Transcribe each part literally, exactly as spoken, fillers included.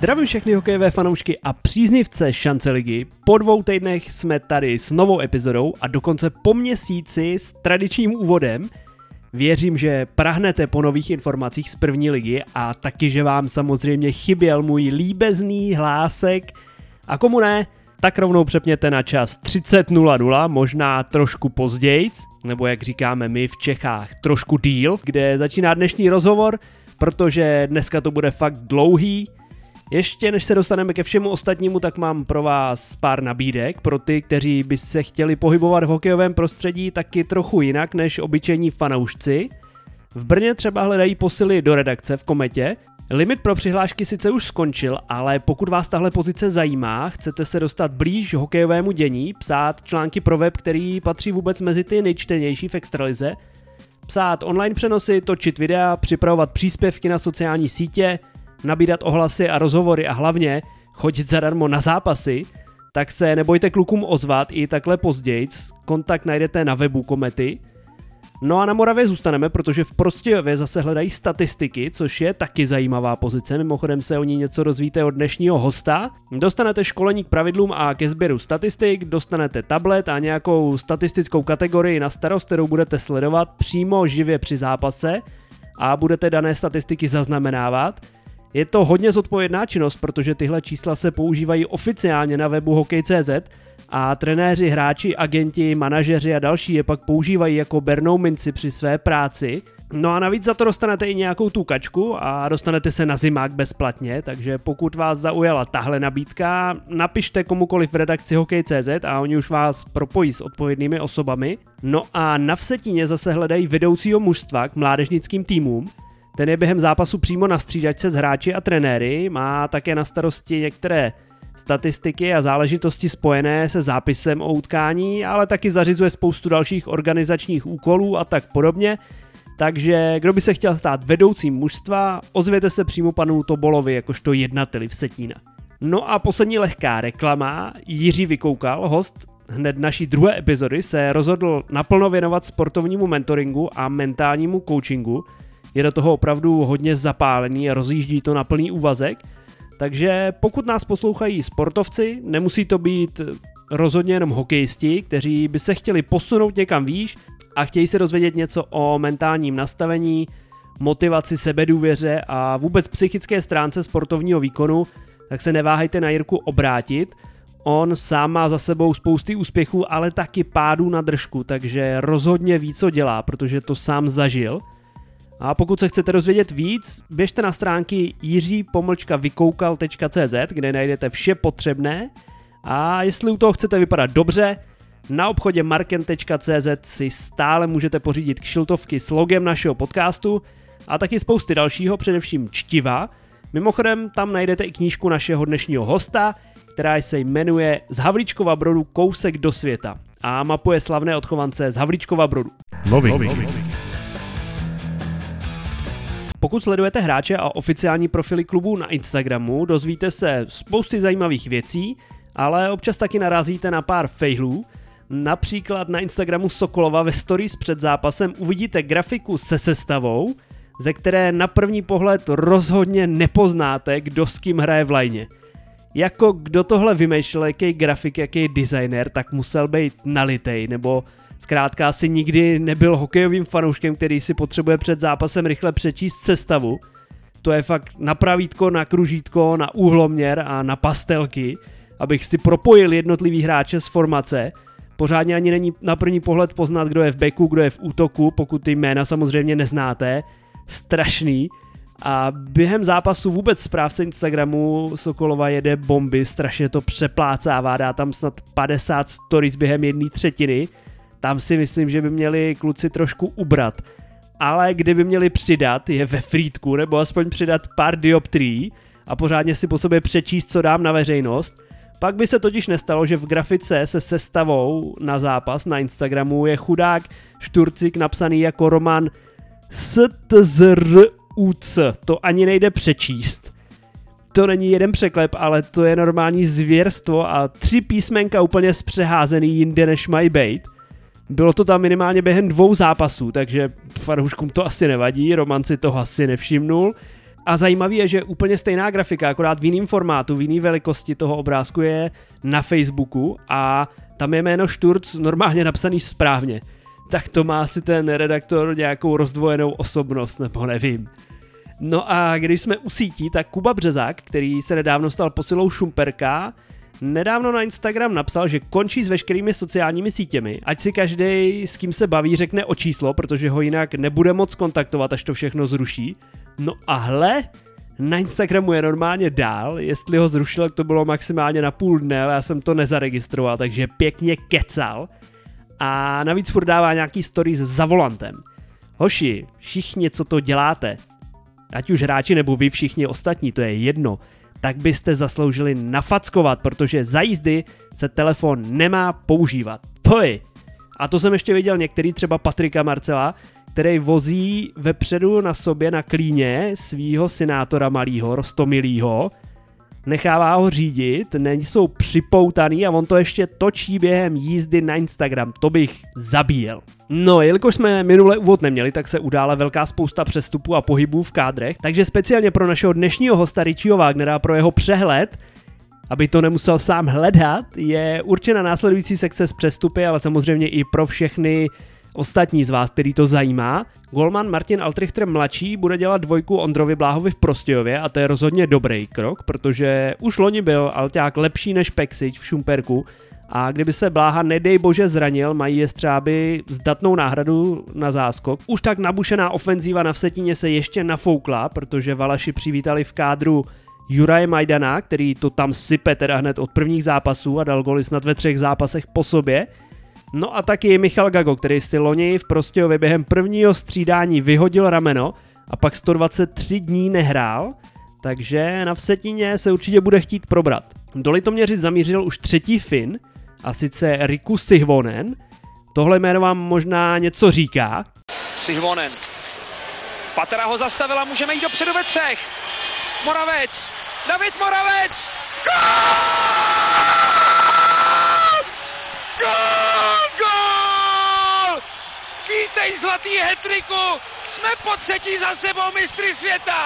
Zdravím všechny hokejové fanoušky a příznivce šance ligy. Po dvou týdnech jsme tady s novou epizodou a dokonce po měsíci s tradičním úvodem. Věřím, že prahnete po nových informacích z první ligy a taky, že vám samozřejmě chyběl můj líbezný hlásek. A komu ne, tak rovnou přepněte na čas třicet nula nula, možná trošku pozdějc, nebo jak říkáme my v Čechách, trošku díl, kde začíná dnešní rozhovor, protože dneska to bude fakt dlouhý. Ještě než se dostaneme ke všemu ostatnímu, tak mám pro vás pár nabídek pro ty, kteří by se chtěli pohybovat v hokejovém prostředí taky trochu jinak než obyčejní fanoušci. V Brně třeba hledají posily do redakce v Kometě. Limit pro přihlášky sice už skončil, ale pokud vás tahle pozice zajímá, chcete se dostat blíž hokejovému dění, psát články pro web, který patří vůbec mezi ty nejčtenější v extralize, psát online přenosy, točit videa, připravovat příspěvky na sociální sítě, nabídat ohlasy a rozhovory a hlavně chodit zadarmo na zápasy, tak se nebojte klukům ozvat i takhle pozdějc, kontakt najdete na webu Komety. No a na Moravě zůstaneme, protože v Prostějově zase hledají statistiky, což je taky zajímavá pozice, mimochodem se o ní něco dozvíte od dnešního hosta. Dostanete školení k pravidlům a ke sběru statistik, dostanete tablet a nějakou statistickou kategorii na starost, kterou budete sledovat přímo živě při zápase a budete dané statistiky zaznamenávat. Je to hodně zodpovědná činnost, protože tyhle čísla se používají oficiálně na webu hokej tečka cé zet a trenéři, hráči, agenti, manažeři a další je pak používají jako bernou minci při své práci. No a navíc za to dostanete i nějakou tu kačku a dostanete se na zimák bezplatně, takže pokud vás zaujala tahle nabídka, napište komukoliv v redakci hokej tečka cé zet a oni už vás propojí s odpovědnými osobami. No a na Vsetíně zase hledají vedoucího mužstva k mládežnickým týmům. Ten je během zápasu přímo na střídačce s hráči a trenéry, má také na starosti některé statistiky a záležitosti spojené se zápisem o utkání, ale taky zařizuje spoustu dalších organizačních úkolů a tak podobně. Takže kdo by se chtěl stát vedoucím mužstva, ozvěte se přímo panu Tobolovi jakožto jednateli Vsetína. No a poslední lehká reklama, Jiří Vykoukal, host hned naší druhé epizody, se rozhodl naplno věnovat sportovnímu mentoringu a mentálnímu coachingu. Je do toho opravdu hodně zapálený a rozjíždí to na plný úvazek. Takže pokud nás poslouchají sportovci, nemusí to být rozhodně jenom hokejisti, kteří by se chtěli posunout někam výš a chtějí se dozvědět něco o mentálním nastavení, motivaci, sebedůvěře a vůbec psychické stránce sportovního výkonu, tak se neváhejte na Jirku obrátit. On sám má za sebou spousty úspěchů, ale taky pádů na držku, takže rozhodně ví, co dělá, protože to sám zažil. A pokud se chcete dozvědět víc, běžte na stránky jiří pomlčka vykoukal tečka cé zet, kde najdete vše potřebné. A jestli u toho chcete vypadat dobře, na obchodě marken tečka cé zet si stále můžete pořídit kšiltovky s logem našeho podcastu a taky spousty dalšího, především čtiva. Mimochodem tam najdete i knížku našeho dnešního hosta, která se jmenuje Z Havlíčkova Brodu kousek do světa a mapuje slavné odchovance z Havlíčkova Brodu. Nový. Nový. Pokud sledujete hráče a oficiální profily klubů na Instagramu, dozvíte se spousty zajímavých věcí, ale občas taky narazíte na pár failů. Například na Instagramu Sokolova ve stories před zápasem uvidíte grafiku se sestavou, ze které na první pohled rozhodně nepoznáte, kdo s kým hraje v lajně. Jako kdo tohle vymýšlel, jaký grafik, jaký designer, tak musel být nalitej, nebo zkrátka asi nikdy nebyl hokejovým fanouškem, který si potřebuje před zápasem rychle přečíst sestavu. To je fakt na pravítko, na kružítko, na úhloměr a na pastelky, abych si propojil jednotlivý hráče z formace. Pořádně ani není na první pohled poznat, kdo je v backu, kdo je v útoku, pokud ty jména samozřejmě neznáte. Strašný. A během zápasu vůbec správce Instagramu Sokolova jede bomby, strašně to přeplácává, dá tam snad padesát stories během jedné třetiny. Tam si myslím, že by měli kluci trošku ubrat. Ale kdyby měli přidat je ve frýdku, nebo aspoň přidat pár dioptrií a pořádně si po sobě přečíst, co dám na veřejnost, pak by se totiž nestalo, že v grafice se sestavou na zápas na Instagramu je chudák Šturcik napsaný jako Roman S T Z R U C. To ani nejde přečíst. To není jeden překlep, ale to je normální zvěrstvo a tři písmenka úplně zpřeházený jinde než mají bejt. Bylo to tam minimálně během dvou zápasů, takže fanouškům to asi nevadí, Roman si toho asi nevšimnul. A zajímavý je, že úplně stejná grafika, akorát v jiném formátu, v jiné velikosti toho obrázku je na Facebooku a tam je jméno Šturc normálně napsaný správně. Tak to má asi ten redaktor nějakou rozdvojenou osobnost, nebo nevím. No a když jsme u sítí, tak Kuba Březák, který se nedávno stal posilou Šumperka, nedávno na Instagram napsal, že končí s veškerými sociálními sítěmi, ať si každý, s kým se baví, řekne o číslo, protože ho jinak nebude moc kontaktovat, až to všechno zruší. No a hle, na Instagramu je normálně dál, jestli ho zrušil, to bylo maximálně na půl dne, ale já jsem to nezaregistroval, takže pěkně kecal. A navíc furt dává nějaký stories za volantem. Hoši, všichni, co to děláte, ať už hráči nebo vy všichni ostatní, to je jedno, tak byste zasloužili nafackovat, protože za jízdy se telefon nemá používat. Poj! A to jsem ještě viděl některý, třeba Patrika Marcela, který vozí vepředu na sobě na klíně svýho synátora malýho, rostomilýho, nechává ho řídit, nejsou připoutaný a on to ještě točí během jízdy na Instagram, to bych zabíjel. No, jelikož jsme minule úvod neměli, tak se udála velká spousta přestupů a pohybů v kádrech, takže speciálně pro našeho dnešního hosta Richieho Wagnera, pro jeho přehled, aby to nemusel sám hledat, je určena následující sekce s přestupy, ale samozřejmě i pro všechny ostatní z vás, který to zajímá. Golman Martin Altrichter mladší bude dělat dvojku Ondrovi Bláhovi v Prostějově a to je rozhodně dobrý krok, protože už loni byl Alťák lepší než Peksič v Šumperku a kdyby se Bláha nedej bože zranil, mají jestřáby zdatnou náhradu na záskok. Už tak nabušená ofenzíva na Vsetíně se ještě nafoukla, protože Valaši přivítali v kádru Juraje Majdana, který to tam sype teda hned od prvních zápasů a dal goly snad ve třech zápasech po sobě. No a taky Michal Gago, který si loni v Prostějově během prvního střídání vyhodil rameno a pak sto dvacet tři dní nehrál, takže na Vsetíně se určitě bude chtít probrat. Do Litoměřic zamířil už třetí Fin, a sice Riku Sihvonen. Tohle jméno vám možná něco říká. Sihvonen. Patera ho zastavila, můžeme jít dopředu ve třech. Moravec, David Moravec! Gól! Gól! Gól! Vítej zlatý hetriku! Jsme po třetí za sebou mistry světa!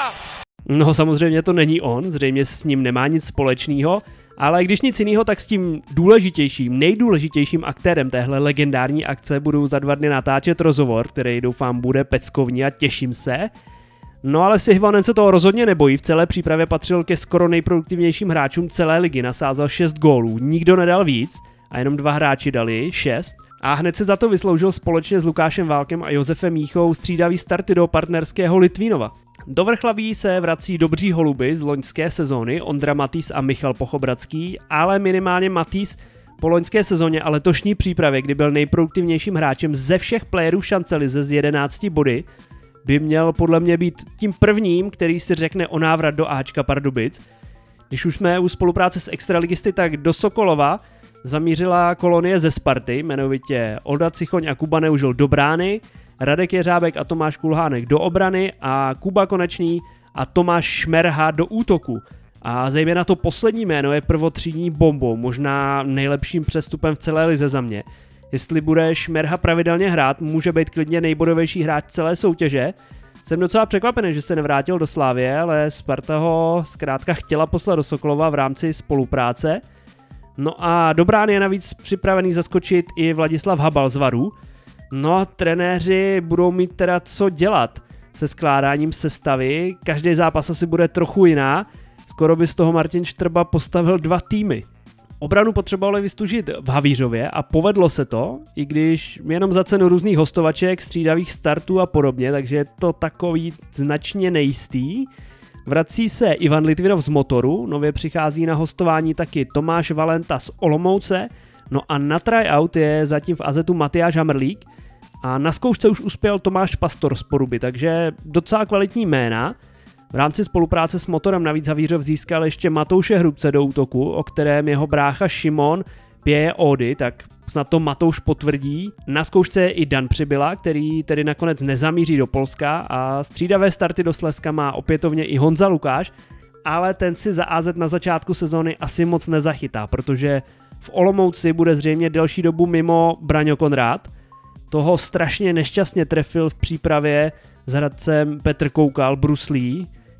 No samozřejmě to není on, zřejmě s ním nemá nic společného, ale když nic jiného, tak s tím důležitějším, nejdůležitějším aktérem téhle legendární akce budu za dva dny natáčet rozhovor, který doufám bude peckovní a těším se. No ale Sihvonen se toho rozhodně nebojí, v celé přípravě patřil ke skoro nejproduktivnějším hráčům celé ligy, nasázel šest gólů, nikdo nedal víc a jenom dva hráči dali šest. A hned se za to vysloužil společně s Lukášem Válkem a Josefem Míchou střídavý starty do partnerského Litvínova. Do Vrchlaví se vrací dobří holuby z loňské sezóny, Ondra Matýs a Michal Pochobradský, ale minimálně Matýs po loňské sezóně a letošní přípravě, kdy byl nejproduktivnějším hráčem ze všech playerů Šancelize z jedenácti body, by měl podle mě být tím prvním, který si řekne o návrat do Ačka Pardubic. Když už jsme u spolupráce s extraligisty, tak do Sokolova zamířila kolonie ze Sparty, jmenovitě Olda Cichoň a Kuba Neužil do brány, Radek Jeřábek a Tomáš Kulhánek do obrany a Kuba Konečný a Tomáš Šmerha do útoku. A zejména to poslední jméno je prvotřídní bombou, možná nejlepším přestupem v celé lize za mě. Jestli bude Šmerha pravidelně hrát, může být klidně nejbodovější hráč celé soutěže. Jsem docela překvapený, že se nevrátil do Slávie, ale Sparta ho zkrátka chtěla poslat do Sokolova v rámci spolupráce. No a do brány je navíc připravený zaskočit i Vladislav Habal z Varu. No a trenéři budou mít teda co dělat se skládáním sestavy, každý zápas asi bude trochu jiná, skoro by z toho Martin Štrba postavil dva týmy. Obranu potřebovali vystužit v Havířově a povedlo se to, i když jenom za cenu různých hostovaček, střídavých startů a podobně, takže je to takový značně nejistý. Vrací se Ivan Litvinov z Motoru, nově přichází na hostování taky Tomáš Valenta z Olomouce, no a na tryout je zatím v Azetu Matyáš Hamrlík a na zkoušce už uspěl Tomáš Pastor z Poruby, takže docela kvalitní jména. V rámci spolupráce s Motorem navíc Havířov získal ještě Matouše Hrubce do útoku, o kterém jeho brácha Šimon pěje ódy, tak snad to Matouš potvrdí. Na zkoušce je i Dan Přibyla, který tedy nakonec nezamíří do Polska a střídavé starty do Slezska má opětovně i Honza Lukáš, ale ten si za á zet na začátku sezóny asi moc nezachytá, protože v Olomouci bude zřejmě delší dobu mimo Braňo Konrád. Toho strašně nešťastně trefil v přípravě s Hradcem Petr Koukal, Bruslí.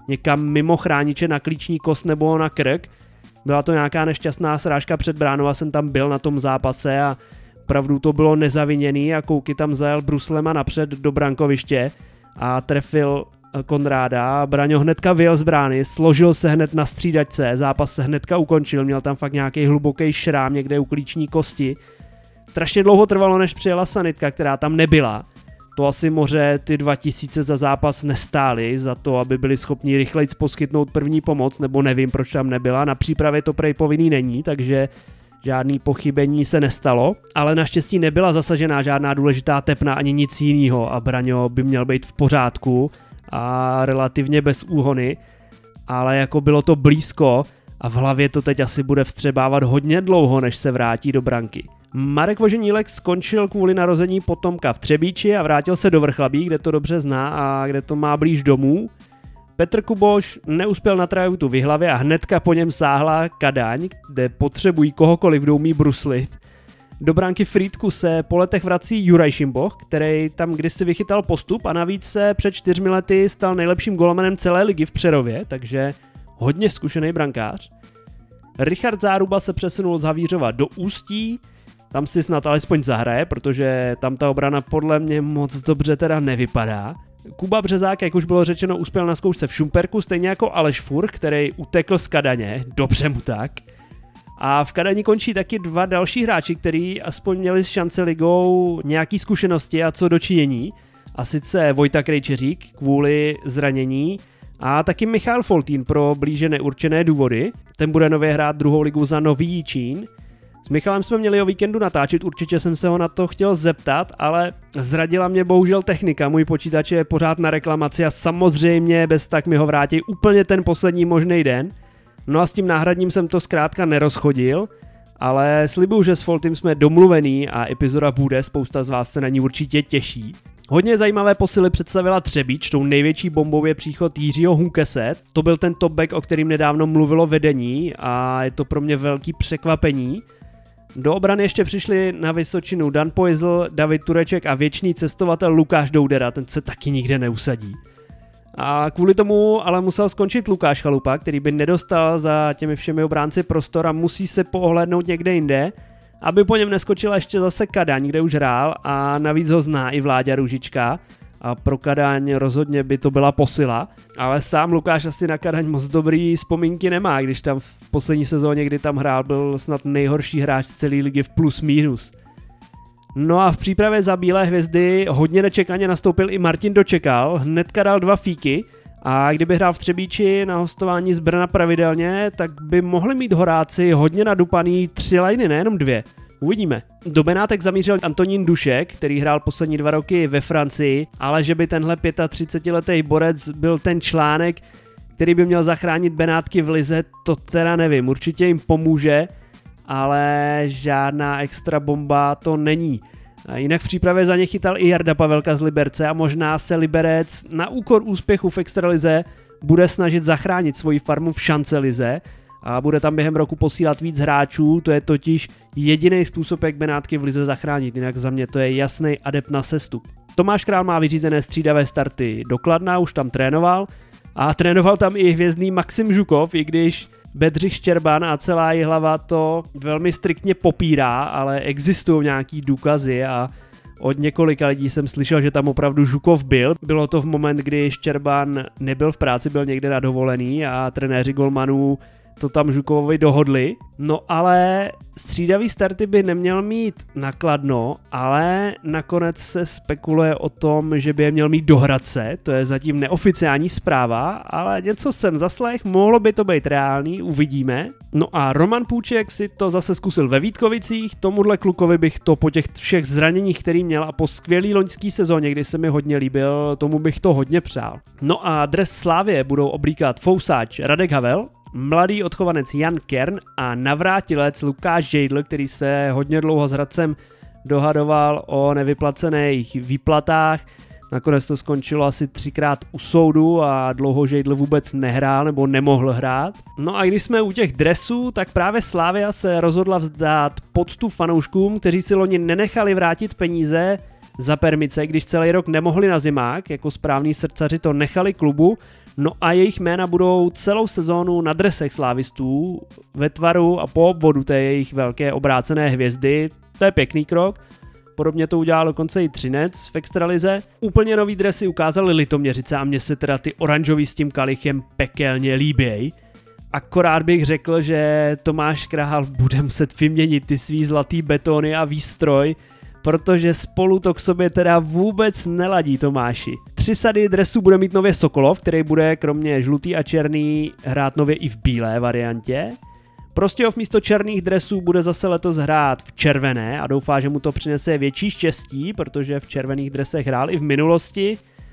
někam mimo chrániče na klíční kost nebo na krk. Byla to nějaká nešťastná srážka před bránou a jsem tam byl na tom zápase a opravdu to bylo nezaviněný a Kouky tam zajel bruslema napřed do brankoviště a trefil Konráda. Braňo hnedka vyjel z brány, složil se hned na střídačce, zápas se hnedka ukončil, měl tam fakt nějaký hluboký šrám někde u klíční kosti. Strašně dlouho trvalo, než přijela sanitka, která tam nebyla. To asi moře ty dva tisíce za zápas nestály za to, aby byli schopni rychleji poskytnout první pomoc, nebo nevím, proč tam nebyla. Na přípravě to prej povinný není, takže žádný pochybení se nestalo, ale naštěstí nebyla zasažená žádná důležitá tepna ani nic jiného a Braňo by měl být v pořádku a relativně bez úhony, ale jako bylo to blízko a v hlavě to teď asi bude vstřebávat hodně dlouho, než se vrátí do branky. Marek Voženílek skončil kvůli narození potomka v Třebíči a vrátil se do Vrchlabí, kde to dobře zná a kde to má blíž domů. Petr Kuboš neuspěl na trajektu v Jihlavě a hnedka po něm sáhla Kadaň, kde potřebují kohokoliv, kdo umí bruslit. Do bránky Frýdku se po letech vrací Juraj Šimboch, který tam kdysi vychytal postup a navíc se před čtyřmi lety stal nejlepším golmanem celé ligy v Přerově, takže hodně zkušený brankář. Richard Záruba se přesunul z Havířova do Ústí, tam si snad alespoň zahraje, protože tam ta obrana podle mě moc dobře teda nevypadá. Kuba Březák, jak už bylo řečeno, uspěl na zkoušce v Šumperku, stejně jako Aleš Furch, který utekl z Kadaně, dobře mu tak. A v Kadani končí taky dva další hráči, kteří aspoň měli s šance ligou nějaký zkušenosti a co dočinění. A sice Vojta Krejčeřík kvůli zranění a taky Michal Foltín pro blíže neurčené důvody. Ten bude nově hrát druhou ligu za Nový Jičín. S Michalem jsme měli o víkendu natáčet, určitě jsem se ho na to chtěl zeptat, ale zradila mě bohužel technika, můj počítač je pořád na reklamaci a samozřejmě bez tak mi ho vrátí úplně ten poslední možný den. No a s tím náhradním jsem to zkrátka nerozchodil, ale slibuju, že s Foltym jsme domluvený a epizoda bude, spousta z vás se na ní určitě těší. Hodně zajímavé posily představila Třebíč, tou největší bombou je příchod Jiřího Hunkese, to byl ten topback, o kterým nedávno mluvilo vedení a je to pro mě velký překvapení. Do obrany ještě přišli na Vysočinu Dan Poizl, David Tureček a věčný cestovatel Lukáš Doudera, ten se taky nikde neusadí. A kvůli tomu ale musel skončit Lukáš Chalupa, který by nedostal za těmi všemi obránci prostor a musí se poohlédnout někde jinde, aby po něm neskočila ještě zase Kadaň, kde už hrál a navíc ho zná i Vláďa Růžička a pro Kadaň rozhodně by to byla posila, ale sám Lukáš asi na Kadaň moc dobrý vzpomínky nemá, když tam v poslední sezóně, kdy tam hrál, byl snad nejhorší hráč celé ligy v plus minus. No a v přípravě za Bílé hvězdy hodně nečekaně nastoupil i Martin Dočekal, hnedka dal dva fíky a kdyby hrál v Třebíči na hostování z Brna pravidelně, tak by mohli mít Horáci hodně nadupaný tři lajny, nejenom dvě. Uvidíme. Do Benátek zamířil Antonín Dušek, který hrál poslední dva roky ve Francii, ale že by tenhle třicetiletý borec byl ten článek, který by měl zachránit Benátky v lize, to teda nevím. Určitě jim pomůže, ale žádná extra bomba to není. A jinak v přípravě za ně chytal i Jarda Pavelka z Liberce a možná se Liberec na úkor úspěchu v extralize bude snažit zachránit svoji farmu v šancelize a bude tam během roku posílat víc hráčů, to je totiž jediný způsob, jak Benátky v lize zachránit, jinak za mě to je jasný adept na sestup. Tomáš Král má vyřízené střídavé starty do Kladna, už tam trénoval a trénoval tam i hvězdný Maxim Žukov, i když Bedřich Štěrban a celá Jihlava to velmi striktně popírá, ale existují nějaký důkazy a od několika lidí jsem slyšel, že tam opravdu Žukov byl. Bylo to v moment, kdy Štěrban nebyl v práci, byl někde na dovolený a trenéři golmanů to tam Žukovovi dohodli. No ale střídavý starty by neměl mít na Kladno, ale nakonec se spekuluje o tom, že by je měl mít do Hradce, to je zatím neoficiální zpráva, ale něco jsem zaslech, mohlo by to být reálný, uvidíme. No a Roman Půček si to zase zkusil ve Vítkovicích, tomuhle klukovi bych to po těch všech zraněních, který měl a po skvělý loňský sezóně, kdy se mi hodně líbil, tomu bych to hodně přál. No a dres Slávie budou oblíkat fousáč Radek Havel, mladý odchovanec Jan Kern a navrátilec Lukáš Žejdl, který se hodně dlouho s Hradcem dohadoval o nevyplacených výplatách. Nakonec to skončilo asi třikrát u soudu a dlouho Žejdl vůbec nehrál nebo nemohl hrát. No a když jsme u těch dresů, tak právě Slavia se rozhodla vzdát poctu fanouškům, kteří si loni nenechali vrátit peníze za permice, když celý rok nemohli na zimák, jako správní srdcaři to nechali klubu. No a jejich jména budou celou sezónu na dresech slávistů, ve tvaru a po obvodu té jejich velké obrácené hvězdy. To je pěkný krok. Podobně to udělal dokonce i Třinec v extralize. Úplně nový dresy ukázali Litoměřice a mně se teda ty oranžový s tím kalichem pekelně líběj. Akorát bych řekl, že Tomáš Krahal bude muset vyměnit ty svý zlatý betony a výstroj, protože spolu to k sobě teda vůbec neladí, Tomáši. Tři sady dresů bude mít nově Sokolov, který bude kromě žlutý a černý hrát nově i v bílé variantě. Prostějov místo černých dresů bude zase letos hrát v červené a doufá, že mu to přinese větší štěstí, protože v červených dresech hrál i v minulosti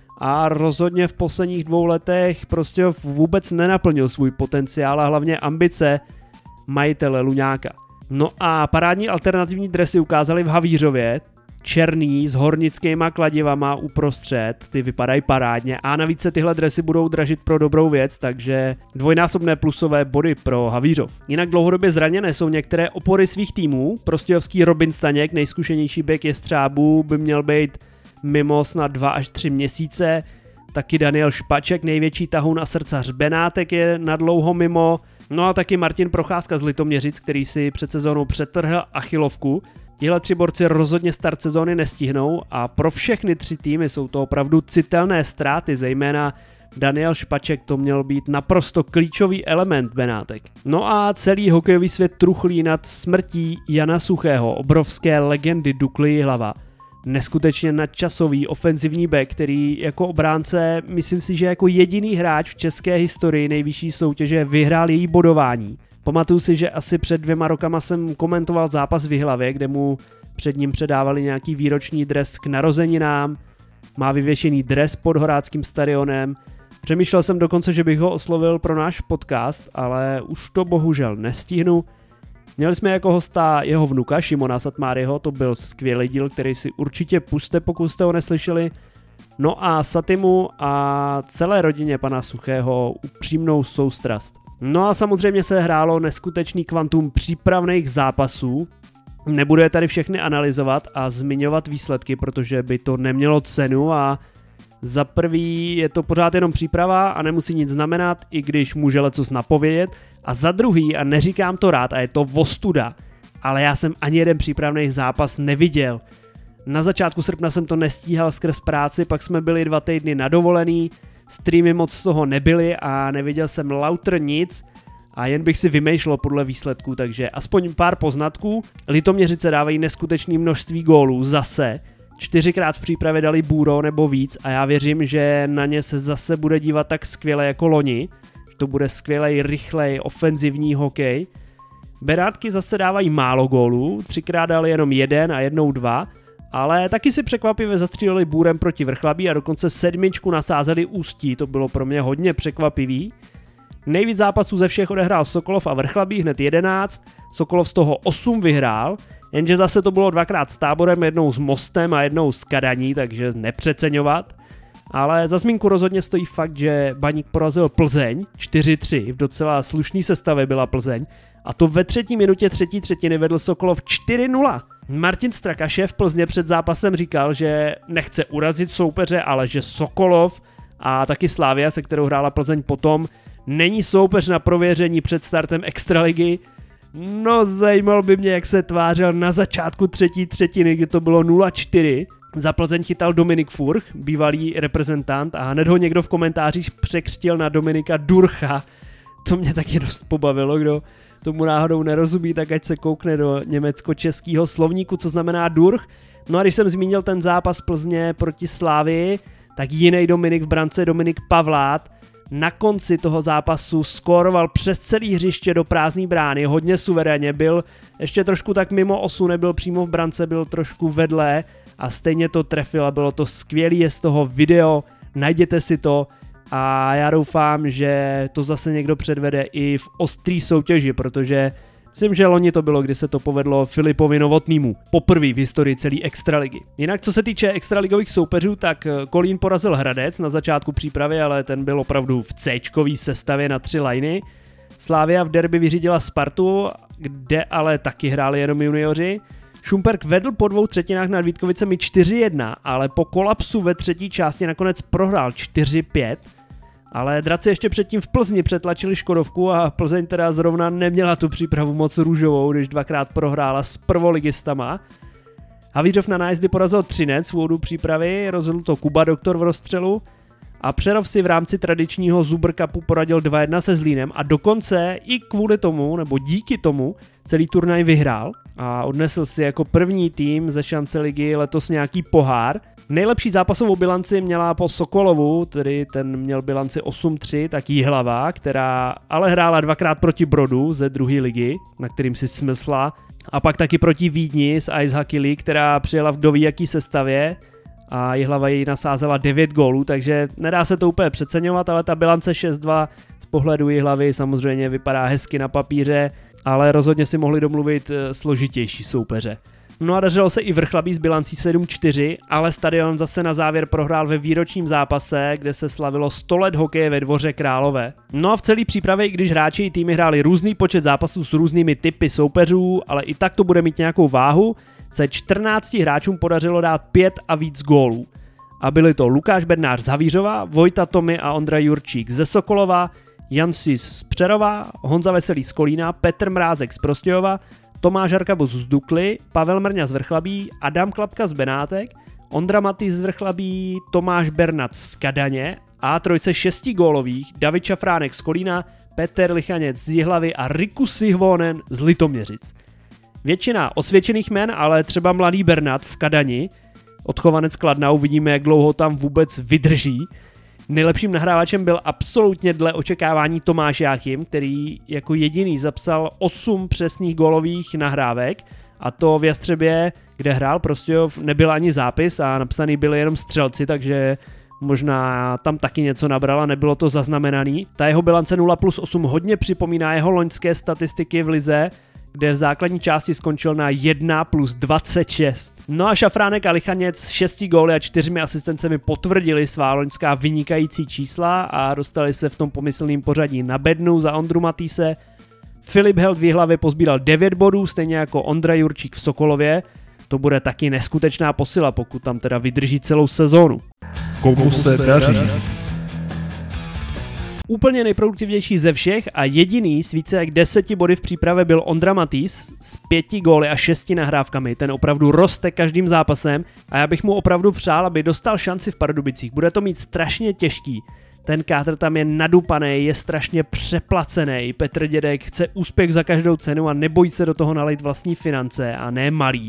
a rozhodně v posledních dvou letech Prostějov vůbec nenaplnil svůj potenciál a hlavně ambice majitele Luňáka. No a parádní alternativní dresy ukázali v Havířově, černý s hornickýma kladivama uprostřed, ty vypadají parádně a navíc se tyhle dresy budou dražit pro dobrou věc, takže dvojnásobné plusové body pro Havířov. Jinak dlouhodobě zraněné jsou některé opory svých týmů, prostějovský Robin Staněk, nejzkušenější bek Jestřábů, by měl být mimo snad dva až tři měsíce, taky Daniel Špaček, největší tahoun a srdcař Benátek je nadlouho mimo, no a taky Martin Procházka z Litoměřic, který si před sezónou přetrhl achilovku. Tihle tři borci rozhodně start sezóny nestihnou a pro všechny tři týmy jsou to opravdu citelné ztráty, zejména Daniel Špaček to měl být naprosto klíčový element Benátek. No a celý hokejový svět truchlí nad smrtí Jana Suchého, obrovské legendy Dukly Jihlava. Neskutečně nadčasový ofenzivní back, který jako obránce, myslím si, že jako jediný hráč v české historii nejvyšší soutěže vyhrál její bodování. Pamatuju si, že asi před dvěma rokama jsem komentoval zápas v Jihlavě, kde mu před ním předávali nějaký výroční dres k narozeninám, má vyvěšený dres pod Horáckým stadionem. Přemýšlel jsem dokonce, že bych ho oslovil pro náš podcast, ale už to bohužel nestihnu. Měli jsme jako hosta jeho vnuka Šimona Satmáryho, to byl skvělý díl, který si určitě puste, pokud jste ho neslyšeli. No a Satimu a celé rodině pana Suchého upřímnou soustrast. No a samozřejmě se hrálo neskutečný kvantum přípravných zápasů. Nebudu je tady všechny analyzovat a zmiňovat výsledky, protože by to nemělo cenu a za prvý je to pořád jenom příprava a nemusí nic znamenat, i když může lecos napovědět. A za druhý, a neříkám to rád, a je to ostuda, ale já jsem ani jeden přípravný zápas neviděl. Na začátku srpna jsem to nestíhal skrz práci, pak jsme byli dva týdny na dovolený, streamy moc z toho nebyly a neviděl jsem lauter nic a jen bych si vymýšlel podle výsledků, takže aspoň pár poznatků. Litoměřice dávají neskutečné množství gólů zase, čtyřikrát v přípravě dali bůro nebo víc a já věřím, že na ně se zase bude dívat tak skvěle jako loni, že to bude skvělej, rychlej, ofenzivní hokej. Benátky zase dávají málo gólů, třikrát dali jenom jeden a jednou dva, ale taky si překvapivě zastříleli bůrem proti Vrchlabí a dokonce sedmičku nasázeli Ústí, to bylo pro mě hodně překvapivý. Nejvíc zápasů ze všech odehrál Sokolov a Vrchlabí, hned jedenáct, Sokolov z toho osm vyhrál, jenže zase to bylo dvakrát s Táborem, jednou s Mostem a jednou s Kadaní, takže nepřeceňovat. Ale za zmínku rozhodně stojí fakt, že Baník porazil Plzeň čtyři tři, v docela slušný sestavě byla Plzeň a to ve třetí minutě třetí třetiny vedl Sokolov čtyři nula. Martin Straka, šéf Plzně, před zápasem říkal, že nechce urazit soupeře, ale že Sokolov a taky Slavia, se kterou hrála Plzeň potom, není soupeř na prověření před startem extraligy. No zajímalo by mě, jak se tvářil na začátku třetí třetiny, kdy to bylo nula čtyři. Za Plzeň chytal Dominik Furch, bývalý reprezentant a hned ho někdo v komentářích překřtil na Dominika Durcha. To mě taky dost pobavilo, kdo tomu náhodou nerozumí, tak ať se koukne do německo-českého slovníku, co znamená Durch. No a když jsem zmínil ten zápas Plzně proti Slávii, tak jiný Dominik v brance, Dominik Pavlát, na konci toho zápasu skóroval přes celý hřiště do prázdné brány, hodně suverénně, byl ještě trošku tak mimo osu, nebyl přímo v brance, byl trošku vedle a stejně to trefil a bylo to skvělý, je z toho video, najděte si to a já doufám, že to zase někdo předvede i v ostrý soutěži, protože myslím, že loni to bylo, kdy se to povedlo Filipovi Novotnýmu. Poprvé v historii celé extraligy. Jinak co se týče extraligových soupeřů, tak Kolín porazil Hradec na začátku přípravy, ale ten byl opravdu v C-čkový sestavě na tři lajny. Slavia v derby vyřídila Spartu, kde ale taky hráli jenom junioři. Šumperk vedl po dvou třetinách nad Vítkovicemi čtyři jedna, ale po kolapsu ve třetí části nakonec prohrál čtyři pět. Ale draci ještě předtím v Plzni přetlačili Škodovku a Plzeň teda zrovna neměla tu přípravu moc růžovou, když dvakrát prohrála s prvoligistama. Havířov na nájezdy porazil Třinec v úvodu přípravy, rozhodl to Kuba Doktor v rozstřelu a Přerov si v rámci tradičního Zubr Cupu poradil dva jedna se Zlínem a dokonce i kvůli tomu, nebo díky tomu, celý turnaj vyhrál a odnesl si jako první tým ze šance ligy letos nějaký pohár. Nejlepší zápasovou bilanci měla po Sokolovu, tedy ten měl bilanci osm tři, tak Jihlava, která ale hrála dvakrát proti Brodu ze druhé ligy, na kterým si smysla, a pak taky proti Vídni z Ice Hockey League, která přijela v kdo ví jaký sestavě a Jihlava jí nasázela devět gólů, takže nedá se to úplně přeceňovat, ale ta bilance šest dva z pohledu Jihlavy samozřejmě vypadá hezky na papíře, ale rozhodně si mohli domluvit složitější soupeře. No a dařilo se i Vrchlabí s bilancí sedm čtyři, ale Stadion zase na závěr prohrál ve výročním zápase, kde se slavilo sto let hokeje ve Dvoře Králové. No a v celé přípravě, i když hráči i týmy hráli různý počet zápasů s různými typy soupeřů, ale i tak to bude mít nějakou váhu, se čtrnácti hráčům podařilo dát pět a víc gólů. A byli to Lukáš Bednář z Havířova, Vojta Tomy a Ondra Jurčík ze Sokolova, Jan Sis z Přerova, Honza Veselý z Kolína, Petr Mrázek z Prostějova, Tomáš Arkabus z Dukly, Pavel Mrňa z Vrchlabí, Adam Klapka z Benátek, Ondra Matý z Vrchlabí, Tomáš Bernat z Kadaně a trojce šesti gólových David Šafránek z Kolína, Petr Lichaněc z Jihlavy a Riku Sihvonen z Litoměřic. Většina osvědčených jmen, ale třeba mladý Bernat v Kadani, odchovanec Kladna, uvidíme, jak dlouho tam vůbec vydrží. Nejlepším nahrávačem byl absolutně dle očekávání Tomáš Jáchym, který jako jediný zapsal osm přesných gólových nahrávek, a to v Jastřebě, kde hrál Prostějov, nebyl ani zápis a napsaný byly jenom střelci, takže možná tam taky něco nabrala, nebylo to zaznamenaný. Ta jeho bilance nula plus osm hodně připomíná jeho loňské statistiky v lize, kde v základní části skončil na jedna plus dvacet šest. No a Šafránek a Lichaněc s šesti góly a čtyřmi asistencemi potvrdili svá loňská vynikající čísla a dostali se v tom pomyslným pořadí na bednu za Ondru Matýse. Filip Held v Jihlavě pozbíral devět bodů, stejně jako Ondra Jurčík v Sokolově. To bude taky neskutečná posila, pokud tam teda vydrží celou sezónu. Komu se daří? Úplně nejproduktivnější ze všech a jediný s více jak deseti body v přípravě byl Ondra Matýs s pěti góly a šesti nahrávkami. Ten opravdu roste každým zápasem a já bych mu opravdu přál, aby dostal šanci v Pardubicích. Bude to mít strašně těžký. Ten kádr tam je nadupaný, je strašně přeplacený. Petr Dědek chce úspěch za každou cenu a nebojí se do toho nalejt vlastní finance a ne malý.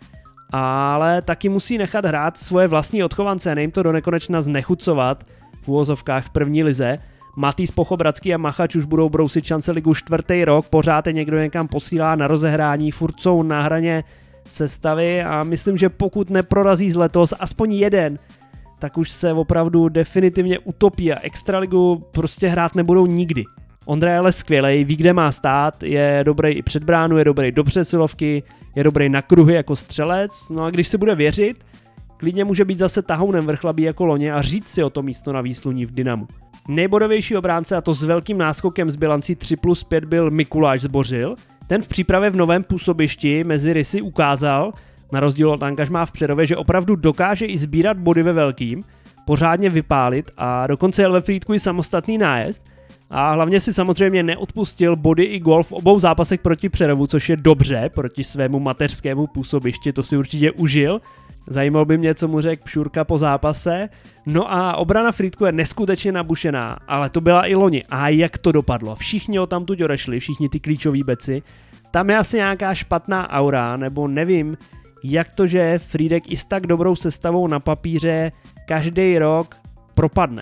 Ale taky musí nechat hrát svoje vlastní odchovance, nejim to do nekonečna znechucovat v uvozovkách v první lize. Matýs, Pochobradský a Machač už budou brousit šance ligu čtvrtý rok, pořád je někdo někam posílá na rozehrání, furt jsou na hraně sestavy a myslím, že pokud neprorazí z letos aspoň jeden, tak už se opravdu definitivně utopí a extraligu prostě hrát nebudou nikdy. Ondra je ale skvělej, ví, kde má stát, je dobrý i před bránu, je dobrý do přesilovky, je dobrý na kruhy jako střelec, no a když se bude věřit, klidně může být zase tahounem Vrchlabí jako loni a říct si o to místo na výsluní v Dynamu. Nejbodovější obránce, a to s velkým náskokem z bilancí tři plus pět, byl Mikuláš Zbořil. Ten v přípravě v novém působišti mezi rysy ukázal, na rozdíl od angažmá v Přerově, že opravdu dokáže i sbírat body ve velkým, pořádně vypálit a dokonce jel ve Frýdku i samostatný nájezd a hlavně si samozřejmě neodpustil body i gól v obou zápasech proti Přerovu, což je dobře proti svému mateřskému působišti, to si určitě užil. Zajímalo by mě, co mu řekl Pšurka po zápase. No a obrana Frýdku je neskutečně nabušená, ale to byla i loni. A jak to dopadlo? Všichni ho tam tuď odešli, všichni ty klíčoví beci. Tam je asi nějaká špatná aura, nebo nevím, jak to, že Frýdek i s tak dobrou sestavou na papíře každý rok propadne.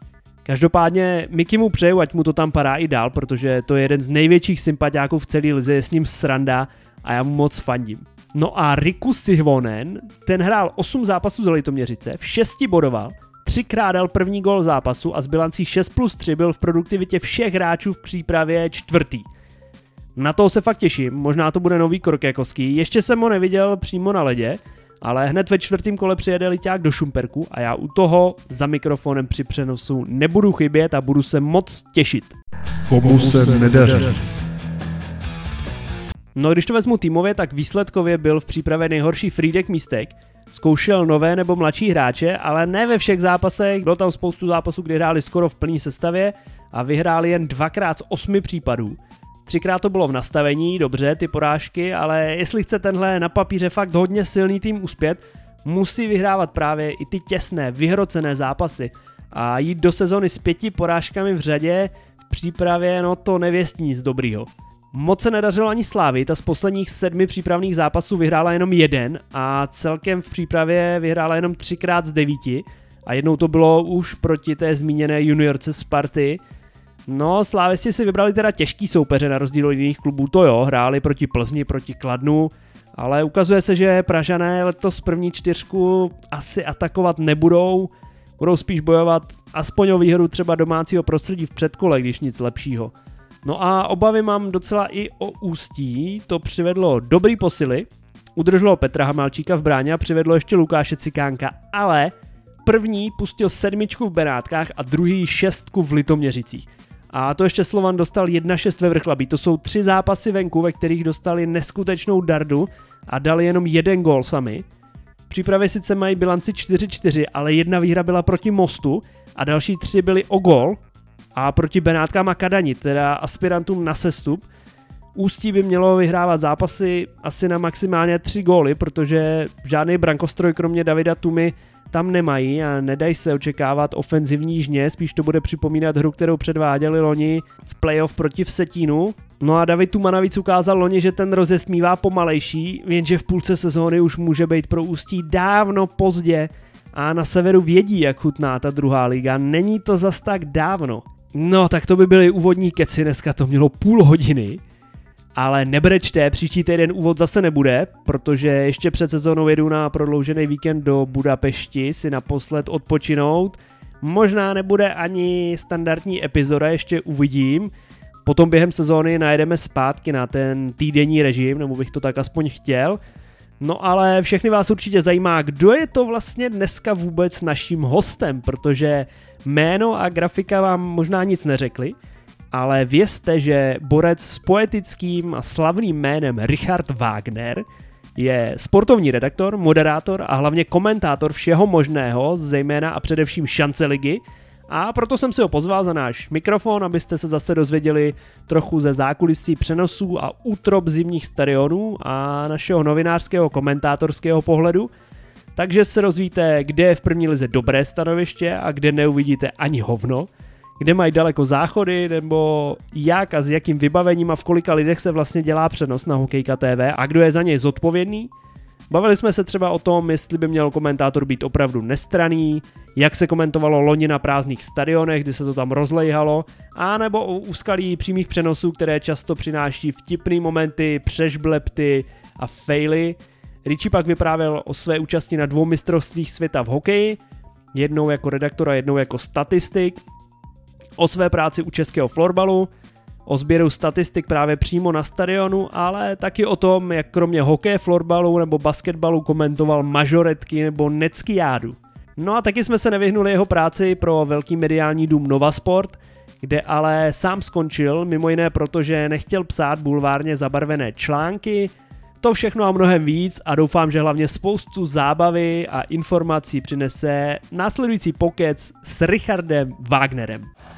Každopádně Miky mu přeju, ať mu to tam padá i dál, protože to je jeden z největších sympatiáků v celé lize, je s ním sranda a já mu moc fandím. No a Riku Sihvonen, ten hrál osm zápasů za Litoměřice, v šesti bodoval, třikrát dal první gól zápasu a s bilancí šest plus tři byl v produktivitě všech hráčů v přípravě čtvrtý. Na toho se fakt těším, možná to bude nový Korkékovský, ještě jsem ho neviděl přímo na ledě, ale hned ve čtvrtém kole přijede Liťák do Šumperku a já u toho za mikrofonem při přenosu nebudu chybět a budu se moc těšit. Komu se nedaří? No když to vezmu týmově, tak výsledkově byl v přípravě nejhorší Frýdek Místek zkoušel nové nebo mladší hráče, ale ne ve všech zápasech, bylo tam spoustu zápasů, kdy hráli skoro v plné sestavě a vyhráli jen dvakrát z osmi případů. Třikrát to bylo v nastavení, dobře, ty porážky, ale jestli chce tenhle na papíře fakt hodně silný tým uspět, musí vyhrávat právě i ty těsné, vyhrocené zápasy a jít do sezony s pěti porážkami v řadě v přípravě, no to nevěstí nic dobrýho. Moc se nedařilo ani Slávii, ta z posledních sedmi přípravných zápasů vyhrála jenom jeden a celkem v přípravě vyhrála jenom třikrát z devíti a jednou to bylo už proti té zmíněné juniorce Sparty. No, slávisti si vybrali teda těžký soupeře na rozdíl od jiných klubů, to jo, hráli proti Plzni, proti Kladnu, ale ukazuje se, že Pražané letos první čtyřku asi atakovat nebudou, budou spíš bojovat aspoň o výhru třeba domácího prostředí v předkole, když nic lepšího. No a obavy mám docela i o Ústí, to přivedlo dobrý posily, udrželo Petra Hamalčíka v bráně a přivedlo ještě Lukáše Cikánka, ale první pustil sedmičku v Benátkách a druhý šestku v Litoměřicích. A to ještě Slovan dostal jedna šest ve Vrchlabí, to jsou tři zápasy venku, ve kterých dostali neskutečnou dardu a dali jenom jeden gól sami. V přípravě sice mají bilanci čtyři čtyři, ale jedna výhra byla proti Mostu a další tři byly o gól a proti Benátkám a Kadani, teda aspirantům na sestup. Ústí by mělo vyhrávat zápasy asi na maximálně tři góly, protože žádný brankostroj kromě Davida Tumy tam nemají a nedají se očekávat ofenzivní žně, spíš to bude připomínat hru, kterou předváděli loni v playoff proti Vsetínu. No a David Tuma navíc ukázal loni, že ten rozjezd mívá pomalejší, jenže v půlce sezóny už může být pro Ústí dávno pozdě a na severu vědí, jak chutná ta druhá liga, není to zas tak dávno. No tak to by byly úvodní keci, dneska to mělo půl hodiny. Ale nebrečte, příští týden úvod zase nebude, protože ještě před sezónou jedu na prodloužený víkend do Budapešti si naposled odpočinout. Možná nebude ani standardní epizoda, ještě uvidím. Potom během sezóny najedeme zpátky na ten týdenní režim, nebo bych to tak aspoň chtěl. No ale všechny vás určitě zajímá, kdo je to vlastně dneska vůbec naším hostem, protože jméno a grafika vám možná nic neřekli. Ale vězte, že borec s poetickým a slavným jménem Richard Wagner je sportovní redaktor, moderátor a hlavně komentátor všeho možného, zejména a především šance ligy. A proto jsem si ho pozval za náš mikrofon, abyste se zase dozvěděli trochu ze zákulisí přenosů a útrop zimních stadionů a našeho novinářského komentátorského pohledu. Takže se dozvíte, kde je v první lize dobré stanoviště a kde neuvidíte ani hovno, kde mají daleko záchody, nebo jak a s jakým vybavením a v kolika lidech se vlastně dělá přenos na Hokejka T V a kdo je za něj zodpovědný. Bavili jsme se třeba o tom, jestli by měl komentátor být opravdu nestranný, jak se komentovalo loni na prázdných stadionech, kdy se to tam rozlejhalo, a nebo o úskalí přímých přenosů, které často přináší vtipný momenty, přežblepty a faily. Richie pak vyprávěl o své účasti na dvou mistrovstvích světa v hokeji, jednou jako redaktor a jednou jako statistik, o své práci u českého florbalu, o sběru statistik právě přímo na stadionu, ale taky o tom, jak kromě hokeje, florbalu nebo basketbalu komentoval mažoretky nebo neckiádu. No a taky jsme se nevyhnuli jeho práci pro velký mediální dům Nova Sport, kde ale sám skončil, mimo jiné proto, že nechtěl psát bulvárně zabarvené články. To všechno a mnohem víc a doufám, že hlavně spoustu zábavy a informací přinese následující pokec s Richardem Wagnerem.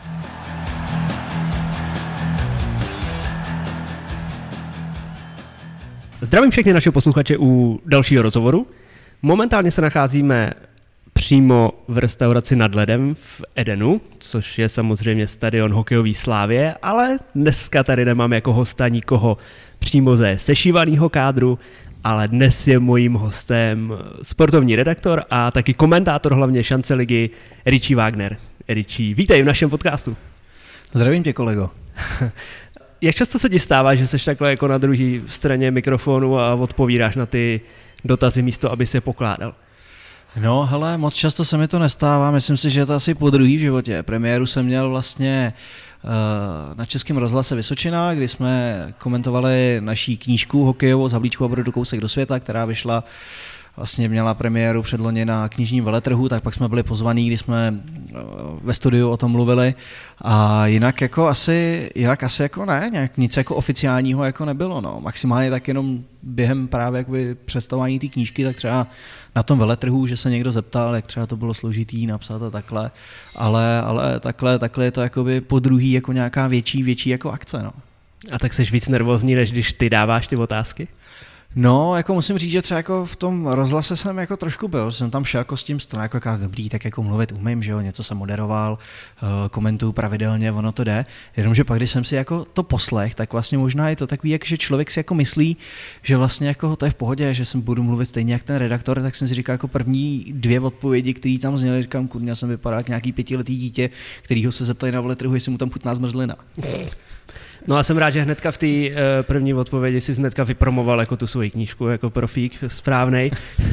Zdravím všechny naše posluchače u dalšího rozhovoru. Momentálně se nacházíme přímo v restauraci Nad ledem v Edenu, což je samozřejmě stadion hokejový Slávie, ale dneska tady nemám jako hosta nikoho přímo ze sešívaného kádru, ale dnes je mojím hostem sportovní redaktor a taky komentátor hlavně šance ligy Richie Wagner. Richie, vítej v našem podcastu. Zdravím tě, kolego. Jak často se ti stává, že jsi takhle jako na druhé straně mikrofonu a odpovídáš na ty dotazy místo, aby se pokládal? No, hele, moc často se mi to nestává, myslím si, že je to asi po druhý v životě. Premiéru jsem měl vlastně uh, na Českém rozhlase Vysočina, kdy jsme komentovali naší knížku hokejovou z Havlíčku a Brodu kousek do světa, která vyšla, vlastně měla premiéru předloni na knižním veletrhu, tak pak jsme byli pozvaní, když jsme ve studiu o tom mluvili a jinak jako asi, jinak asi jako ne, nějak nic jako oficiálního jako nebylo, no. Maximálně tak jenom během právě jakoby představování té knížky, tak třeba na tom veletrhu, že se někdo zeptal, jak třeba to bylo složitý napsat a takhle, ale, ale takhle, takhle je to jakoby po druhý jako nějaká větší, větší jako akce, no. A tak jsi víc nervózní, než když ty dáváš ty otázky? No, jako musím říct, že třeba jako v tom rozhlase jsem jako trošku byl, jsem tam šel jako s tím stranou, jako, jako dobrý, tak jako mluvit umím, že jo, něco jsem moderoval, komentuju pravidelně, ono to jde, jenomže pak, když jsem si jako to poslech, tak vlastně možná je to takový, jak, že člověk si jako myslí, že vlastně jako to je v pohodě, že jsem budu mluvit stejně jak ten redaktor, tak jsem si říkal jako první dvě odpovědi, které tam zněly, říkám, kurňa, jsem vypadal jak nějaký pětiletý dítě, kterýho se zeptali na veletrhu, jestli mu tam chutná zmrzlina. No a jsem rád, že hnedka v té uh, první odpovědi si hnedka vypromoval jako tu svoji knížku, jako profík správnej.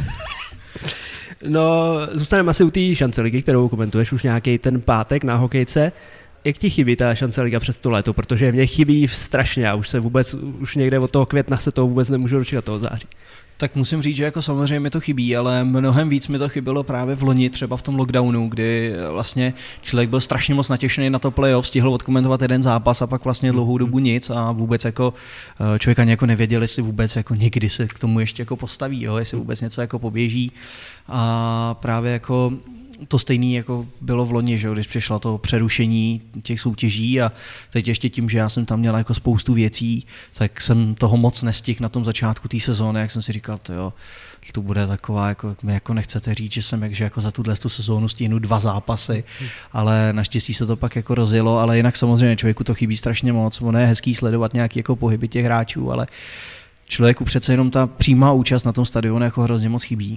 No, zůstaneme asi u té šance ligy, kterou komentuješ už nějaký ten pátek na hokejce. Jak ti chybí ta šance liga přes to léto? Protože mě chybí strašně a už se vůbec, už někde od toho května se to vůbec nemůžu dočkat toho září. Tak musím říct, že jako samozřejmě mi to chybí, ale mnohem víc mi to chybělo právě v loni, třeba v tom lockdownu, kdy vlastně člověk byl strašně moc natěšený na to playoff, stihl odkomentovat jeden zápas a pak vlastně dlouhou dobu nic a vůbec jako člověk ani jako nevěděl, jestli vůbec jako někdy se k tomu ještě jako postaví, jo, jestli vůbec něco jako poběží a právě jako to stejné jako bylo v loni, že když přišlo to přerušení těch soutěží a teď ještě tím, že já jsem tam měl jako spoustu věcí, tak jsem toho moc nestihl na tom začátku té sezóny, jak jsem si říkal, to jo, to bude taková, jako, mi jako nechcete říct, že jsem jak, že jako za tuhle sezónu stihnu dva zápasy, ale naštěstí se to pak jako rozjelo, ale jinak samozřejmě člověku to chybí strašně moc, ono je hezký sledovat nějaký jako pohyby těch hráčů, ale člověku přece jenom ta přímá účast na tom stadionu jako hrozně moc chybí.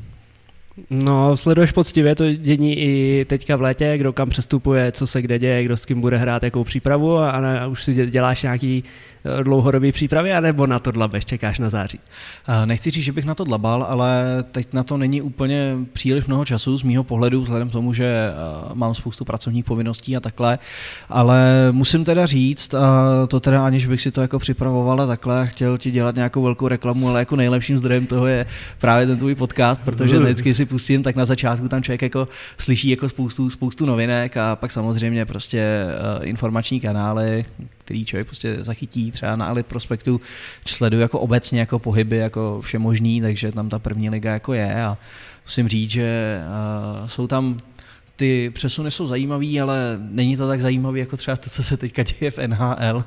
No, sleduješ poctivě to dění i teďka v létě, kdo kam přestupuje, co se kde děje, kdo s kým bude hrát, jakou přípravu a, ne, a už si děláš nějaký dlouhodobý přípravy, anebo na to dlabeš, čekáš na září? Nechci říct, že bych na to dlabal, ale teď na to není úplně příliš mnoho času z mýho pohledu, vzhledem k tomu, že mám spoustu pracovních povinností a takhle, ale musím teda říct, a to teda aniž bych si to jako připravoval a takhle, chtěl ti dělat nějakou velkou reklamu, ale jako nejlepším zdrojem toho je právě ten tvůj podcast, protože vždycky si pustím, tak na začátku tam člověk jako slyší jako spoustu, spoustu novinek a pak samozřejmě prostě informační kanály, který člověk prostě zachytí třeba na Elite Prospektu, sleduju jako obecně jako pohyby, jako všemožný, takže tam ta první liga jako je a musím říct, že uh, jsou tam ty přesuny jsou zajímavý, ale není to tak zajímavý jako třeba to, co se teďka děje v N H L,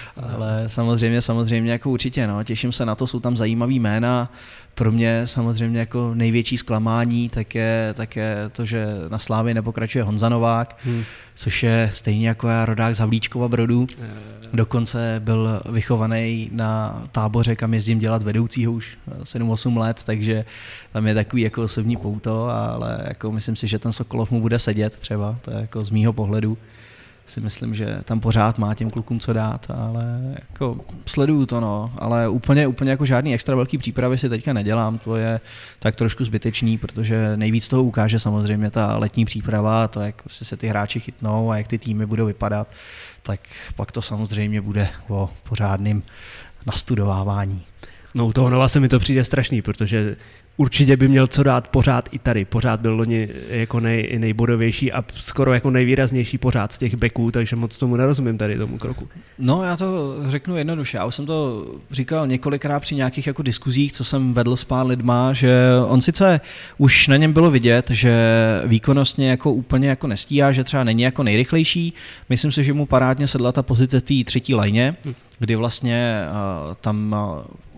ale samozřejmě, samozřejmě jako určitě, no, těším se na to, jsou tam zajímavý jména. Pro mě samozřejmě jako největší zklamání tak je, tak je to, že na Slávii nepokračuje Honza Novák, hmm. což je stejně jako já rodák z Havlíčkova Brodu. Dokonce byl vychovaný na Táboře, kam jezdím dělat vedoucího už sedm osm let, takže tam je takový jako osobní pouto, ale jako myslím si, že ten Sokolov mu bude sedět třeba, to je jako z mýho pohledu. Si myslím, že tam pořád má těm klukům co dát, ale jako sleduju to, no, ale úplně, úplně jako žádný extra velký přípravy si teďka nedělám, to je tak trošku zbytečný, protože nejvíc toho ukáže samozřejmě ta letní příprava, to jak se ty hráči chytnou a jak ty týmy budou vypadat, tak pak to samozřejmě bude o pořádným nastudovávání. No u toho Nova se mi to přijde strašný, protože určitě by měl co dát pořád i tady. Pořád byl loni jako nej, nejbodovější a skoro jako nejvýraznější pořád z těch beků, takže moc tomu nerozumím tady tomu kroku. No já to řeknu jednoduše. Já už jsem to říkal několikrát při nějakých jako diskuzích, co jsem vedl s pár lidma, že on sice už na něm bylo vidět, že výkonnostně jako úplně jako nestíhá, že třeba není jako nejrychlejší. Myslím si, že mu parádně sedla ta pozice té třetí lajně, kdy vlastně uh, tam uh,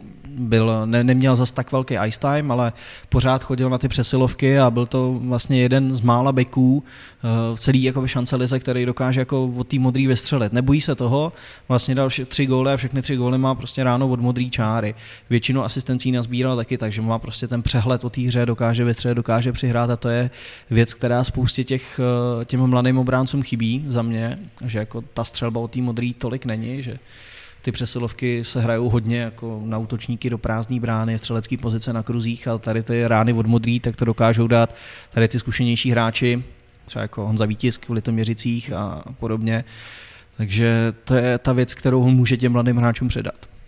byl, ne, neměl zas tak velký ice time, ale pořád chodil na ty přesilovky a byl to vlastně jeden z mála beků v celý jako šance lize, který dokáže jako od té modrý vystřelit. Nebojí se toho, vlastně dal tři góly a všechny tři góly má prostě ráno od modrý čáry. Většinu asistencí nazbíral taky, takže má prostě ten přehled o té hře, dokáže vystřelit, dokáže přihrát a to je věc, která spoustě těch těm mladým obráncům chybí za mě, že jako ta střelba od té modrý tolik není, že ty přesilovky se hrajou hodně jako na útočníky do prázdné brány, střelecké pozice na kruzích a tady ty rány od modrý, tak to dokážou dát tady ty zkušenější hráči, třeba jako Honza Vítisk v Litoměřicích a podobně. Takže to je ta věc, kterou on může těm mladým hráčům předat.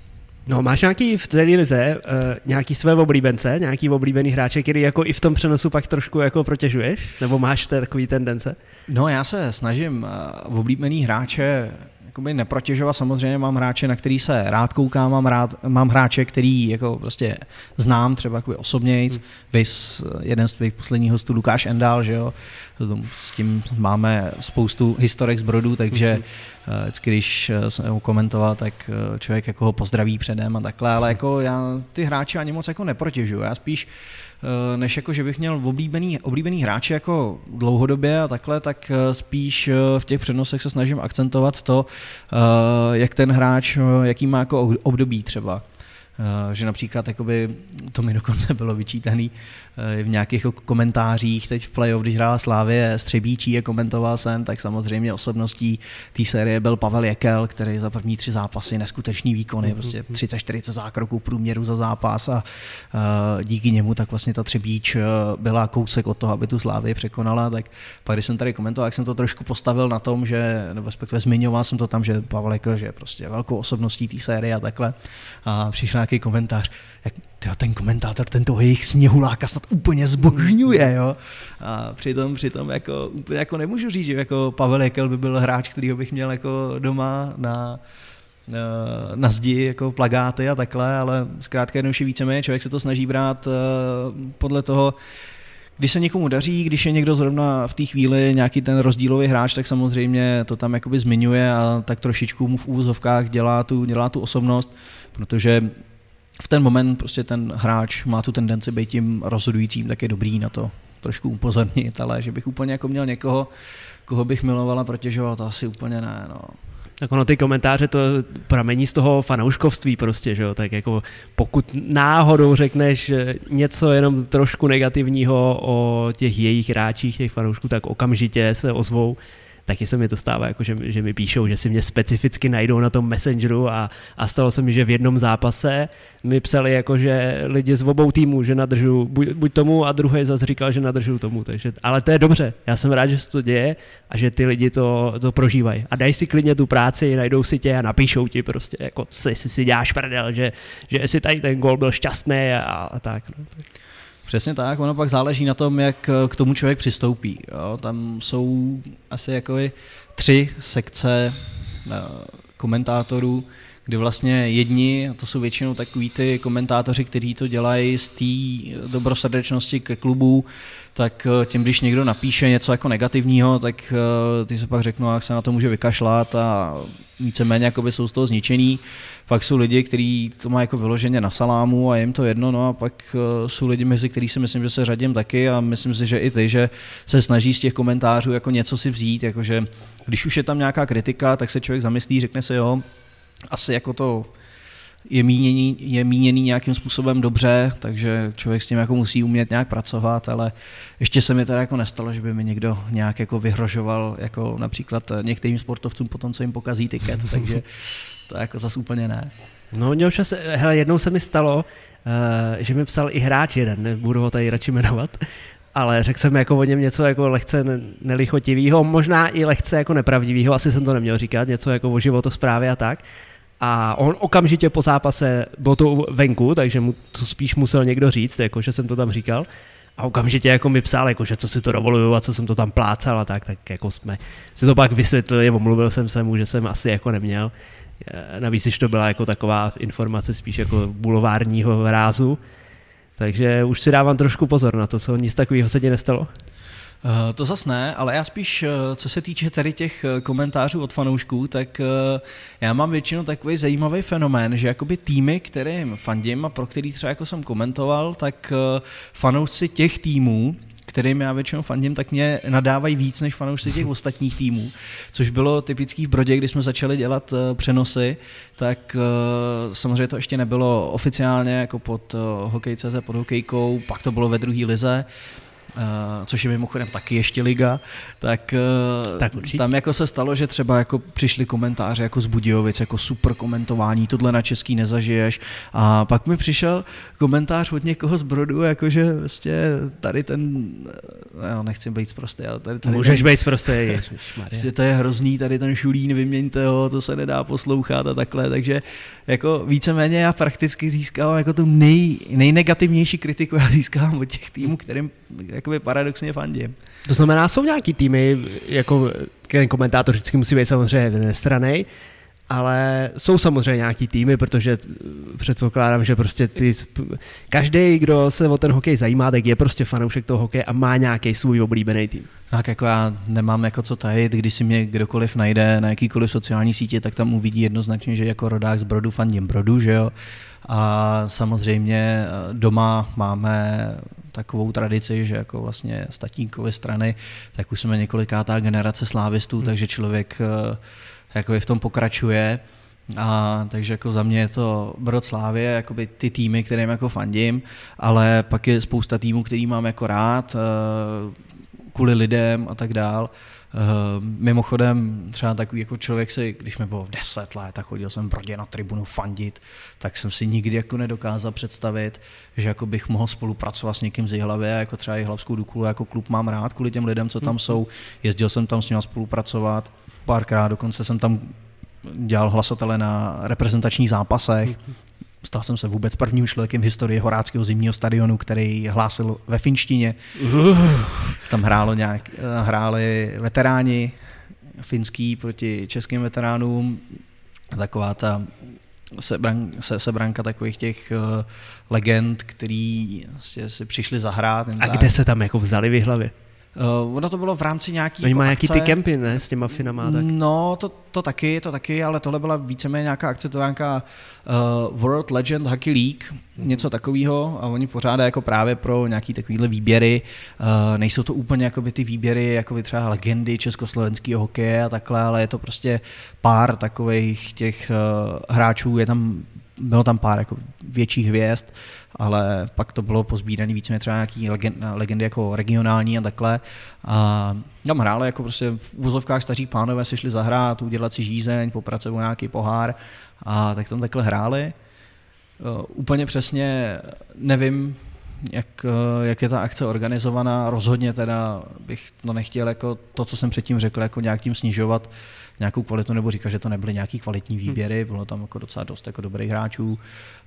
No, máš nějaký v celé lize uh, nějaký své oblíbence, nějaký oblíbený hráče, který jako i v tom přenosu pak trošku jako protěžuješ? Nebo máš takový tendence? No, já se snažím uh, oblíbený hráče jakoby neprotěžovat. Samozřejmě mám hráče, na který se rád koukám, mám, rád, mám hráče, který jako prostě znám třeba osobnějc, hmm. vys jeden z tvých posledních hostů Lukáš Endál, že jo, s tím máme spoustu historek z Brodu, takže hmm. vždycky, když jsem ho komentoval, tak člověk jako ho pozdraví předem a takhle, ale jako já ty hráče ani moc jako neprotěžuju, já spíš než jako, že bych měl oblíbený, oblíbený hráče jako dlouhodobě a takhle, tak spíš v těch přednosech se snažím akcentovat to, jak ten hráč, jaký má jako období třeba. Že například jakoby, to mi dokonce bylo vyčítaný v nějakých komentářích, teď v playoff, když hrála Slávie Střebíčí a komentoval jsem, tak samozřejmě osobností té série byl Pavel Jekel, který za první tři zápasy neskutečný výkony, prostě třicet čtyřicet zákroků průměru za zápas a díky němu tak vlastně ta Třebíč byla kousek od toho, aby tu Slávii překonala, tak pak když jsem tady komentoval, jak jsem to trošku postavil na tom, že, nebo respektive zmiňoval jsem to tam, že Pavel Jekel, že je prostě velkou osobností té série a takhle a přišel nějaký komentář, jak tyjo, ten komentátor, ten toho jejich sněhuláka snad úplně zbožňuje, jo. A přitom, přitom jako, úplně jako nemůžu říct, že jako Pavel Jekel by byl hráč, kterýho bych měl jako doma na, na zdi jako plagáty a takhle, ale zkrátka jednoduše víceméně člověk se to snaží brát podle toho, když se někomu daří, když je někdo zrovna v té chvíli nějaký ten rozdílový hráč, tak samozřejmě to tam jakoby zmiňuje a tak trošičku mu v úvozovkách dělá tu, dělá tu osobnost, protože v ten moment prostě ten hráč má tu tendenci být tím rozhodujícím, tak je dobrý na to trošku upozornit, ale že bych úplně jako měl někoho, koho bych miloval a protěžoval, to asi úplně ne, no. Tak ono ty komentáře to pramení z toho fanouškovství prostě, že jo, tak jako pokud náhodou řekneš něco jenom trošku negativního o těch jejich hráčích, těch fanoušků, tak okamžitě se ozvou. Taky se mi to stává, jako že, že mi píšou, že si mě specificky najdou na tom Messengeru a, a stalo se mi, že v jednom zápase mi psali jako, že lidi z obou týmů, že nadržu buď, buď tomu a druhý zase říkal, že nadržu tomu, takže, ale to je dobře, já jsem rád, že se to děje a že ty lidi to, to prožívají a dají si klidně tu práci, najdou si tě a napíšou ti prostě, jako si, si, si děláš prdel, že, že jestli tady ten gól byl šťastný a, a tak. No. Přesně tak, ono pak záleží na tom, jak k tomu člověk přistoupí. Jo. Tam jsou asi jako tři sekce komentátorů, kdy vlastně jedni, a to jsou většinou takový ty komentátoři, kteří to dělají z té dobrosrdečnosti ke klubu, tak tím, když někdo napíše něco jako negativního, tak ty se pak řeknou, jak se na to může vykašlat a víceméně jakoby jsou z toho zničený. Pak jsou lidi, kteří to mají jako vyloženě na salámu a jim to jedno, no a pak jsou lidi, mezi kterých si myslím, že se řadím taky a myslím si, že i ty, že se snaží z těch komentářů jako něco si vzít, jakože když už je tam nějaká kritika, tak se člověk zamyslí, řekne si, jo, asi jako to je míněný, je míněný nějakým způsobem dobře, takže člověk s tím jako musí umět nějak pracovat, ale ještě se mi teda jako nestalo, že by mi někdo nějak jako vyhrožoval, jako například některým sportovcům potom, co jim pokazí tiket, takže to jako zas úplně ne. No, čas, hele, jednou se mi stalo, uh, že mi psal i hráč jeden, nebudu ho tady radši jmenovat, ale řekl jsem jako o něm něco jako lehce nelichotivýho, možná i lehce jako nepravdivýho, asi jsem to neměl říkat, něco jako o životosprávě a tak. A on okamžitě po zápase, bylo to venku, takže mu to spíš musel někdo říct, jako že jsem to tam říkal. A okamžitě jako mi psal, jako, že co si to dovoluju a co jsem to tam plácal a tak, tak jako jsme si to pak vysvětlili, omluvil jsem se mu, že jsem asi jako neměl. Navíc, když to byla jako taková informace spíš jako bulvárního rázu. Takže už si dávám trošku pozor na to, co nic takového se ti nestalo. Uh, to zas ne, ale já spíš, co se týče tady těch komentářů od fanoušků, tak uh, já mám většinou takový zajímavý fenomén, že jakoby týmy, kterým fandím a pro který třeba jako jsem komentoval, tak uh, fanoušci těch týmů, kterým já většinou fandím, tak mě nadávají víc než fanoušci těch ostatních týmů, což bylo typický v Brodě, kdy jsme začali dělat uh, přenosy, tak uh, samozřejmě to ještě nebylo oficiálně jako pod uh, hokej tečka cé zet, pod hokejkou, pak to bylo ve druhé lize. což je mimochodem taky ještě liga, tak, tak tam jako se stalo, že třeba jako přišly komentáře jako z Budějovic, jako super komentování, tohle na český nezažiješ. A pak mi přišel komentář od někoho z Brodu, jakože vlastně tady ten, já nechci být zprostý, ale tady, tady můžeš ten, být zprostý, ježišmarja. To je hrozný, tady ten Šulín, vyměňte ho, to se nedá poslouchat a takhle, takže jako víceméně já prakticky získávám jako tu nej, nejnegativnější kritiku, já získávám od těch týmů, kterým jakoby paradoxně fandím. To znamená, jsou nějaký týmy, jako ten komentátor vždycky musí být samozřejmě nestranný, ale jsou samozřejmě nějaký týmy, protože předpokládám, že prostě ty, každý, kdo se o ten hokej zajímá, tak je prostě fanoušek toho hokeje a má nějaký svůj oblíbený tým. Tak jako já nemám jako co tajit, když si mě kdokoliv najde na jakýkoliv sociální sítě, tak tam uvidí jednoznačně, že jako rodák z Brodu fandím Brodu, že jo. A samozřejmě doma máme takovou tradici, že jako vlastně z tatínkovy strany, tak už jsme několikátá generace slávistů, hmm. takže člověk jakoby v tom pokračuje. A takže jako za mě je to Brod Slávie, jakoby ty týmy, kterým jako fandím, ale pak je spousta týmů, který mám jako rád, kvůli lidem a tak dál. Mimochodem třeba takový jako člověk si, když mi bylo v deset let a chodil jsem v Brodě na tribunu fandit, tak jsem si nikdy jako nedokázal představit, že jako bych mohl spolupracovat s někým z Jihlavy, jako třeba Jihlavskou Duklu, jako klub mám rád kvůli těm lidem, co tam jsou. Jezdil jsem tam s nimi spolupracovat párkrát, dokonce jsem tam dělal hlasatele na reprezentačních zápasech. Stal jsem se vůbec prvním člověkem v historii Horáckého zimního stadionu, který hlásil ve finštině. Tam hrálo nějak, hráli veteráni finský proti českým veteránům. Taková ta sebran, se, sebranka takových těch uh, legend, který vlastně si přišli zahrát. A tak. Kde se tam jako vzali v Jihlavě? Uh, ono to bylo v rámci nějaký Oni jako mají akce. nějaký ty kempy, ne, s těma Finama, tak? No, to, to taky, to taky, ale tohle byla víceméně nějaká akce, to nějaká uh, World Legend Hockey League, mm-hmm. něco takového, a oni pořádají jako právě pro nějaký takovýhle výběry. Uh, nejsou to úplně jakoby ty výběry, jakoby třeba legendy československého hokeje a takhle, ale je to prostě pár takových těch uh, hráčů, je tam bylo tam pár jako větších hvězd, ale pak to bylo pozbírané víceméně třeba nějaký legend, legendy jako regionální a takhle. A tam hráli jako prostě v uvozovkách staří pánové, si šli zahrát, udělat si žízeň, poprat se o nějaký pohár, a tak tam takhle hráli. Uh, úplně přesně nevím, jak, jak je ta akce organizovaná. Rozhodně teda bych to nechtěl jako to, co jsem předtím řekl, jako nějak tím snižovat nějakou kvalitu, nebo říkat, že to nebyly nějaký kvalitní výběry, bylo tam jako docela dost jako dobrých hráčů,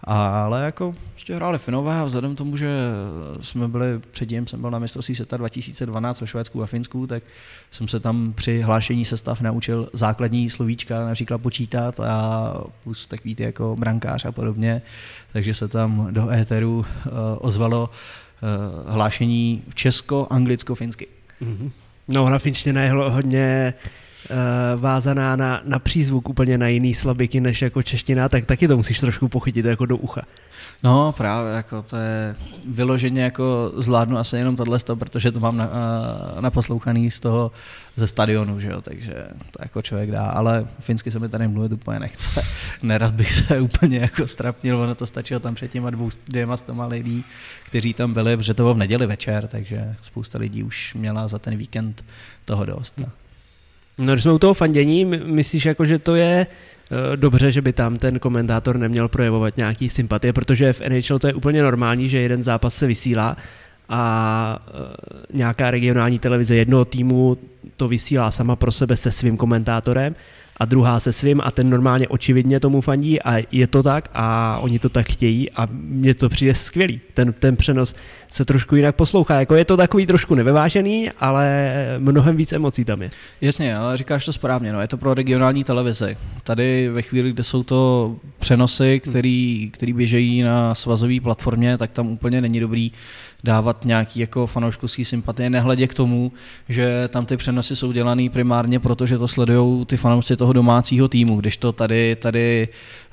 ale jako prostě hráli Finové, a vzhledem tomu, že jsme byli předtím, jsem byl na mistrovství světa dva tisíce dvanáct ve Švédsku a Finsku, tak jsem se tam při hlášení sestav naučil základní slovíčka, například počítat a plus takový ty jako brankář a podobně, takže se tam do éteru uh, ozvalo uh, hlášení česko-anglicko-finsky. Mm-hmm. No, ona finština je hodně uh, vázaná na, na přízvuk, úplně na jiný slabiky než jako čeština, tak taky to musíš trošku pochytit jako do ucha. No právě, jako to je vyloženě jako zvládnu asi jenom tohleto, protože to mám na, naposlouchaný z toho ze stadionu, že jo, takže to jako člověk dá, ale finsky se mi tady mluvit úplně nechce. Nerad bych se úplně jako strapnil, ono to stačilo tam před těma dvou, dvěma stoma lidí, kteří tam byli, protože to bylo v neděli večer, takže spousta lidí už měla za ten víkend toho dost. No, no když jsme u toho fandění, myslíš jako, že to je dobře, že by tam ten komentátor neměl projevovat nějaký sympatie, protože v N H L to je úplně normální, že jeden zápas se vysílá a nějaká regionální televize jednoho týmu to vysílá sama pro sebe se svým komentátorem a druhá se svým a ten normálně očividně tomu fandí a je to tak a oni to tak chtějí a mně to přijde skvělý. Ten, ten přenos se trošku jinak poslouchá. Jako je to takový trošku nevyvážený, ale mnohem víc emocí tam je. Jasně, ale říkáš to správně, no, je to pro regionální televizi. Tady ve chvíli, kde jsou to přenosy, který, který běžejí na svazové platformě, tak tam úplně není dobrý dávat nějaký jako fanouškovský sympatie, nehledě k tomu, že tam ty přenosy jsou dělaný primárně proto, že to sledujou ty fanoušci toho domácího týmu, když to tady, tady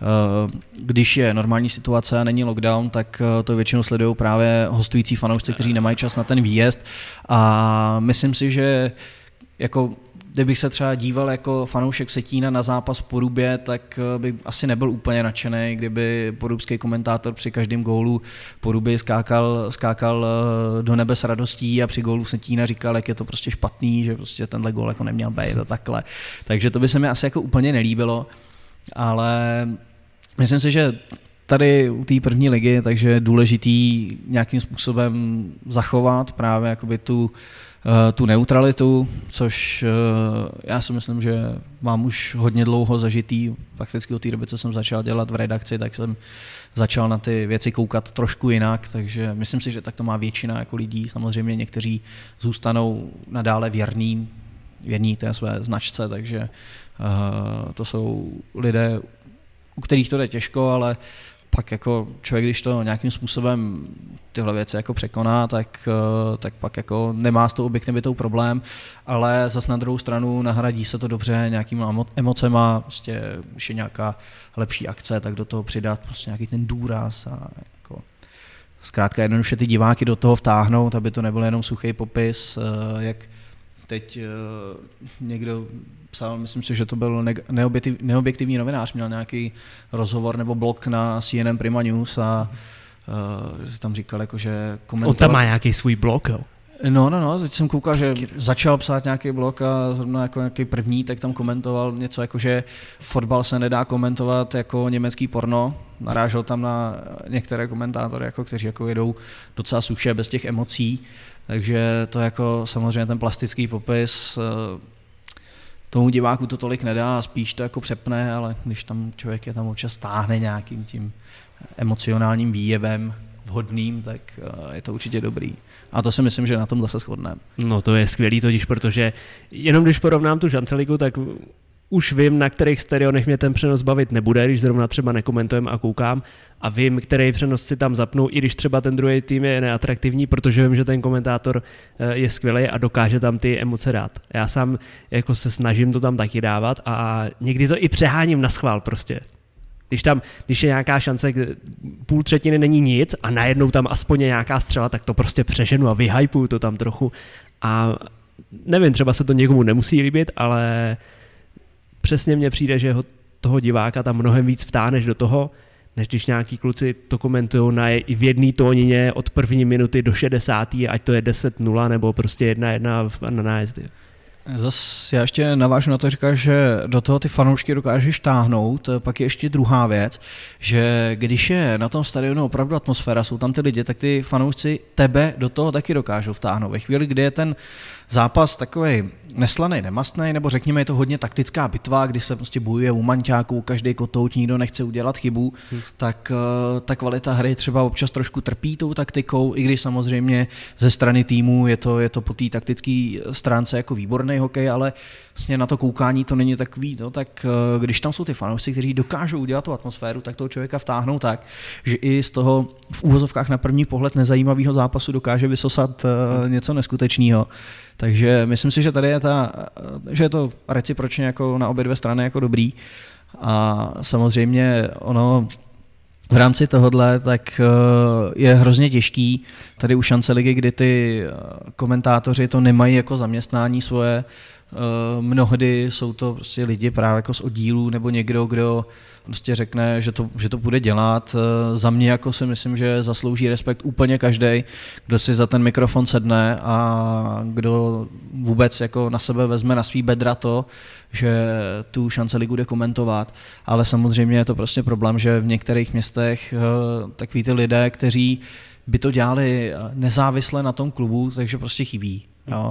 když je normální situace a není lockdown, tak to většinou sledují právě hostující fanoušci, kteří nemají čas na ten výjezd, a myslím si, že jako kdybych se třeba díval jako fanoušek Vsetína na zápas v Porubě, tak bych asi nebyl úplně nadšený, kdyby porubský komentátor při každém gólu Poruby skákal, skákal do nebe s radostí a při gólu Vsetína říkal, jak je to prostě špatný, že prostě tenhle gól jako neměl být a takhle. Takže to by se mi asi jako úplně nelíbilo, ale myslím si, že tady u té první ligy, takže je důležitý nějakým způsobem zachovat právě jakoby tu, tu neutralitu, což já si myslím, že mám už hodně dlouho zažitý, prakticky od té doby, co jsem začal dělat v redakci, tak jsem začal na ty věci koukat trošku jinak, takže myslím si, že tak to má většina jako lidí, samozřejmě někteří zůstanou nadále věrní, věrní té své značce, takže to jsou lidé, u kterých to jde těžko, ale pak jako člověk, když to nějakým způsobem tyhle věci jako překoná, tak, tak pak jako nemá s tou objektivitou problém, ale zase na druhou stranu nahradí se to dobře nějakýma emocema, prostě, když je nějaká lepší akce, tak do toho přidat prostě nějaký ten důraz a jako zkrátka jednoduše ty diváky do toho vtáhnout, aby to nebyl jenom suchý popis, jak teď někdo psal, myslím si, že to byl neobjektiv, neobjektivní novinář, měl nějaký rozhovor nebo blog na C N N Prima News a uh, tam říkal, jako, že komentovat... On tam má nějaký svůj blog, jo? No, no, no, teď jsem koukal, že začal psát nějaký blog a zrovna jako nějaký první, tak tam komentoval něco jako, že fotbal se nedá komentovat jako německý porno. Narážel tam na některé komentátory, jako, kteří jako jedou docela suše bez těch emocí. Takže to jako samozřejmě ten plastický popis tomu diváku to tolik nedá, spíš to jako přepne, ale když tam člověk je tam občas táhne nějakým tím emocionálním výjevem vhodným, tak je to určitě dobrý. A to si myslím, že na tom zase shodneme. No to je skvělý totiž, protože jenom když porovnám tu šanceligu, tak už vím, na kterých stadionech mě ten přenos bavit nebude, když zrovna třeba nekomentujem a koukám, a vím, který přenos si tam zapnu, i když třeba ten druhý tým je neatraktivní, protože vím, že ten komentátor je skvělý a dokáže tam ty emoce dát. Já sám jako se snažím to tam taky dávat a někdy to i přeháním na schvál prostě. Když tam, když je nějaká šance, půl třetiny není nic a najednou tam aspoň je nějaká střela, tak to prostě přeženu a vyhypuju to tam trochu a nevím, třeba se to někomu nemusí líbit, ale přesně mně přijde, že ho, toho diváka tam mnohem víc vtáneš do toho, než když nějaký kluci to komentují na i v jedné tónině od první minuty do šedesáté, ať to je deset nula nebo prostě jedna jedna na nájezdy. Zas já ještě navážu na to, říkáš, že do toho ty fanoušky dokážeš táhnout, pak je ještě druhá věc, že když je na tom stadionu opravdu atmosféra, jsou tam ty lidi, tak ty fanoušci tebe do toho taky dokážou vtáhnout. Ve chvíli, kdy je ten zápas takovej neslanej, nemastnej, nebo řekněme, je to hodně taktická bitva, kdy se prostě bojuje u manťáků, každý kotouč, nikdo nechce udělat chybu, hmm. tak uh, ta kvalita hry třeba občas trošku trpí tou taktikou, i když samozřejmě ze strany týmu je to, je to po té taktické stránce jako výborný hokej, ale vlastně na to koukání to není takový, no, tak uh, když tam jsou ty fanoušci, kteří dokážou udělat tu atmosféru, tak toho člověka vtáhnou tak, že i z toho v úvozovkách na první pohled nezajímavého zápasu dokáže vysosat uh, něco neskutečného. Takže myslím si, že tady je ta, že je to recipročně jako na obě dvě strany jako dobrý a samozřejmě ono v rámci tohodle tak je hrozně těžký tady u Šance ligy, kdy ty komentátoři to nemají jako zaměstnání svoje, mnohdy jsou to prostě lidi právě jako z oddílů nebo někdo, kdo prostě řekne, že to, že to bude dělat. Za mě jako si myslím, že zaslouží respekt úplně každý, kdo si za ten mikrofon sedne a kdo vůbec jako na sebe vezme na svý bedra to, že tu Šance ligu bude komentovat, ale samozřejmě je to prostě problém, že v některých městech takový ty lidé, kteří by to dělali nezávisle na tom klubu, takže prostě chybí. Jo.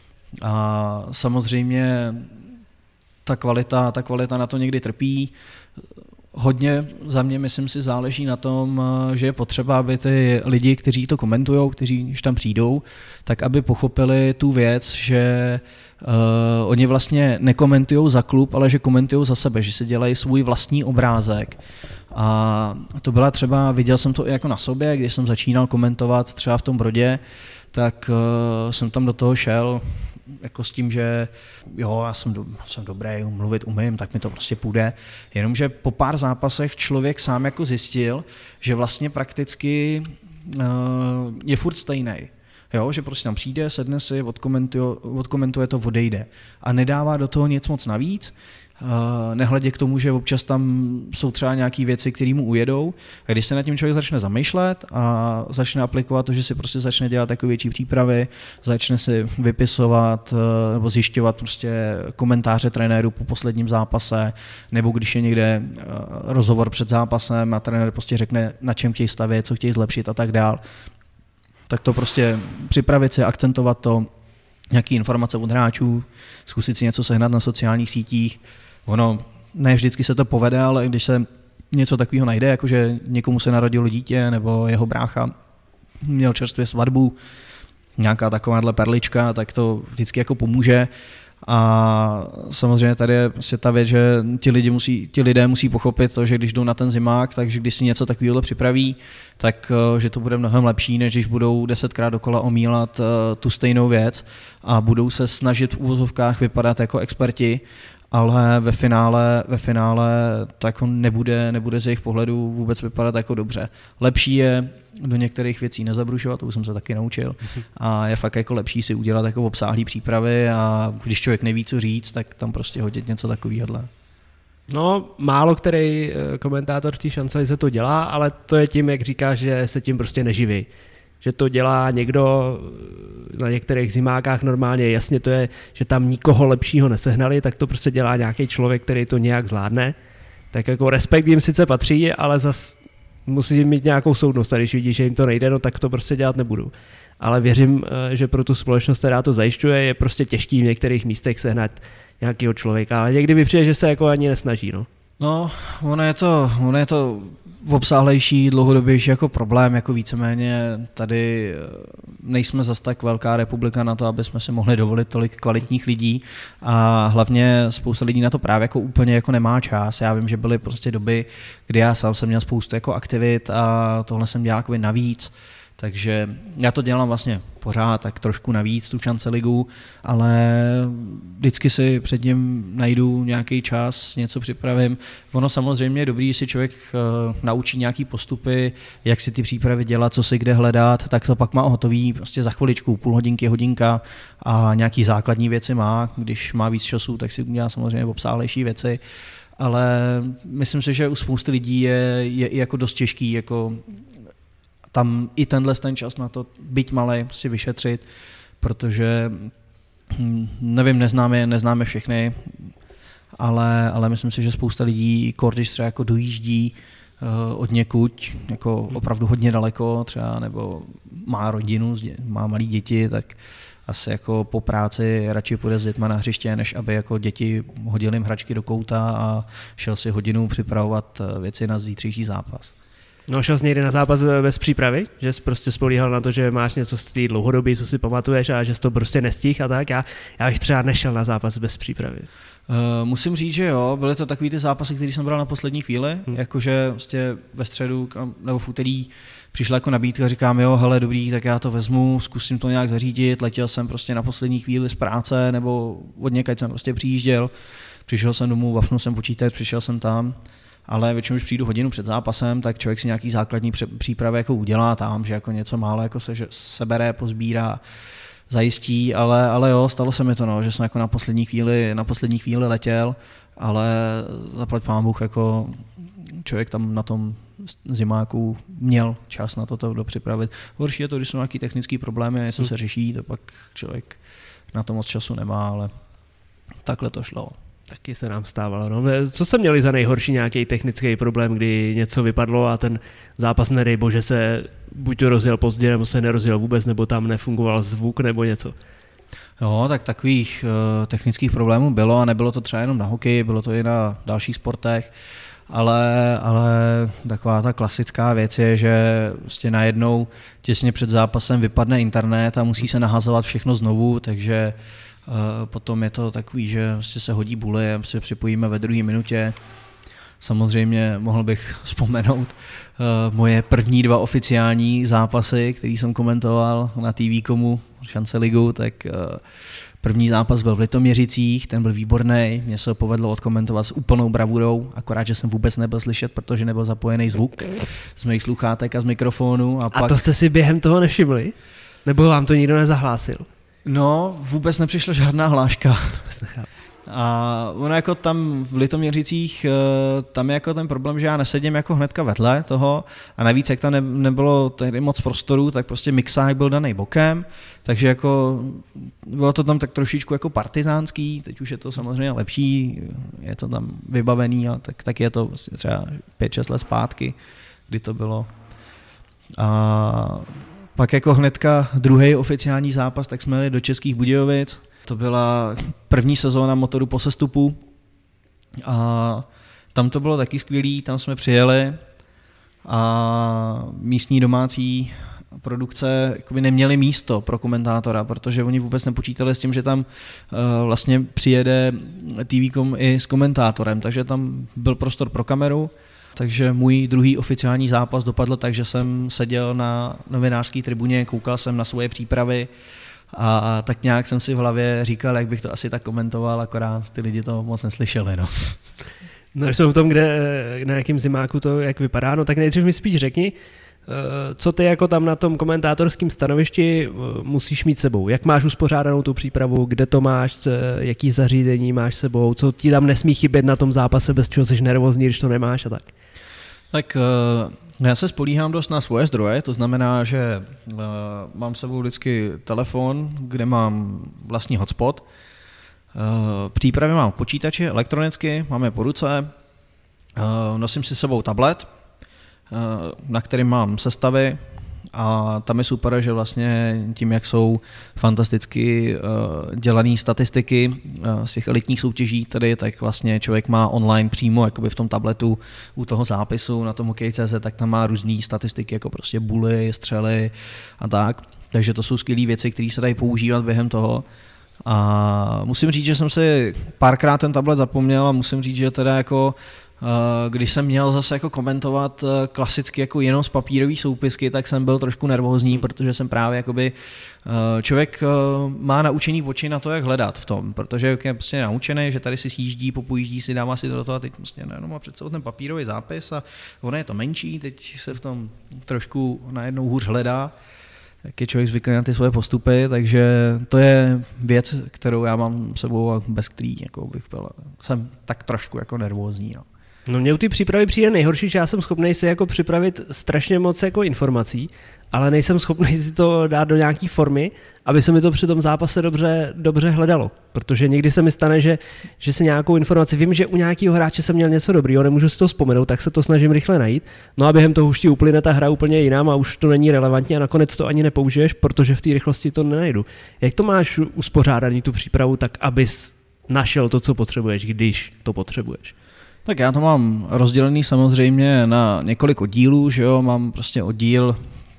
A samozřejmě ta kvalita, ta kvalita na to někdy trpí. Hodně za mě, myslím si, záleží na tom, že je potřeba, aby ty lidi, kteří to komentujou, kteří když tam přijdou, tak aby pochopili tu věc, že uh, oni vlastně nekomentujou za klub, ale že komentujou za sebe, že si dělají svůj vlastní obrázek. A to byla třeba, viděl jsem to i jako na sobě, když jsem začínal komentovat třeba v tom Brodě, tak uh, jsem tam do toho šel jako s tím, že jo, já jsem, do, jsem dobrý, mluvit umím, tak mi to prostě půjde. Jenomže po pár zápasech člověk sám jako zjistil, že vlastně prakticky uh, je furt stejnej. Jo, že prostě tam přijde, sedne si, odkomentuje, odkomentuje to, odejde. A nedává do toho nic moc navíc, nehledě k tomu, že občas tam jsou třeba nějaké věci, které mu ujedou. A když se nad tím člověk začne zamýšlet a začne aplikovat to, že si prostě začne dělat takové větší přípravy, začne si vypisovat nebo zjišťovat prostě komentáře trenérů po posledním zápase, nebo když je někde rozhovor před zápasem a trenér prostě řekne, na čem chtějí stavět, co chtějí zlepšit a tak dál, tak to prostě připravit si, akcentovat to, nějaké informace od hráčů, zkusit si něco sehnat na sociálních sítích. Ono, ne vždycky se to povede, ale když se něco takového najde, jakože někomu se narodilo dítě, nebo jeho brácha měl čerstvě svatbu, nějaká takováhle perlička, tak to vždycky jako pomůže. A samozřejmě tady je prostě ta věc, že ti, lidi musí, ti lidé musí pochopit to, že když jdou na ten zimák, takže když si něco takového připraví, tak že to bude mnohem lepší, než když budou desetkrát dokola omílat tu stejnou věc a budou se snažit v uvozovkách vypadat jako experti, ale ve finále, ve finále to jako nebude, nebude z jejich pohledu vůbec vypadat jako dobře. Lepší je do některých věcí nezabrušovat, to už jsem se taky naučil, a je fakt jako lepší si udělat jako obsáhlý přípravy a když člověk neví, co říct, tak tam prostě hodit něco takového. No, málo který komentátor v té šancelize to dělá, ale to je tím, jak říkáš, že se tím prostě neživí. Že to dělá někdo na některých zimákách normálně, jasně to je, že tam nikoho lepšího nesehnali, tak to prostě dělá nějaký člověk, který to nějak zvládne. Tak jako respekt jim sice patří, ale zas musí mít nějakou soudnost a když vidí, že jim to nejde, no tak to prostě dělat nebudu. Ale věřím, že pro tu společnost, která to zajišťuje, je prostě těžký v některých místech sehnat nějakého člověka, ale někdy mi přijde, že se jako ani nesnaží, no. No, ono je to, ono je to obsáhlejší, dlouhodobější jako problém, jako víceméně tady nejsme zas tak velká republika na to, aby jsme si mohli dovolit tolik kvalitních lidí a hlavně spousta lidí na to právě jako úplně jako nemá čas. Já vím, že byly prostě doby, kdy já sám jsem měl spoustu jako aktivit a tohle jsem dělal jako navíc. Takže já to dělám vlastně pořád tak trošku navíc, tu šanceligu, ale vždycky si před ním najdu nějaký čas, něco připravím. Ono samozřejmě je dobrý, si člověk uh, naučí nějaký postupy, jak si ty přípravy dělat, co si kde hledat, tak to pak má hotový prostě za chviličku, půl hodinky, hodinka a nějaký základní věci má. Když má víc času, tak si udělá samozřejmě obsáhlejší věci. Ale myslím si, že u spousty lidí je, je i jako dost těžký jako tam i tenhle ten čas na to byť malej si vyšetřit, protože nevím, neznáme, neznáme všechny, ale, ale myslím si, že spousta lidí, když třeba jako dojíždí uh, od někud, jako opravdu hodně daleko třeba, nebo má rodinu, má malé děti, tak asi jako po práci radši půjde s dětma na hřiště, než aby jako děti hodili jim hračky do kouta a šel si hodinu připravovat věci na zítřejší zápas. No, šel jsi někdy na zápas bez přípravy? Že jsi prostě spolíhal na to, že máš něco z té dlouhodobí, co si pamatuješ a že jsi to prostě nestihl a tak? Já, já bych třeba nešel na zápas bez přípravy. Uh, musím říct, že jo, byly to takový ty zápasy, které jsem bral na poslední chvíli, hmm. jakože vlastně ve středu nebo v úterý přišla jako nabídka, říkám jo, hele dobrý, tak já to vezmu, zkusím to nějak zařídit, letěl jsem prostě na poslední chvíli z práce nebo od někaď jsem prostě přijížděl, přišel jsem domů, vafnul jsem počítač, přišel jsem tam. Ale většinou, když přijdu hodinu před zápasem, tak člověk si nějaký základní přípravy jako udělá tam, že jako něco málo jako se sebere, pozbírá, zajistí, ale, ale jo, stalo se mi to, no, že jsem jako na poslední chvíli, na poslední chvíli letěl, ale zaplať pán Bůh, jako člověk tam na tom zimáku měl čas na toto dopřipravit. Horší je to, když jsou nějaké technické problémy, něco se řeší, to pak člověk na to moc času nemá, ale takhle to šlo. Taky se nám stávalo. No. Co jste měli za nejhorší nějaký technický problém, kdy něco vypadlo a ten zápas, nedej bože, se buď to rozjel pozdě, nebo se nerozjel vůbec, nebo tam nefungoval zvuk, nebo něco? Jo, tak takových uh, technických problémů bylo a nebylo to třeba jenom na hokeji, bylo to i na dalších sportech, ale, ale taková ta klasická věc je, že vlastně najednou těsně před zápasem vypadne internet a musí se nahazovat všechno znovu, takže Uh, potom je to takový, že vlastně se hodí buly, se připojíme ve druhé minutě. Samozřejmě mohl bych vzpomenout uh, moje první dva oficiální zápasy, který jsem komentoval na T V komu, šanceligu, tak uh, první zápas byl v Litoměřicích, ten byl výborný, mně se ho povedlo odkomentovat s úplnou bravurou, akorát, že jsem vůbec nebyl slyšet, protože nebyl zapojený zvuk z mých sluchátek a z mikrofonu. A, a pak... to jste si během toho nevšimli? Nebo vám to nikdo nezahlásil? No, vůbec nepřišla žádná hláška. To vůbec nechápu. A ono jako tam v Litoměřicích, tam je jako ten problém, že já nesedím jako hnedka vedle toho a navíc, jak tam ne, nebylo tady moc prostoru, tak prostě mixák byl daný bokem, takže jako bylo to tam tak trošičku jako partizánský, teď už je to samozřejmě lepší, je to tam vybavený, ale tak, tak je to vlastně třeba pět šest let zpátky, kdy to bylo. A pak jako hnedka druhý oficiální zápas, tak jsme jeli do Českých Budějovic. To byla první sezóna motoru po sestupu a tam to bylo taky skvělý, tam jsme přijeli a místní domácí produkce jakoby neměli místo pro komentátora, protože oni vůbec nepočítali s tím, že tam uh, vlastně přijede T V kom i s komentátorem, takže tam byl prostor pro kameru. Takže můj druhý oficiální zápas dopadl tak, že jsem seděl na novinářské tribuně, koukal jsem na svoje přípravy a, a tak nějak jsem si v hlavě říkal, jak bych to asi tak komentoval, akorát ty lidi to moc neslyšeli. No, no když jsem v tom, kde, na jakém zimáku to jak vypadá, no tak nejdřív mi spíš řekni, co ty jako tam na tom komentátorském stanovišti musíš mít sebou, jak máš uspořádanou tu přípravu, kde to máš, jaký zařízení máš sebou, co ti tam nesmí chybět na tom zápase, bez čeho jsi nervózní, když to nemáš a tak. Tak já se spolíhám dost na svoje zdroje, to znamená, že mám sebou vždycky telefon, kde mám vlastní hotspot, přípravy mám v počítači elektronicky, mám je po ruce, nosím si sebou tablet, na kterým mám sestavy a tam je super, že vlastně tím, jak jsou fantasticky dělané statistiky z těch elitních soutěží tady, tak vlastně člověk má online přímo jakoby v tom tabletu u toho zápisu na tom hokej tečka cé zet, tak tam má různé statistiky jako prostě buly, střely a tak. Takže to jsou skvělé věci, které se dají používat během toho. A musím říct, že jsem si párkrát ten tablet zapomněl a musím říct, že teda jako když jsem měl zase jako komentovat klasicky jako jenom z papírové soupisky, tak jsem byl trošku nervózní, protože jsem právě jakoby člověk má naučený oči na to, jak hledat v tom, protože je prostě naučený, že tady si sjíždí, popojíždí si, dává si to do toho a teď prostě nejenom má před sebou ten papírový zápis a ono je to menší, teď se v tom trošku najednou hůř hledá, jak je člověk zvyklý na ty svoje postupy, takže to je věc, kterou já mám sebou a bez který jako bych byl, jsem tak trošku jako nervózní. No. No mě u té přípravy přijde nejhorší, že já jsem schopný si jako připravit strašně moc jako informací, ale nejsem schopný si to dát do nějaký formy, aby se mi to při tom zápase dobře, dobře hledalo. Protože někdy se mi stane, že, že si nějakou informaci, vím, že u nějakého hráče jsem měl něco dobrýho, nemůžu si to vzpomenout, tak se to snažím rychle najít. No a během toho už ti uplyne ta hra úplně jinam a už to není relevantní a nakonec to ani nepoužiješ, protože v té rychlosti to nenajdu. Jak to máš uspořádaný tu přípravu tak, abys našel to, co potřebuješ, když to potřebuješ? Tak já to mám rozdělený samozřejmě na několik oddílů, že jo, mám prostě oddíl,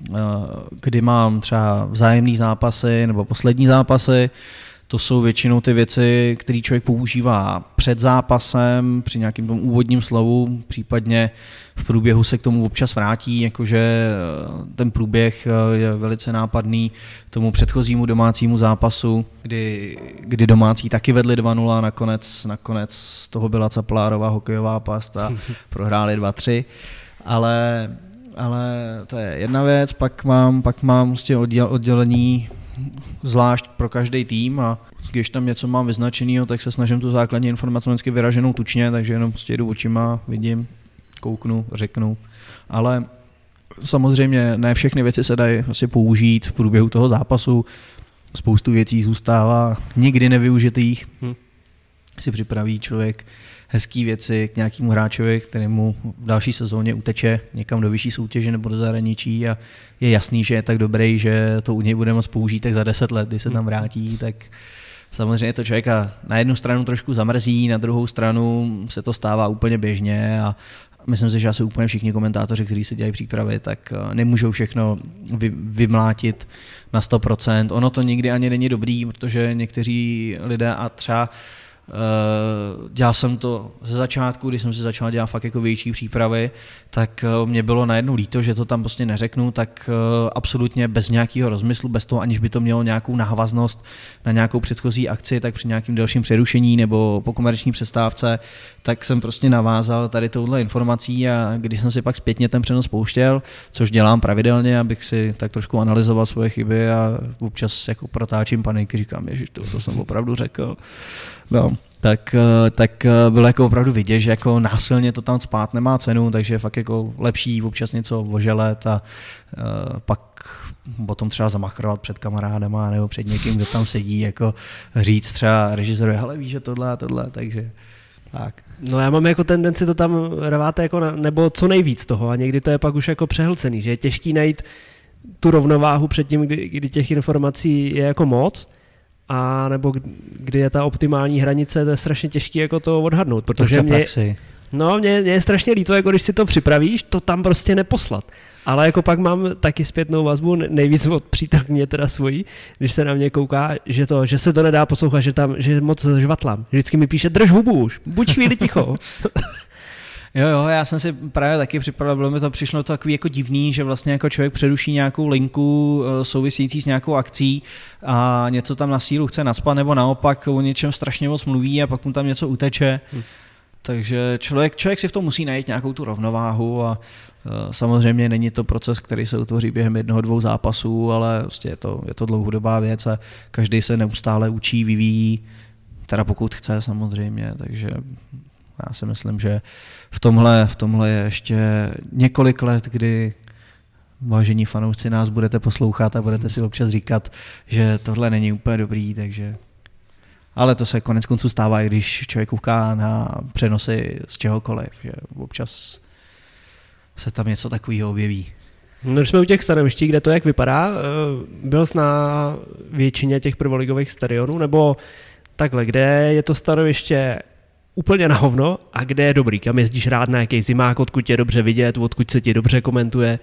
kdy mám třeba vzájemný zápasy nebo poslední zápasy, to jsou většinou ty věci, které člověk používá před zápasem, při nějakým tom úvodním slovu, případně v průběhu se k tomu občas vrátí, jakože ten průběh je velice nápadný tomu předchozímu domácímu zápasu, kdy, kdy domácí taky vedli dva nula, nakonec, nakonec z toho byla Caplárová hokejová past a prohráli dva tři, ale, ale to je jedna věc, pak mám, pak mám vlastně odděl, oddělení zvlášť pro každý tým a když tam něco mám vyznačenýho, tak se snažím tu základní informaci vždycky vyraženou tučně, takže jenom prostě jdu očima, vidím, kouknu, řeknu, ale samozřejmě ne všechny věci se dají vlastně použít v průběhu toho zápasu, spoustu věcí zůstává nikdy nevyužitých, hmm. si připraví člověk hezký věci k nějakému hráčovi, kterému v další sezóně uteče někam do vyšší soutěže nebo do zahraničí a je jasný, že je tak dobrý, že to u něj bude moct použít tak za deset let, když se tam vrátí, tak samozřejmě to člověka na jednu stranu trošku zamrzí, na druhou stranu se to stává úplně běžně a myslím si, že asi úplně všichni komentátoři, kteří se dělají přípravy, tak nemůžou všechno vy, vymlátit na sto procent. Ono to nikdy ani není dobrý, protože někteří lidé a třeba dělal jsem to ze začátku, když jsem si začal dělat fakt jako větší přípravy, tak mě bylo najednou líto, že to tam prostě neřeknu, tak absolutně bez nějakého rozmyslu, bez toho, aniž by to mělo nějakou návaznost na nějakou předchozí akci, tak při nějakým dalším přerušení nebo po komerční přestávce, tak jsem prostě navázal tady touhle informací a když jsem si pak zpětně ten přenos pouštěl, což dělám pravidelně, abych si tak trošku analyzoval svoje chyby a občas jako protáčím paniky, říkám, ježiš, to, to jsem opravdu řekl. No, tak, tak bylo jako opravdu vidět, že jako násilně to tam spát nemá cenu, takže je fakt jako lepší občas něco oželet a uh, pak potom třeba zamachrovat před kamarádama nebo před někým, kdo tam sedí, jako říct třeba režisérovi, hele víš, že tohle a tohle, takže tak. No já mám jako tendenci to tam rváte jako na, nebo co nejvíc toho a někdy to je pak už jako přehlcený, že je těžký najít tu rovnováhu před tím, kdy, kdy těch informací je jako moc, a nebo kdy je ta optimální hranice, to je strašně těžké jako to odhadnout, protože mě, no, mě, mě je strašně líto, jako když si to připravíš, to tam prostě neposlat. Ale jako pak mám taky zpětnou vazbu, nejvíc od přítelkyně teda svojí, když se na mě kouká, že, to, že se to nedá poslouchat, že tam že moc žvatlám. Vždycky mi píše, drž hubu už, buď chvíli ticho. Jo, jo, já jsem si právě taky připadal, bylo mi to přišlo to takový jako divný, že vlastně jako člověk přeruší nějakou linku související s nějakou akcí a něco tam na sílu chce naspat, nebo naopak o něčem strašně moc mluví a pak mu tam něco uteče. Hmm. Takže člověk, člověk si v tom musí najít nějakou tu rovnováhu a samozřejmě není to proces, který se utvoří během jednoho, dvou zápasů, ale prostě je to, je to dlouhodobá věc a každý se neustále učí, vyvíjí, teda pokud chce samozřejmě, takže já si myslím, že v tomhle, v tomhle je ještě několik let, kdy vážení fanoušci nás budete poslouchat a budete si občas říkat, že tohle není úplně dobrý, takže... Ale to se konec konců stává, i když člověk kouká na přenosy z čehokoliv, že občas se tam něco takového objeví. No, když jsme u těch stanoviští, kde to jak vypadá, byl jsi na většině těch prvoligových stadionů, nebo takhle, kde je to stanoviště úplně na hovno a kde je dobrý, kam jezdíš rád na jaký zimák, odkud tě dobře vidět, odkud se ti dobře komentuje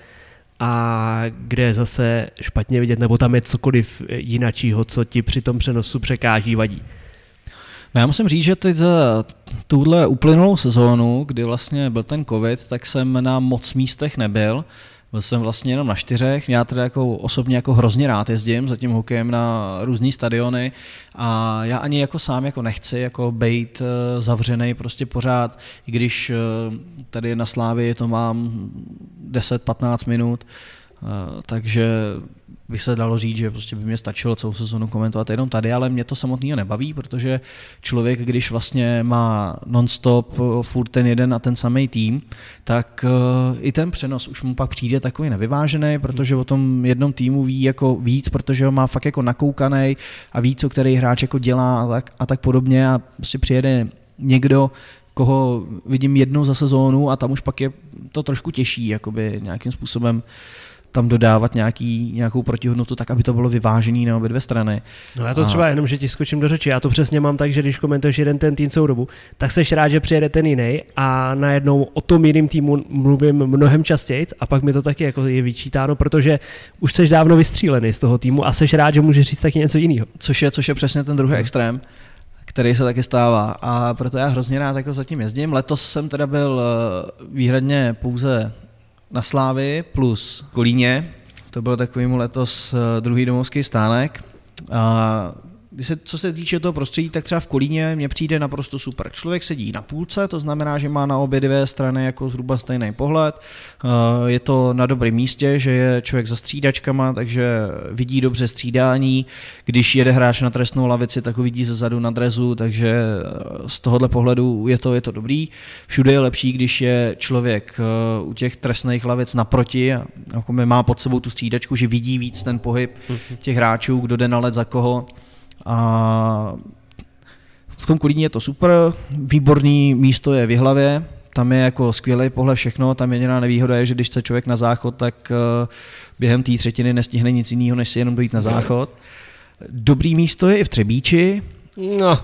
a kde je zase špatně vidět, nebo tam je cokoliv jinačího, co ti při tom přenosu překáží, vadí. No já musím říct, že teď za tuhle uplynulou sezónu, kdy vlastně byl ten covid, tak jsem na moc místech nebyl. Byl jsem vlastně jenom na čtyřech, já teda jako osobně jako hrozně rád jezdím za tím hokejem na různý stadiony a já ani jako sám jako nechci jako bejt zavřenej prostě pořád, i když tady na Slávii to mám deset patnáct minut, takže by se dalo říct, že prostě by mě stačilo celou sezonu komentovat jenom tady, ale mě to samotného nebaví, protože člověk, když vlastně má non-stop furt ten jeden a ten samý tým, tak i ten přenos už mu pak přijde takový nevyvážený, protože o tom jednom týmu ví jako víc, protože ho má fakt jako nakoukaný a ví, co který hráč jako dělá a tak, a tak podobně a si přijede někdo, koho vidím jednou za sezónu a tam už pak je to trošku těžší, jakoby nějakým způsobem tam dodávat nějaký, nějakou protihodnotu tak, aby to bylo vyvážené na obě dvě strany. No já to třeba jenom, že ti skočím do řeči, já to přesně mám tak, že když komentuješ jeden ten tým celou dobu, tak seš rád, že přijede ten jiný a najednou o tom jiným týmu mluvím mnohem častěji a pak mi to taky jako je vyčítáno, protože už seš dávno vystřílený z toho týmu a seš rád, že můžeš říct taky něco jiného. Což je, což je přesně ten druhý extrém, který se taky stává a proto já hrozně rád jako zatím jezdím. Letos jsem teda byl výhradně pouze na Slávii plus Kolíně, to byl takový mu letos druhý domovský stánek a když se, co se týče toho prostředí, tak třeba v Kolíně mně přijde naprosto super. Člověk sedí na půlce, to znamená, že má na obě dvě strany jako zhruba stejný pohled. Je to na dobrém místě, že je člověk za střídačkama, takže vidí dobře střídání. Když jede hráč na trestnou lavici, tak ho vidí zezadu na drezu, takže z tohohle pohledu je to, je to dobrý. Všude je lepší, když je člověk u těch trestných lavic naproti a má pod sebou tu střídačku, že vidí víc ten pohyb těch hráčů, kdo jde na led za koho. A v tom Kolíně je to super, výborný místo je v Jihlavě, tam je jako skvělý pohled všechno, tam jediná nevýhoda je, že když chce člověk na záchod, tak během té třetiny nestihne nic jiného, než si jenom dojít na záchod. Dobrý místo je i v Třebíči, no.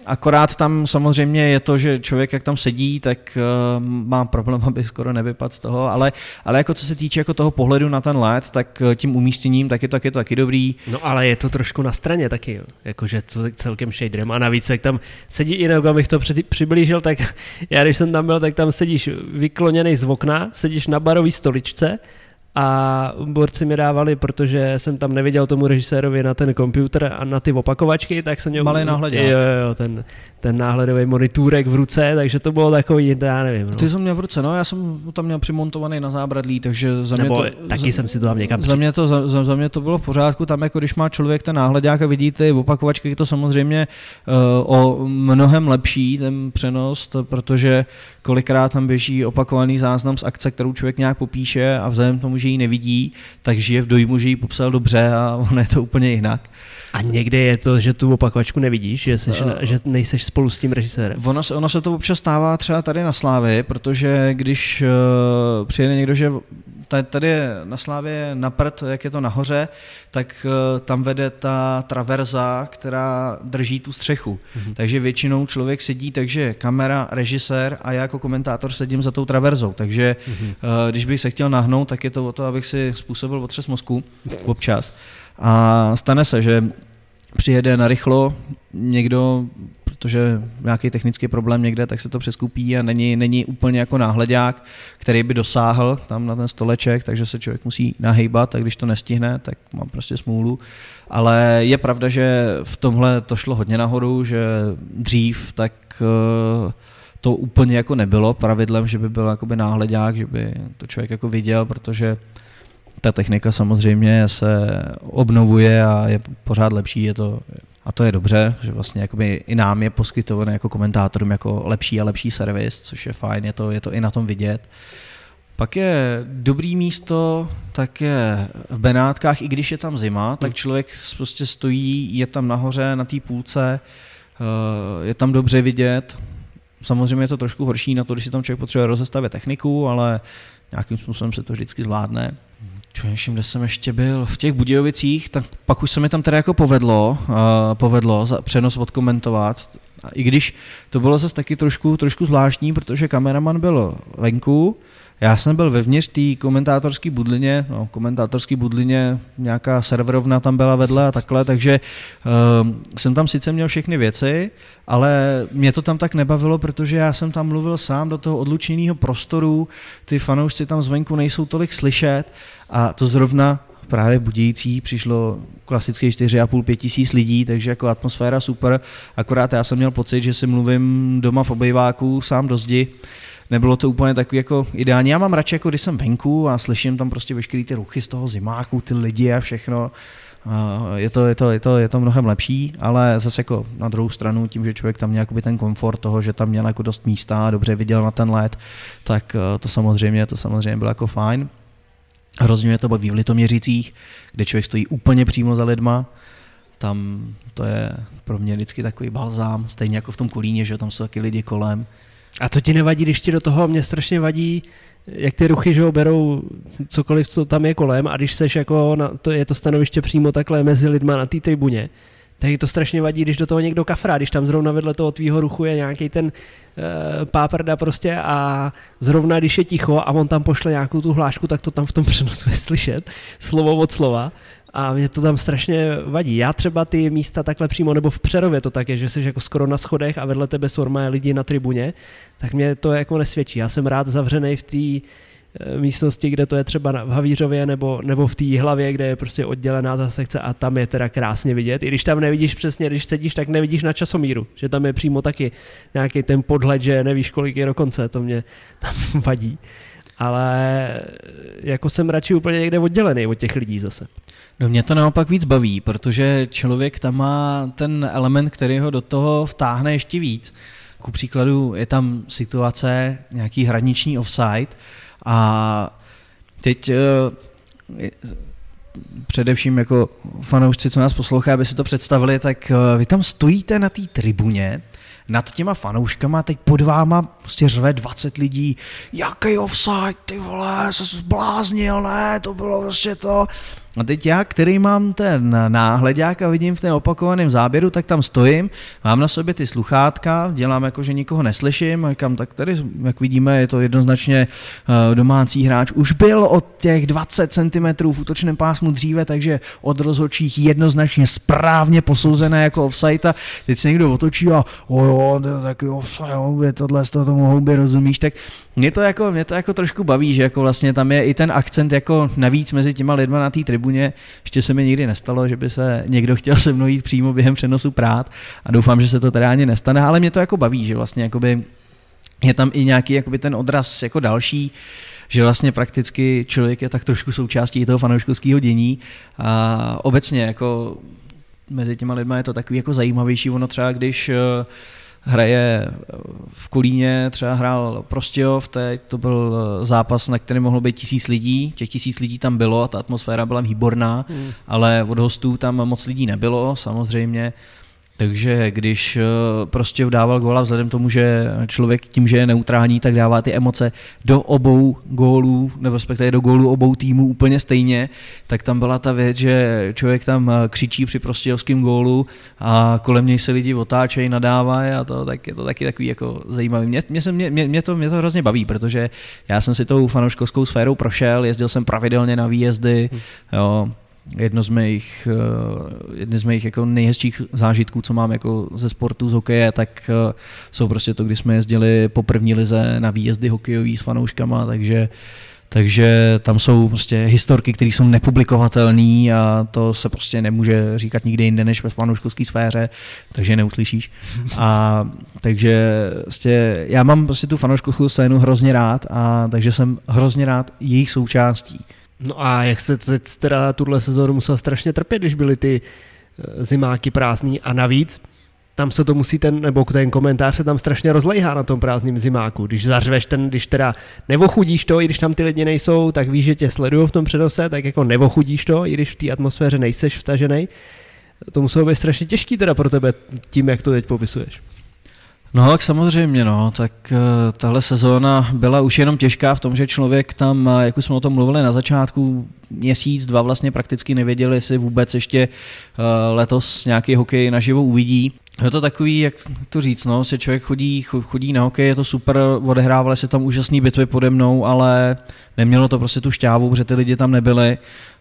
Akorát tam samozřejmě je to, že člověk, jak tam sedí, tak uh, má problém, aby skoro nevypadl z toho, ale, ale jako co se týče jako toho pohledu na ten let, tak tím umístěním tak je to taky, taky dobrý. No ale je to trošku na straně taky, jo. Jakože celkem shaderem a navíc, jak tam sedí, jinak abych to přiblížil, tak já když jsem tam byl, tak tam sedíš vykloněnej z okna, sedíš na barový stoličce a borci mi dávali, protože jsem tam neviděl tomu režisérovi na ten počítač a na ty opakovačky, tak jsem měl... Malý náhledák. Jo, jo, ten, ten náhledový monitůrek v ruce, takže to bylo takový, já nevím. No. Ty jsem měl v ruce, no, já jsem tam měl přimontovaný na zábradlí, takže za mě Nebo to... taky za, jsem si to tam někam... Za mě to, za, za mě to bylo v pořádku, tam jako když má člověk ten náhledák a vidí ty opakovačky, je to samozřejmě uh, o mnohem lepší ten přenos, to, protože kolikrát tam běží opakovaný záznam z akce, kterou člověk nějak popíše a vzhledem tomu, že ji nevidí, takže je v dojmu, že ji popsal dobře a ono je to úplně jinak. A někde je to, že tu opakovačku nevidíš, že, seš, uh, že nejseš spolu s tím režisérem? Ono, ono se to občas stává třeba tady na Slávy, protože když uh, přijede někdo, že tady na Slávě na prd, jak je to nahoře, tak uh, tam vede ta traverza, která drží tu střechu. Mm-hmm. Takže většinou člověk sedí, takže kamera, režisér a já jako komentátor sedím za tou traverzou. Takže mm-hmm. uh, když bych se chtěl nahnout, tak je to o to, abych si způsobil otřes mozku občas. A stane se, že přijede narychlo někdo, protože nějaký technický problém někde, tak se to přeskupí a není, není úplně jako náhledák, který by dosáhl tam na ten stoleček, takže se člověk musí nahejbat a když to nestihne, tak mám prostě smůlu. Ale je pravda, že v tomhle to šlo hodně nahoru, že dřív tak to úplně jako nebylo pravidlem, že by byl jakoby náhledák, že by to člověk jako viděl, protože ta technika samozřejmě se obnovuje a je pořád lepší, je to, a to je dobře, že vlastně jakoby i nám je poskytované jako komentátorům jako lepší a lepší servis, což je fajn, je to, je to i na tom vidět. Pak je dobrý místo, tak je v Benátkách, i když je tam zima, tak člověk prostě stojí, je tam nahoře na té půlce, je tam dobře vidět. Samozřejmě je to trošku horší na to, když si tam člověk potřebuje rozestavit techniku, ale nějakým způsobem se to vždycky zvládne. Čujem, kde jsem ještě byl, v těch Budějovicích, tak pak už se mi tam teda jako povedlo, uh, povedlo za přenos odkomentovat. A i když to bylo zase taky trošku, trošku zvláštní, protože kameraman byl venku, já jsem byl vevnitř té komentátorské budlině, no komentátorské budlině, nějaká serverovna tam byla vedle a takhle, takže uh, jsem tam sice měl všechny věci, ale mě to tam tak nebavilo, protože já jsem tam mluvil sám do toho odlučeného prostoru, ty fanoušci tam zvenku nejsou tolik slyšet a to zrovna právě Budějící přišlo klasicky čtyři a půl pět tisíc lidí, takže jako atmosféra super, akorát já jsem měl pocit, že si mluvím doma v obejváku sám do zdi. Nebylo to úplně takový jako ideální. Já mám radši, jako když jsem venku a slyším tam prostě veškerý ty ruchy z toho zimáku, ty lidi a všechno. Je to, je to, je to, je to mnohem lepší, ale zase jako na druhou stranu, tím, že člověk tam měl ten komfort toho, že tam měl jako dost místa a dobře viděl na ten let, tak to samozřejmě, to samozřejmě bylo jako fajn. Hrozně mě to baví v Litoměřicích, kde člověk stojí úplně přímo za lidma. Tam to je pro mě vždycky takový balzám, stejně jako v tom Kolíně, že tam jsou taky lidi kolem. A to ti nevadí, když ti do toho, mě strašně vadí, jak ty ruchy, že ho berou cokoliv, co tam je kolem, a když seš jako, na, to je to stanoviště přímo takhle mezi lidma na té tribuně, tak to strašně vadí, když do toho někdo kafrá, když tam zrovna vedle toho tvýho ruchu je nějaký ten e, páprda prostě a zrovna když je ticho a on tam pošle nějakou tu hlášku, tak to tam v tom přenosu je slyšet, slovo od slova. A mě to tam strašně vadí. Já třeba ty místa takhle přímo, nebo v Přerově to tak je, že jsi jako skoro na schodech a vedle tebe jsou normálně lidi na tribuně, tak mě to jako nesvědčí. Já jsem rád zavřenej v té místnosti, kde to je třeba v Havířově nebo, nebo v té hlavě, kde je prostě oddělená ta sekce a tam je teda krásně vidět. I když tam nevidíš přesně, když sedíš, tak nevidíš na časomíru, že tam je přímo taky nějaký ten podhled, že nevíš, kolik je do konce, to mě tam vadí. Ale jako jsem radši úplně někde oddělený od těch lidí zase. No mě to naopak víc baví, protože člověk tam má ten element, který ho do toho vtáhne ještě víc. Ku příkladu je tam situace, nějaký hraniční offside a teď především jako fanoušci, co nás poslouchají, aby si to představili, tak vy tam stojíte na té tribuně nad těma fanouškama, teď pod váma prostě řve dvacet lidí, jaký offside, ty vole, se zbláznil, ne, to bylo prostě to. A teď já, který mám ten náhledák a vidím v tom opakovaném záběru, tak tam stojím, mám na sobě ty sluchátka, dělám jako, že nikoho neslyším, a říkám, tak tady, jak vidíme, je to jednoznačně domácí hráč. Už byl od těch dvacet centimetrů v útočném pásmu dříve, takže od rozhodčích jednoznačně správně posouzené jako offside a teď se někdo otočí a o jo, tak jo, je tohle, z toho tomu houby, rozumíš, tak mě to, jako, mě to jako trošku baví, že jako vlastně tam je i ten akcent jako navíc mezi těma lidma na té tribuně. Ještě se mi nikdy nestalo, že by se někdo chtěl se mnou jít přímo během přenosu prát a doufám, že se to teda ani nestane, ale mě to jako baví, že vlastně jakoby je tam i nějaký jakoby ten odraz jako další, že vlastně prakticky člověk je tak trošku součástí toho fanouškovského dění a obecně jako mezi těma lidma je to takový jako zajímavější, ono třeba když hraje v Kolíně, třeba hrál Prostějov, teď to byl zápas, na který mohlo být tisíc lidí, těch tisíc lidí tam bylo a ta atmosféra byla výborná, hmm. ale od hostů tam moc lidí nebylo samozřejmě, takže když prostě dával góla vzhledem tomu, že člověk tím, že je neutrální, tak dává ty emoce do obou gólů, nebo respektive do gólů obou týmů úplně stejně, tak tam byla ta věc, že člověk tam křičí při prostějovském gólu a kolem něj se lidi otáčejí, nadávají a to tak je to taky takový jako zajímavý. Mě, mě, se, mě, mě, to, mě to hrozně baví, protože já jsem si tou fanouškovskou sférou prošel, jezdil jsem pravidelně na výjezdy, hmm. jo, Jedno z mých, jedno z mých jako nejhezčích zážitků, co mám jako ze sportu, z hokeje, tak jsou prostě to, když jsme jezdili po první lize na výjezdy hokejový s fanouškama, takže, takže tam jsou prostě historky, které jsou nepublikovatelné a to se prostě nemůže říkat nikde jinde než ve fanouškovské sféře, takže neuslyšíš. A takže prostě já mám prostě tu fanouškovskou scénu hrozně rád a takže jsem hrozně rád jejich součástí. No a jak jste teď teda tuhle sezónu musel strašně trpět, když byly ty zimáky prázdný a navíc tam se to musí ten, nebo ten komentář se tam strašně rozlejhá na tom prázdným zimáku. Když zařveš ten, když teda nevochudíš to, i když tam ty lidi nejsou, tak víš, že tě sledují v tom přenose, tak jako nevochudíš to, i když v té atmosféře nejseš vtaženej. To muselo být strašně těžký teda pro tebe tím, jak to teď popisuješ. No tak samozřejmě, no, tak uh, tahle sezóna byla už jenom těžká v tom, že člověk tam, jak už jsme o tom mluvili na začátku, měsíc, dva vlastně prakticky nevěděl, jestli vůbec ještě uh, letos nějaký hokej naživo uvidí. Je to takový, jak to říct, no, se člověk chodí, chodí na hokej, je to super, odehrávaly se tam úžasné bitvy pode mnou, ale nemělo to prostě tu šťávu, protože ty lidi tam nebyli.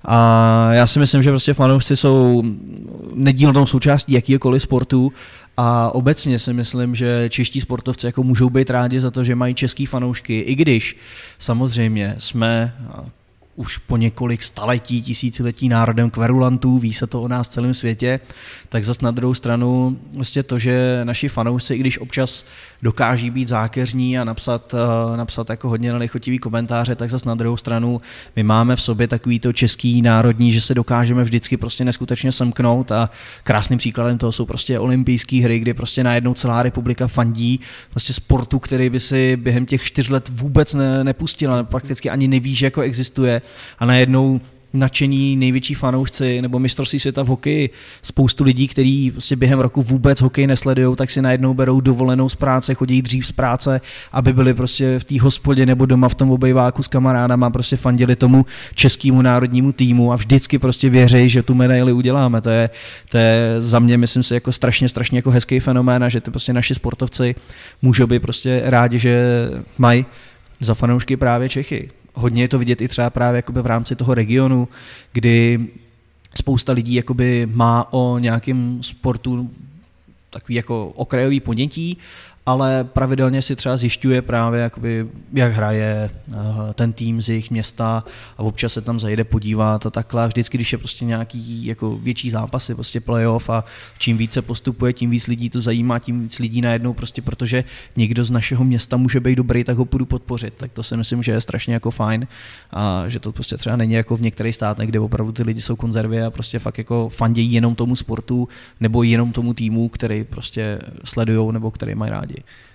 A já si myslím, že prostě fanoušci jsou nedílnou součástí jakýkoliv sportu a obecně si myslím, že čeští sportovci jako můžou být rádi za to, že mají český fanoušky, i když samozřejmě jsme už po několik staletí, tisíciletí národem kverulantů, ví se to o nás v celém světě, tak zas na druhou stranu vlastně to, že naši fanoušci, i když občas dokáží být zákeřní a napsat, napsat jako hodně nelichotivý komentáře, tak zas na druhou stranu my máme v sobě takový to český národní, že se dokážeme vždycky prostě neskutečně semknout a krásným příkladem toho jsou prostě olympijské hry, kdy prostě najednou celá republika fandí prostě sportu, který by si během těch čtyř let vůbec ne, nepustila, prakticky ani neví, že jako existuje. A najednou nadšení největší fanoušci nebo mistrovství světa v hokeji, spoustu lidí, kteří prostě během roku vůbec hokej nesledujou, tak si najednou berou dovolenou z práce, chodí dřív z práce, aby byli prostě v té hospodě nebo doma v tom obejváku s kamarádama, prostě fandili tomu českému národnímu týmu a vždycky prostě věří, že tu medaili uděláme. To je, to je za mě, myslím si, jako strašně, strašně jako hezký fenomén a že ty prostě naši sportovci můžou být prostě rádi, že mají za fanoušky právě Čechy. Hodně je to vidět i třeba právě jakoby v rámci toho regionu, kdy spousta lidí jakoby má o nějakém sportu takový jako okrajový ponětí, ale pravidelně si třeba zjišťuje právě, jakoby, jak hraje ten tým z jejich města a občas se tam zajde podívat a takhle. A vždycky, když je prostě nějaký jako větší zápasy, prostě playoff a čím více postupuje, tím víc lidí to zajímá, tím víc lidí najednou prostě, protože někdo z našeho města může být dobrý, tak ho půjdu podpořit. Tak to si myslím, že je strašně jako fajn a že to prostě třeba není jako v některých státech, kde opravdu ty lidi jsou konzervy a prostě fakt jako fandějí jenom tomu sportu nebo jenom tomu týmu, který prostě sledujou nebo který mají rádi.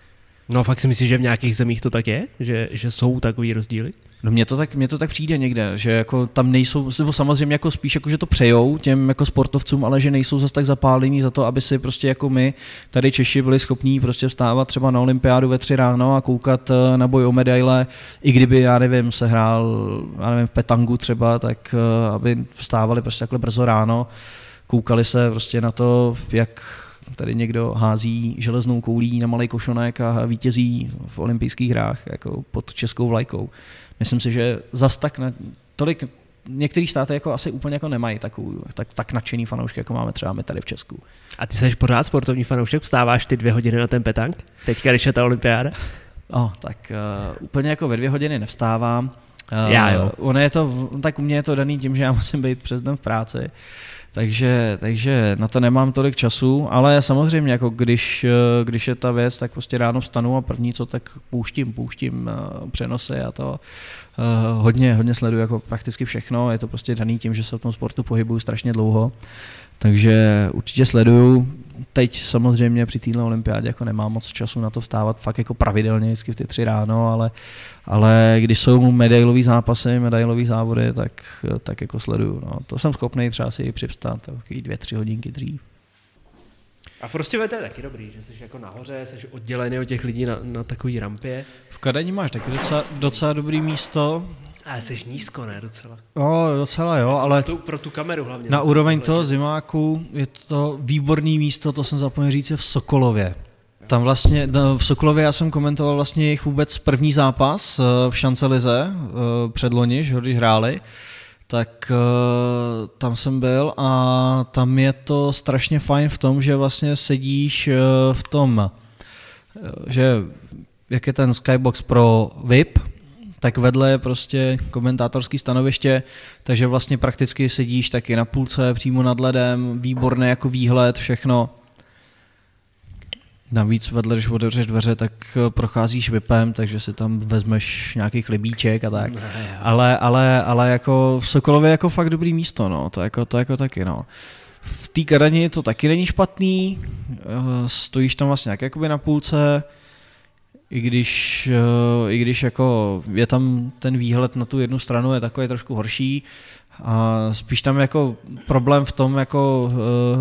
No fakt si myslíš, že v nějakých zemích to tak je? Že, že jsou takový rozdíly? No mně to tak, mně to tak přijde někde, že jako tam nejsou, nebo samozřejmě jako spíš jako, že to přejou těm jako sportovcům, ale že nejsou zase tak zapálení za to, aby si prostě jako my, tady Češi, byli schopní prostě vstávat třeba na olympiádu ve tři ráno a koukat na boj o medaile, i kdyby, já nevím, se hrál, já nevím, v petangu třeba, tak aby vstávali prostě takhle brzo ráno, koukali se prostě na to, jak tady někdo hází železnou koulí na malej košonek a vítězí v olympijských hrách jako pod českou vlajkou. Myslím si, že zas tak na, tolik některý státy jako asi úplně jako nemají takovou, tak, tak nadšený fanoušky, jako máme třeba my tady v Česku. A ty jsi pořád sportovní fanoušek? Vstáváš ty dvě hodiny na ten petang? Teďka, když je ta olympiáda? Oh, tak uh, úplně jako ve dvě hodiny nevstávám. Uh, já jo. Ono je to, tak u mě je to daný tím, že já musím být přes den v práci. Takže, takže na to nemám tolik času, ale samozřejmě, jako když, když je ta věc, tak prostě ráno vstanu a první co, tak pouštím, pouštím přenosy a to uh, hodně, hodně sleduju jako prakticky všechno, je to prostě daný tím, že se v tom sportu pohybuju strašně dlouho, takže určitě sleduju. Teď samozřejmě při téhle olympiádě jako nemám moc času na to vstávat fakt jako pravidelně vždycky v ty tři ráno, ale, ale když jsou medailový zápasy, medailový závody, tak, tak jako sleduju. No. To jsem schopný třeba si i přivstát takový dvě, tři hodinky dřív. A prostě to je taky dobrý, že jsi jako nahoře, jsi oddělený od těch lidí na, na takový rampě. V Kadani máš taky docela, docela dobrý místo. Ale jsi nízko, ne docela? No, docela jo, ale pro tu, pro tu kameru hlavně. Na úroveň toho zimáku je to výborný místo, to jsem zapomněl říct, je v Sokolově. Tam vlastně, v Sokolově já jsem komentoval vlastně jejich vůbec první zápas v šancelize předloni, že když hráli, tak tam jsem byl a tam je to strašně fajn v tom, že vlastně sedíš v tom, že jak je ten Skybox pro V I P, tak vedle je prostě komentátorský stanoviště, takže vlastně prakticky sedíš taky na půlce, přímo nad ledem, výborný jako výhled, všechno. Navíc vedle, když otevřeš dveře, tak procházíš VIPem, takže si tam vezmeš nějaký chlebíček a tak. Ale, ale, ale jako v Sokolově jako fakt dobrý místo, no, to jako, to jako taky, no. V té Kadani to taky není špatný, stojíš tam vlastně jak jakoby na půlce, I když, i když jako je tam ten výhled na tu jednu stranu je takový trošku horší a spíš tam jako problém v tom jako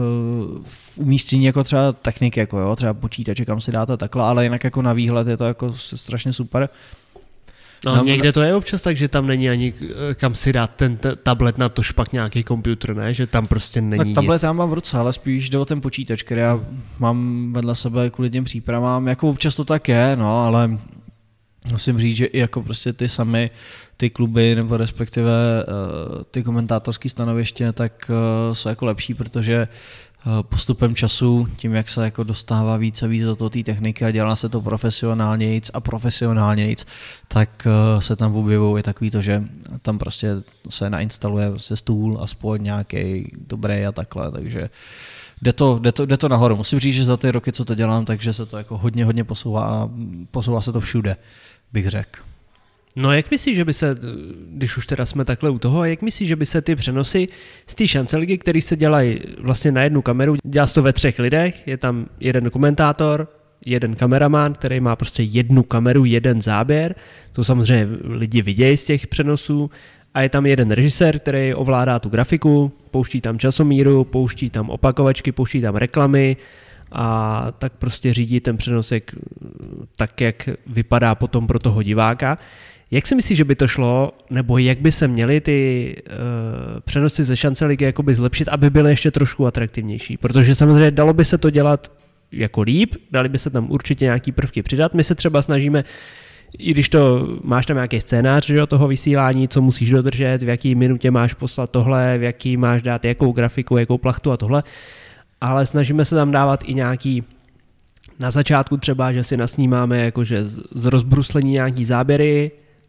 v umístění jako třeba techniky, jako jo, třeba počítače, kam si dáte takhle, ale jinak jako na výhled je to jako strašně super. No, no někde to je občas tak, že tam není ani kam si dát ten t- tablet na to špak nějaký počítač, ne? Že tam prostě není nic. Tablet já mám v ruce, ale spíš jde o ten počítač, který já mám vedle sebe kvůli těm přípravám. Jako občas to tak je, no, ale musím říct, že i jako prostě ty samy, ty kluby, nebo respektive uh, ty komentátorský stanoviště, tak uh, jsou jako lepší, protože postupem času, tím jak se jako dostává více a víc do toho té techniky a dělá se to profesionálnějc a profesionálnějc, tak se tam objevují takový to, že tam prostě se nainstaluje prostě stůl aspoň nějaký dobrý a takhle, takže jde to, jde to, jde to nahoru. Musím říct, že za ty roky, co to dělám, takže se to jako hodně, hodně posouvá a posouvá se to všude, bych řekl. No jak myslíš, že by se, když už teda jsme takhle u toho, jak myslíš, že by se ty přenosy z té šanceligy, které se dělají vlastně na jednu kameru, dělá se to ve třech lidech, je tam jeden komentátor, jeden kameraman, který má prostě jednu kameru, jeden záběr, to samozřejmě lidi vidějí z těch přenosů, a je tam jeden režisér, který ovládá tu grafiku, pouští tam časomíru, pouští tam opakovačky, pouští tam reklamy, a tak prostě řídí ten přenosek tak, jak vypadá potom pro toho diváka. Jak si myslíš, že by to šlo, nebo jak by se měly ty uh, přenosy ze šanceligy jakoby zlepšit, aby byly ještě trošku atraktivnější? Protože samozřejmě dalo by se to dělat jako líp, dali by se tam určitě nějaký prvky přidat. My se třeba snažíme, i když to máš tam nějaký scénář, že, toho vysílání, co musíš dodržet, v jaký minutě máš poslat tohle, v jaký máš dát jakou grafiku, jakou plachtu a tohle, ale snažíme se tam dávat i nějaký na začátku třeba, že si nasnímáme jakože z rozbruslení nějaký záběry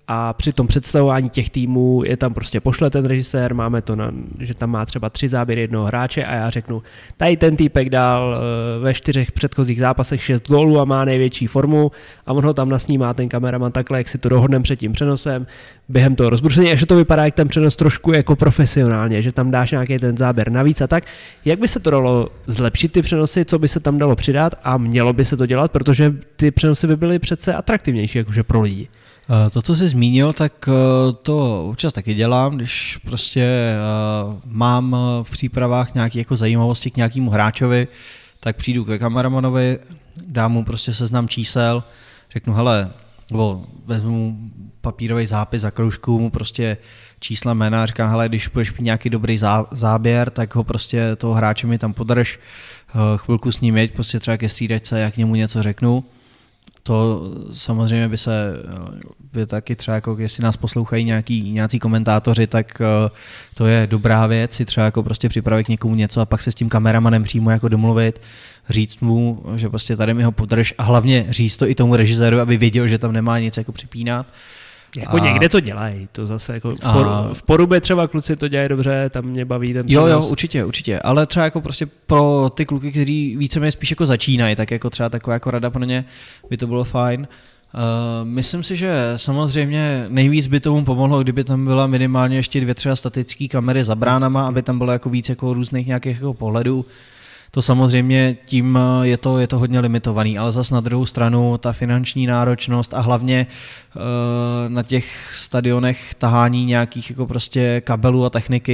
a při tom představování těch týmů je tam prostě pošle ten režisér, máme to, na, že tam má třeba tři záběry jednoho hráče a já řeknu, tady ten týpek dal ve čtyřech předchozích zápasech šest gólů a má největší formu a on ho tam nasnímá ten kameraman takhle, jak si to dohodneme před tím přenosem, během toho rozbrušení, a že to vypadá jak ten přenos trošku jako profesionálně, že tam dáš nějaký ten záběr navíc a tak. Jak by se to dalo zlepšit ty přenosy, co by se tam dalo přidat a mělo by se to dělat, protože ty přenosy by byly přece atraktivnější jakože pro lidi. To, co jsi zmínil, tak to občas taky dělám, když prostě mám v přípravách nějaké jako zajímavosti k nějakému hráčovi, tak přijdu ke kameramanovi, dám mu prostě seznam čísel, řeknu, hele, nebo vezmu papírový zápis za kroužku, mu prostě čísla, jména, říkám, hele, když budeš mít nějaký dobrý záběr, tak ho prostě toho hráče mi tam podrž, chvilku s ním jeď, prostě třeba ke střídačce, jak němu něco řeknu. To samozřejmě by se, by taky třeba, jako jestli nás poslouchají nějaký, nějací komentátoři, tak to je dobrá věc, si třeba jako prostě připravit k někomu něco a pak se s tím kameramanem přímo jako domluvit, říct mu, že prostě tady mi ho podrž a hlavně říct to i tomu režiséru, aby věděl, že tam nemá nic jako připínat. Jako a... někde to dělají, to zase jako v, por, a... v Porubě třeba kluci to dělají dobře, tam mě baví ten Jo, jo, určitě, určitě, ale třeba jako prostě pro ty kluky, kteří víceméně spíš jako začínají, tak jako třeba taková jako rada pro ně by to bylo fajn. Uh, myslím si, že samozřejmě nejvíc by tomu pomohlo, kdyby tam byla minimálně ještě dvě třeba statické kamery za bránama, aby tam bylo jako víc jako různých nějakých jako pohledů. To samozřejmě tím je to, je to hodně limitovaný, ale zas na druhou stranu ta finanční náročnost a hlavně uh, na těch stadionech tahání nějakých jako prostě kabelů a techniky,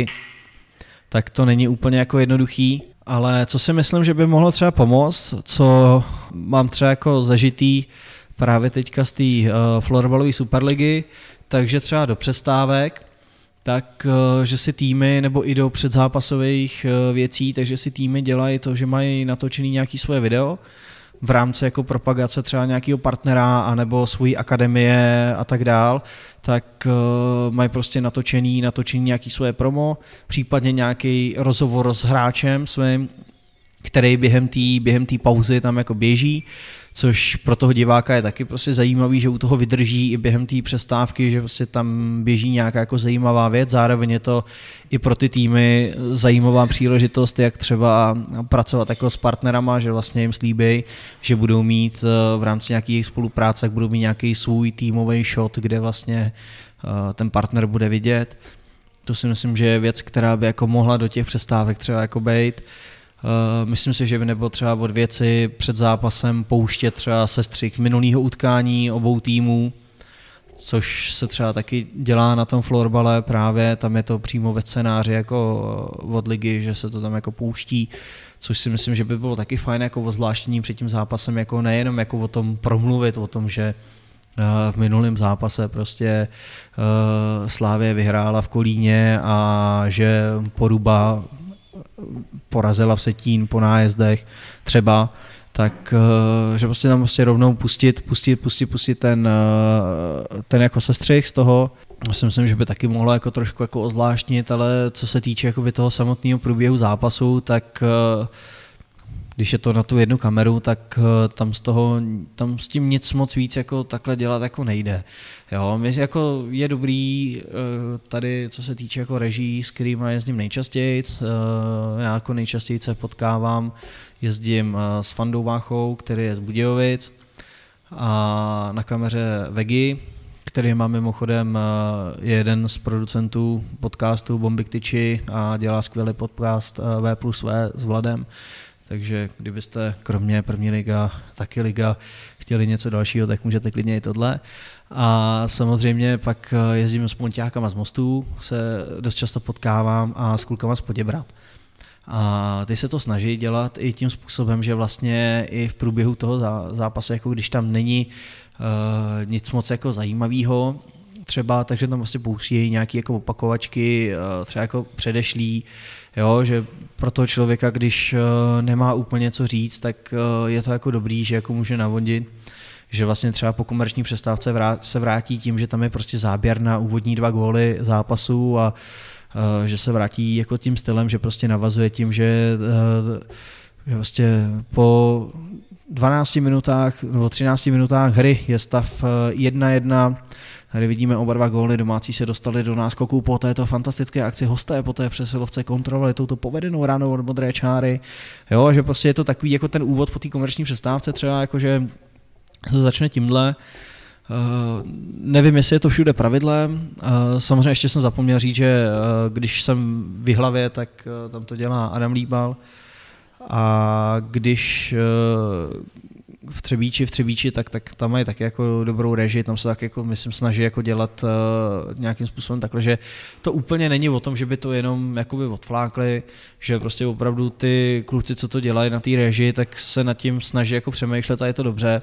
tak to není úplně jako jednoduchý, ale co si myslím, že by mohlo třeba pomoct, co mám třeba jako zažitý právě teďka z té uh, florbalové superligy, takže třeba do přestávek, tak, že si týmy, nebo i do předzápasových věcí, takže si týmy dělají to, že mají natočený nějaký svoje video v rámci jako propagace třeba nějakého partnera anebo svojí akademie a tak dál, tak mají prostě natočený, natočený nějaký svoje promo, případně nějaký rozhovor s hráčem svým, který během té během té pauzy tam jako běží, což pro toho diváka je taky prostě zajímavý, že u toho vydrží i během té přestávky, že prostě tam běží nějaká jako zajímavá věc, zároveň je to i pro ty týmy zajímavá příležitost, jak třeba pracovat jako s partnerama, že vlastně jim slíbí, že budou mít v rámci nějakých jejich spolupráce, jak budou mít nějaký svůj týmový shot, kde vlastně ten partner bude vidět. To si myslím, že je věc, která by jako mohla do těch přestávek třeba jako bejt. Uh, myslím si, že by nebylo třeba od věci před zápasem pouštět třeba sestřih minulého utkání obou týmů, což se třeba taky dělá na tom florbale právě, tam je to přímo ve scénáři jako od ligy, že se to tam jako pouští, což si myslím, že by bylo taky fajn jako ozvláštění před tím zápasem, jako nejenom jako o tom promluvit, o tom, že v minulém zápase prostě uh, Slavie vyhrála v Kolíně a že Poruba porazila v Setín po nájezdech třeba, tak že prostě tam prostě rovnou pustit, pustit, pustit, pustit ten, ten jako sestřih z toho. Já si myslím, že by taky mohlo jako trošku jako ozvláštnit, ale co se týče jakoby toho samotného průběhu zápasu, tak když je to na tu jednu kameru, tak tam z toho, tam s tím nic moc víc jako takhle dělat jako nejde. Jo, jako je dobrý tady, co se týče jako reží, s kterými jezdím nejčastěji. Já jako nejčastěji se potkávám, jezdím s Fandou Váchou, který je z Budějovic, a na kameře Vegi, který má mimochodem je jeden z producentů podcastu Bomby k tyči a dělá skvělý podcast V plus V s Vladem. Takže kdybyste kromě první liga, taky liga chtěli něco dalšího, tak můžete klidně i tohle. A samozřejmě pak jezdím s ponťákama z Mostů, se dost často potkávám a s klukama z Poděbrad. A ty se to snaží dělat i tím způsobem, že vlastně i v průběhu toho zápasu, jako když tam není uh, nic moc jako zajímavého, třeba, takže tam vlastně pouští nějaké jako opakovačky, třeba jako předešlý, jo, že pro toho člověka, když nemá úplně co říct, tak je to jako dobrý, že jako může navodit, že vlastně třeba po komerční přestávce vrát, se vrátí tím, že tam je prostě záběr na úvodní dva góly zápasu a že se vrátí jako tím stylem, že prostě navazuje tím, že, že vlastně po dvanácti minutách nebo třinácti minutách hry je stav jedna jedna. Tady vidíme oba dva góly, domácí se dostali do náskoků po této fantastické akci, hosté po té přesilovce kontrolovali touto povedenou ranou od modré čáry. Jo, že prostě je to takový jako ten úvod po té komerční přestávce třeba, jakože se začne tímhle. Uh, nevím, jestli je to všude pravidlem. Uh, samozřejmě ještě jsem zapomněl říct, že uh, když jsem v Jihlavě, tak uh, tam to dělá Adam Líbal. A když uh, v Třebíči, v Třebíči, tak, tak tam mají taky jako dobrou režii, tam se tak jako, myslím, snaží jako dělat uh, nějakým způsobem takhle, že to úplně není o tom, že by to jenom jakoby odflákli, že prostě opravdu ty kluci, co to dělají na té režii, tak se nad tím snaží jako přemýšlet a je to dobře.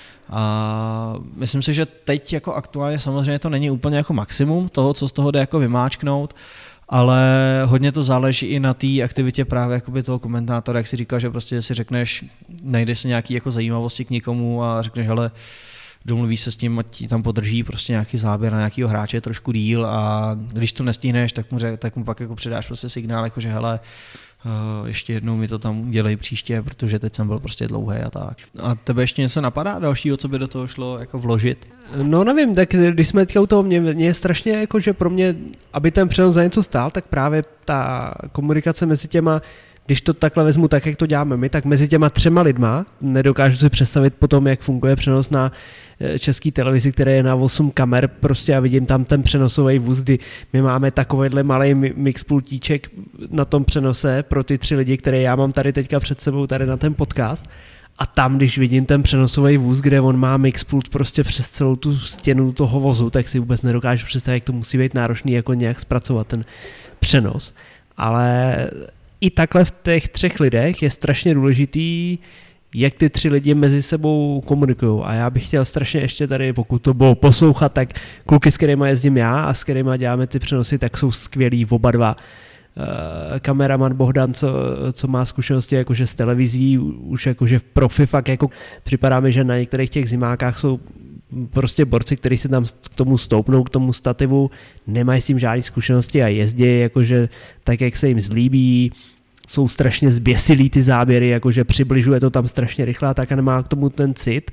A myslím si, že teď jako aktuálně samozřejmě to není úplně jako maximum toho, co z toho jde jako vymáčknout, ale hodně to záleží i na té aktivitě právě jakoby toho komentátora, jak si říkal, že prostě si řekneš, najdeš si nějaký jako zajímavosti k někomu a řekneš, hele, domluví se s tím, ať ti tam podrží prostě nějaký záběr na nějakýho hráče trošku díl a když to nestihneš, tak mu, řek, tak mu pak jako předáš prostě signál, jako že hele, Uh, ještě jednou mi to tam udělej příště, protože teď jsem byl prostě dlouhý a tak. A tebe ještě něco napadá dalšího, co by do toho šlo jako vložit? No nevím, tak když jsme teďka u toho, mě, mě je strašně jako, že pro mě, aby ten přenos za něco stál, tak právě ta komunikace mezi těma, když to takhle vezmu tak, jak to děláme my, tak mezi těma třema lidma, nedokážu si představit potom, jak funguje přenos na české televizi, které je na osm kamer, prostě a vidím tam ten přenosový vůz, kdy my máme takovýhle malý mixpultíček na tom přenose pro ty tři lidi, které já mám tady teďka před sebou, tady na ten podcast. A tam, když vidím ten přenosový vůz, kde on má mixpult prostě přes celou tu stěnu toho vozu, tak si vůbec nedokážu představit, jak to musí být náročný jako nějak zpracovat ten přenos. Ale i takhle v těch třech lidech je strašně důležitý, jak ty tři lidi mezi sebou komunikují. A já bych chtěl strašně ještě tady, pokud to bylo poslouchat, tak kluky, s kterýma jezdím já a s kterýma děláme ty přenosy, tak jsou skvělí oba dva. Uh, kameraman Bohdan, co, co má zkušenosti jakože s televizí, už jakože profi, fakt jako připadá mi, že na některých těch zimákách jsou prostě borci, kteří se tam k tomu stoupnou, k tomu stativu, nemají s tím žádné zkušenosti a jezdí jakože tak, jak se jim zlíbí, jsou strašně zběsilí ty záběry, jakože přibližuje to tam strašně rychle a tak a nemá k tomu ten cit.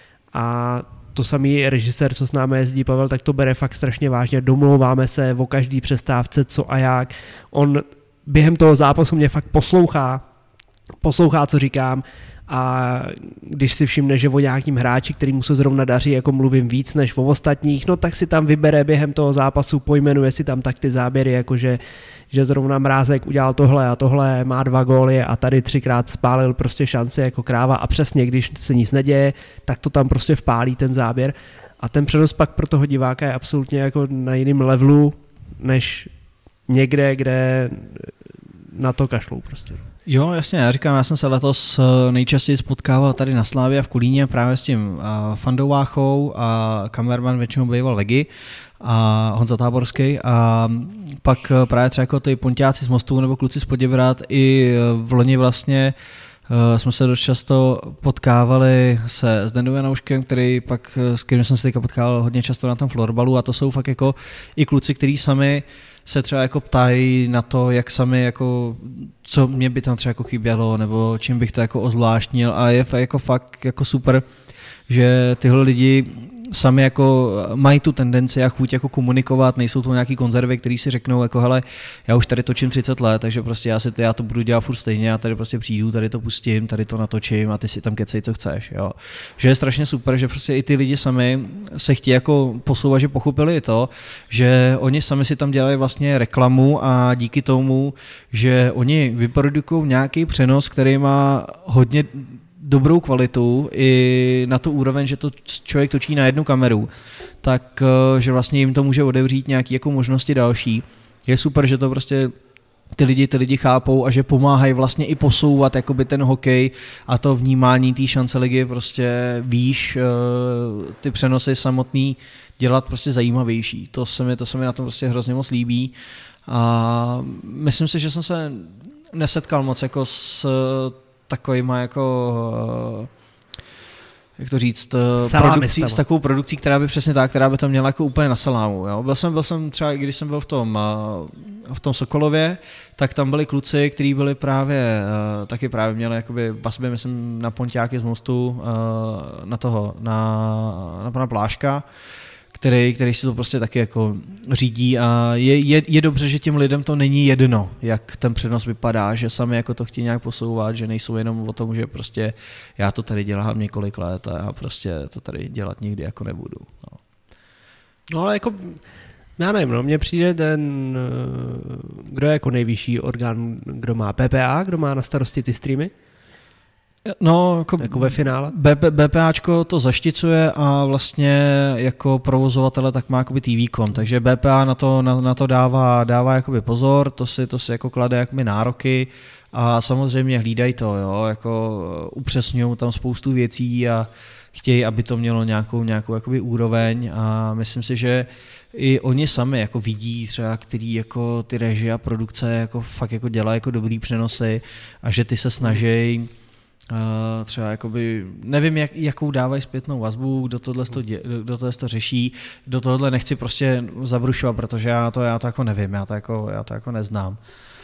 A to samý režisér, co s námi jezdí, Pavel, tak to bere fakt strašně vážně. Domlouváme se o každý přestávce, co a jak. On během toho zápasu mě fakt poslouchá, poslouchá, co říkám, a když si všimne, že o nějakým hráči, který mu se zrovna daří, jako mluvím víc než o ostatních, no tak si tam vybere během toho zápasu, pojmenuje si tam tak ty záběry, jakože že zrovna Mrázek udělal tohle a tohle, má dva góly a tady třikrát spálil prostě šance jako kráva a přesně, když se nic neděje, tak to tam prostě vpálí ten záběr a ten přenos pak pro toho diváka je absolutně jako na jiném levelu, než někde, kde na to kašlou prostě. Jo, jasně, já říkám, já jsem se letos nejčastěji spotkával tady na Slávě a v Kolíně právě s tím Fandou Váchou a kamerman většinou býval Legy a Honza Táborský a pak právě třeba jako ty ponťáci z Mostu nebo kluci z Poděbrad i v loni vlastně Uh, jsme se dost často potkávali se s Dendou Janouškem, který pak, s kterým jsem se teďka potkával hodně často na tom florbalu a to jsou fakt jako i kluci, kteří sami se třeba jako ptají na to, jak sami jako, co mě by tam třeba jako chybělo nebo čím bych to jako ozvláštnil a je jako fakt jako super, že tyhle lidi sami jako mají tu tendenci a chuť jako komunikovat, nejsou to nějaký konzervy, který si řeknou jako hele, já už tady točím třicet let, takže prostě já si já to budu dělat furt stejně, já tady prostě přijdu, tady to pustím, tady to natočím a ty si tam kecej, co chceš, jo. Že je strašně super, že prostě i ty lidi sami se chtějí jako posouvat, že pochopili to, že oni sami si tam dělají vlastně reklamu a díky tomu, že oni vyprodukují nějaký přenos, který má hodně dobrou kvalitu i na tu úroveň, že to člověk točí na jednu kameru, tak že vlastně jim to může otevřít nějaké jako možnosti další. Je super, že to prostě ty lidi, ty lidi chápou a že pomáhají vlastně i posouvat jakoby ten hokej a to vnímání té šance ligy prostě výš, ty přenosy samotný dělat prostě zajímavější. To se mi, to se mi na tom prostě hrozně moc líbí a myslím si, že jsem se nesetkal moc jako s takovýma jako jak to říct, produkcí, s takovou produkcí, která by přesně tak, která by to měla jako úplně na salámu. Jo? Byl jsem, byl jsem třeba, když jsem byl v tom, v tom Sokolově, tak tam byli kluci, kteří byli právě, taky právě měli jakoby vazby, myslím, na ponťáky z mostu, na toho, na, na pana Pláška, který, který si to prostě taky jako řídí a je, je, je dobře, že těm lidem to není jedno, jak ten přenos vypadá, že sami jako to chtějí nějak posouvat, že nejsou jenom o tom, že prostě já to tady dělám několik let a já prostě to tady dělat nikdy jako nebudu. No, no ale jako, já nevím, no, mně přijde ten, kdo je jako nejvyšší orgán, kdo má P P A, kdo má na starosti ty streamy? No, jako, jako ve finále? BPAčko to zašticuje a vlastně jako provozovatele tak má jakoby T V kom, takže B P A na to, na, na to dává, dává jakoby pozor, to si, to si jako klade jakoby nároky a samozřejmě hlídají to, jo, jako upřesňují tam spoustu věcí a chtějí, aby to mělo nějakou, nějakou jakoby úroveň a myslím si, že i oni sami jako vidí třeba, který jako ty režie a produkce jako fakt jako dělají jako dobrý přenosy a že ty se snaží Uh, třeba jakoby, nevím, jak, jakou dávají zpětnou vazbu, kdo tohle to, dě, kdo tohle to řeší, do tohohle nechci prostě zabrušovat, protože já to, já to jako nevím, já to jako, já to jako neznám.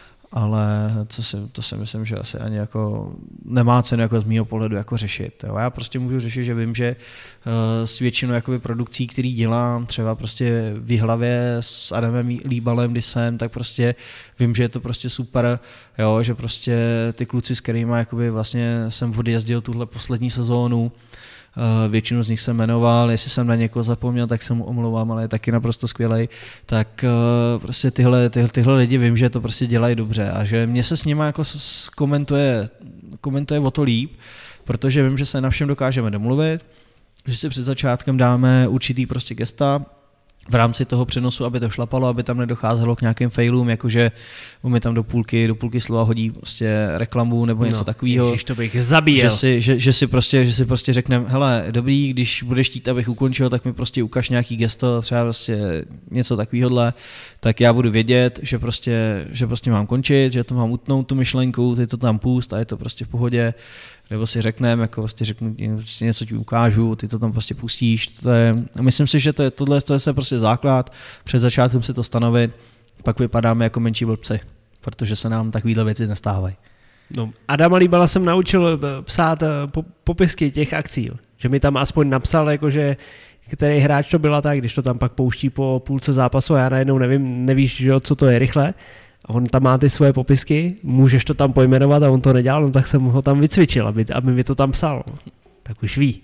Ale co si, to si myslím, že asi ani jako nemá cenu jako z mýho pohledu jako řešit. Jo. Já prostě můžu řešit, že vím, že uh, s většinou jakoby produkcí, který dělám, třeba prostě v Jihlavě s Adamem Líbalem, když jsem, tak prostě vím, že je to prostě super, jo, že prostě ty kluci, s kterými jakoby vlastně jsem odjezdil tuhle poslední sezónu, Uh, většinu z nich jsem jmenoval, jestli jsem na někoho zapomněl, tak se mu omlouvám, ale je taky naprosto skvělej, tak uh, prostě tyhle, tyhle, tyhle lidi vím, že to prostě dělají dobře a že mě se s nima jako komentuje, komentuje o to líp, protože vím, že se na všem dokážeme domluvit, že si před začátkem dáme určitý prostě gesta v rámci toho přenosu, aby to šlapalo, aby tam nedocházelo k nějakým failům, jakože mi tam do půlky, do půlky slova hodí prostě reklamu nebo něco no, takového. Ježiš, to bych zabíjel. Že si, že, že si prostě, že si prostě řekneme, hele, dobrý, když budeš chtít, abych ukončil, tak mi prostě ukaž nějaký gesto, třeba prostě něco takovýhodle, tak já budu vědět, že prostě, že prostě mám končit, že to mám utnout tu myšlenku, ty to tam pust a je to prostě v pohodě. Nebo si řekneme, jako vlastně řeknu, něco ti ukážu, ty to tam prostě pustíš. To je, myslím si, že to je, tohle to je prostě základ, před začátkem si to stanovit, pak vypadáme jako menší blbci, protože se nám takovýhle věci nestávají. No, Adama Líbala jsem naučil psát po, popisky těch akcí, jo. Že mi tam aspoň napsal, jakože který hráč to byla tak, když to tam pak pouští po půlce zápasu a já najednou nevím, nevíš, že, co to je rychle. A on tam má ty svoje popisky, můžeš to tam pojmenovat a on to nedělal, no tak jsem ho tam vycvičil, aby, aby mi to tam psal. Tak už ví.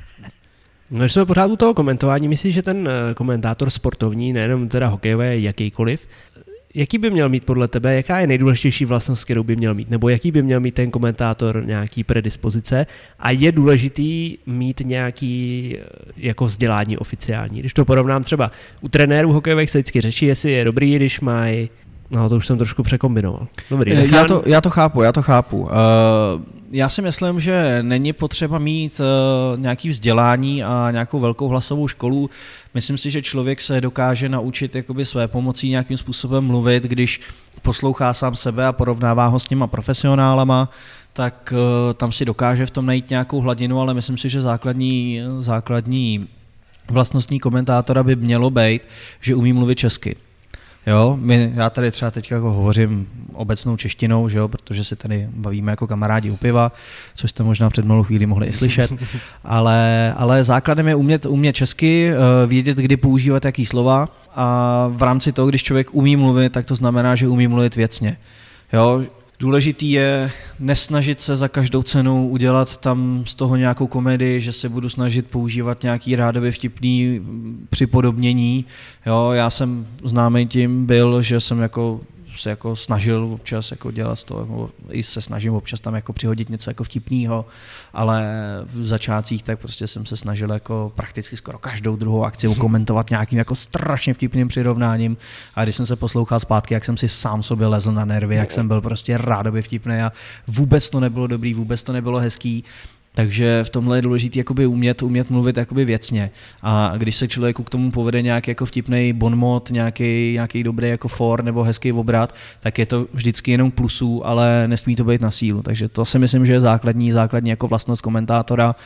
No, když jsme pořád u toho komentování, myslíš, že ten komentátor sportovní, nejenom teda hokejové, jakýkoliv, jaký by měl mít podle tebe, jaká je nejdůležitější vlastnost, kterou by měl mít, nebo jaký by měl mít ten komentátor nějaký predispozice a je důležitý mít nějaký jako vzdělání oficiální. Když to porovnám třeba u trenérů hokejových se vždycky řeší, jestli je dobrý, když mají. No, to už jsem trošku překombinoval. Dobrý, nechám... já, to, já to chápu, já to chápu. Uh, já si myslím, že není potřeba mít uh, nějaký vzdělání a nějakou velkou hlasovou školu. Myslím si, že člověk se dokáže naučit jakoby své pomocí nějakým způsobem mluvit, když poslouchá sám sebe a porovnává ho s těma profesionálama, tak uh, tam si dokáže v tom najít nějakou hladinu, ale myslím si, že základní, základní vlastnostní komentátora by mělo být, že umí mluvit česky. Jo, my, já tady třeba teď jako hovořím obecnou češtinou, že jo, protože se tady bavíme jako kamarádi u piva, což jste možná před malou chvíli mohli i slyšet, ale, ale základem je umět, umět česky, vědět, kdy používat jaký slova a v rámci toho, když člověk umí mluvit, tak to znamená, že umí mluvit věcně. Jo, důležitý je nesnažit se za každou cenu udělat tam z toho nějakou komedii, že se budu snažit používat nějaký rádoby vtipný připodobnění. Jo, já jsem známý tím byl, že jsem jako se jako snažil občas jako dělat z toho, i se snažím občas tam jako přihodit něco jako vtipného, ale v začátcích tak prostě jsem se snažil jako prakticky skoro každou druhou akci komentovat nějakým jako strašně vtipným přirovnáním a když jsem se poslouchal zpátky, jak jsem si sám sobě lezl na nervy, jak jsem byl prostě rádoby vtipný a vůbec to nebylo dobrý, vůbec to nebylo hezký. Takže v tomhle je důležité jakoby umět, umět mluvit jakoby věcně. A když se člověku k tomu povede nějaký jako vtipný bonmot, nějaký, nějaký dobrý jako for nebo hezký obrat, tak je to vždycky jenom plusů, ale nesmí to být na sílu. Takže to si myslím, že je základní, základní jako vlastnost komentátora,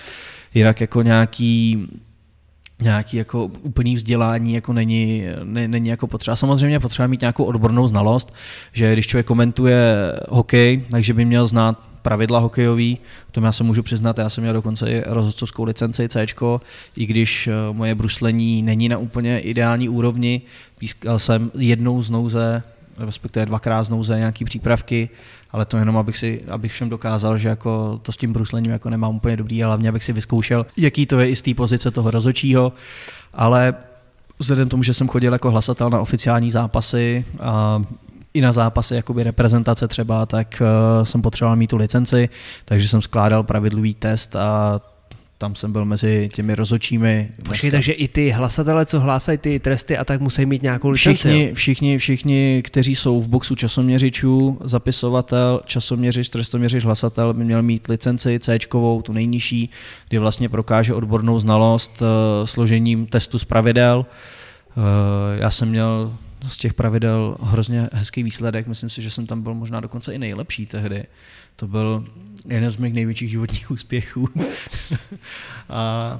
jinak jako nějaký nějaký jako úplný vzdělání jako není, ne, není jako potřeba. Samozřejmě potřeba mít nějakou odbornou znalost, že když člověk komentuje hokej, takže by měl znát pravidla hokejový, k tomu já se můžu přiznat, já jsem měl dokonce i rozhodcovskou licenci Cčko, i když moje bruslení není na úplně ideální úrovni, pískal jsem jednou z nouze, respektive dvakrát z nouze nějaký přípravky, ale to jenom, abych, si, abych všem dokázal, že jako to s tím bruslením jako nemám úplně dobrý, ale hlavně abych si vyzkoušel, jaký to je i z té pozice toho rozhodčího, ale vzhledem tomu, že jsem chodil jako hlasatel na oficiální zápasy a i na zápasy jakoby reprezentace třeba, tak uh, jsem potřeboval mít tu licenci, takže jsem skládal pravidlový test a tam jsem byl mezi těmi rozhodčími. Počkej, takže i ty hlasatele, co hlásají ty tresty a tak musí mít nějakou licenci? Všichni, všichni, všichni, kteří jsou v boxu časoměřičů, zapisovatel, časoměřič, trestoměřič, hlasatel by měl mít licenci Cčkovou, tu nejnižší, kdy vlastně prokáže odbornou znalost uh, složením testu z pravidel. Uh, já jsem měl z těch pravidel hrozně hezký výsledek, myslím si, že jsem tam byl možná dokonce i nejlepší tehdy. To byl jeden z mých největších životních úspěchů. a,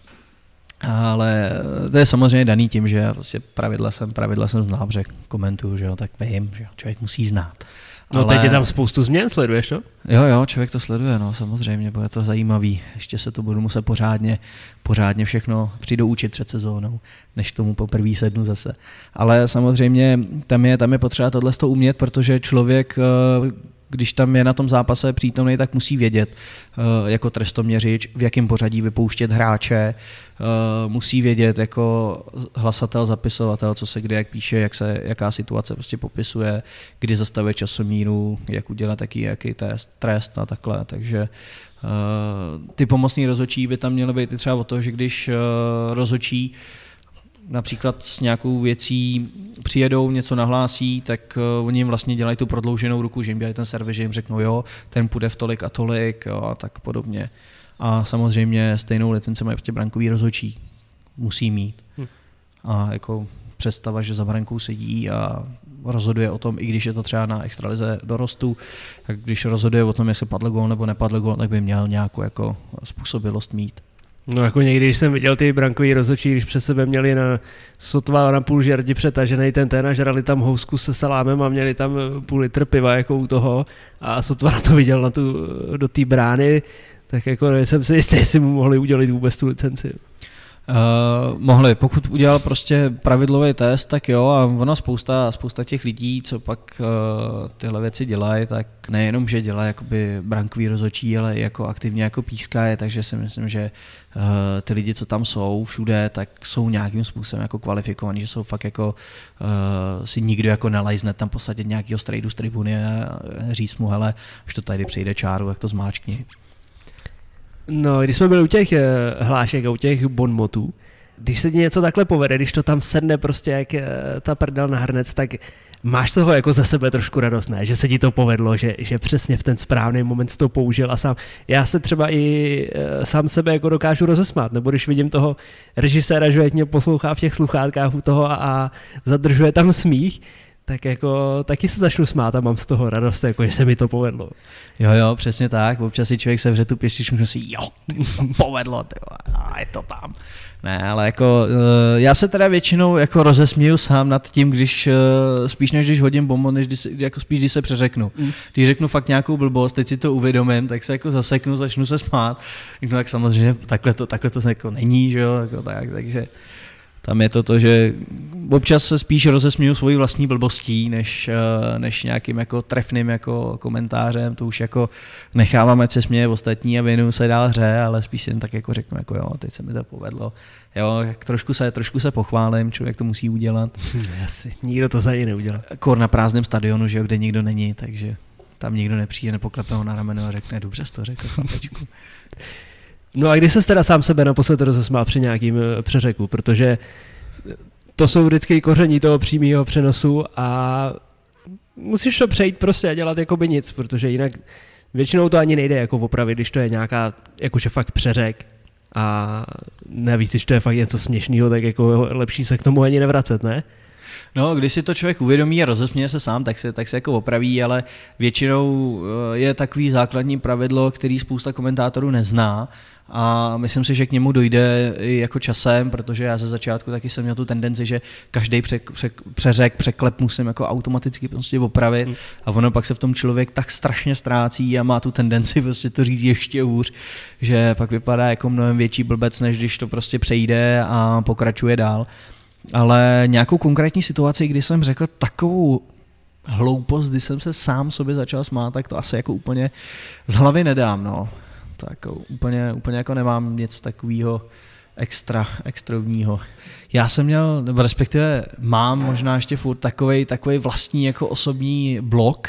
ale to je samozřejmě daný tím, že vlastně pravidla jsem, pravidla jsem znal, že komentuju, že jo, tak vím, že člověk musí znát. No ale... teď je tam spoustu změn, sleduješ to? Jo, jo, člověk to sleduje, no samozřejmě, bude to zajímavý. Ještě se to budu muset pořádně, pořádně všechno přidoučit před sezónou, než k tomu poprvé sednu zase. Ale samozřejmě tam je, tam je potřeba tohle z toho umět, protože člověk, když tam je na tom zápase přítomný, tak musí vědět jako trestoměřič, v jakém pořadí vypouštět hráče, musí vědět jako hlasatel, zapisovatel, co se kdy jak píše, jak se, jaká situace prostě popisuje, kdy zastavit časomíru, jak udělat jaký, jaký test, trest a takhle. Takže ty pomocní rozhodčí by tam měly být i třeba o to, že když rozhodčí například s nějakou věcí přijedou, něco nahlásí, tak uh, oni jim vlastně dělají tu prodlouženou ruku, že jim dělají ten servis, že jim řeknou jo, ten půjde v tolik a tolik, jo, a tak podobně. A samozřejmě stejnou licenci mají prostě brankový rozhodčí. Musí mít. Hm. A jako představa, že za brankou sedí a rozhoduje o tom, i když je to třeba na extralize dorostu, tak když rozhoduje o tom, jestli padl gól nebo nepadl gól, tak by měl nějakou jako způsobilost mít. No jako někdy, když jsem viděl ty brankový rozhodčí, když přes sebe měli na sotva na půl žerdi přetažený ten ten a žrali tam housku se salámem a měli tam půl litr piva jako u toho a sotva na to viděl na tu, do té brány, tak jako nejsem si jistý, jestli mu mohli udělat vůbec tu licenci. Uh, mohli, pokud udělal prostě pravidlový test, tak jo, a ono spousta, spousta těch lidí, co pak uh, tyhle věci dělají, tak nejenom, že dělají jakoby brankový rozhodčí, ale i jako aktivně jako pískají, takže si myslím, že uh, ty lidi, co tam jsou všude, tak jsou nějakým způsobem jako kvalifikovaní, že jsou fakt jako uh, si nikdo jako nelajzne tam posadit nějakýho strejdu z tribuny a říct mu, hele, až to tady přijde čáru, jak to zmáčkni. No, když jsme byli u těch hlášek a u těch bonmotů, když se ti něco takhle povede, když to tam sedne prostě jak ta prdel na hrnec, tak máš toho jako za sebe trošku radost, ne? Že se ti to povedlo, že, že přesně v ten správný moment jsi to použil a sám. Já se třeba i sám sebe jako dokážu rozesmát, nebo když vidím toho režiséra, že mě poslouchá v těch sluchátkách u toho a zadržuje tam smích, tak jako taky se začnu smát a mám z toho radost, jako že se mi to povedlo. Jo, jo, přesně tak. Občas si člověk sevře tu pěstičku a si jo, to povedlo, tyjo, a je to tam. Ne, ale jako já se teda většinou jako rozesměju sám nad tím, když spíš než když hodím bonbon, než když, jako spíš když se přeřeknu. Mm. Když řeknu fakt nějakou blbost, teď si to uvědomím, tak se jako zaseknu, začnu se smát. No tak samozřejmě takhle to, takhle to jako není, že jo, jako tak, takže tam je to to, že občas se spíš rozesměju svojí vlastní blbostí, než, než nějakým jako trefným jako komentářem, to už jako nechávám, ať se směje ostatní a věnuju se dál hře, ale spíš si jen tak jako řeknu, jako jo, teď se mi to povedlo. Jo, trošku se, trošku se pochválím, člověk to musí udělat. Asi, nikdo to za něj neudělá. Kor na prázdném stadionu, že jo, kde nikdo není, takže tam nikdo nepřijde, nepoklepe ho na rameno a řekne, dobře jsi to řekl, chlapečku. No a kdy ses teda sám sebe naposled rozesmál při nějakým přeřeku, protože to jsou vždycky koření toho přímého přenosu a musíš to přejít prostě a dělat jakoby nic, protože jinak většinou to ani nejde jako opravit, když to je nějaká jakože fakt přeřek a navíc, když to je fakt něco směšného, tak jako lepší se k tomu ani nevracet, ne? No, když si to člověk uvědomí a rozesměje se sám, tak se, tak se jako opraví, ale většinou je takový základní pravidlo, který spousta komentátorů nezná a myslím si, že k němu dojde i jako časem, protože já ze začátku taky jsem měl tu tendenci, že každý pře, pře, přeřek, překlep musím jako automaticky prostě opravit hmm. a ono pak se v tom člověk tak strašně ztrácí a má tu tendenci prostě to říct ještě hůř, že pak vypadá jako mnohem větší blbec, než když to prostě přejde a pokračuje dál. Ale nějakou konkrétní situaci, kdy jsem řekl takovou hloupost, kdy jsem se sám sobě začal smát, tak to asi jako úplně z hlavy nedám, no. Tak úplně, úplně jako nemám nic takového extra, extrovního. Já jsem měl, nebo respektive mám možná ještě furt takovej, takovej vlastní jako osobní blog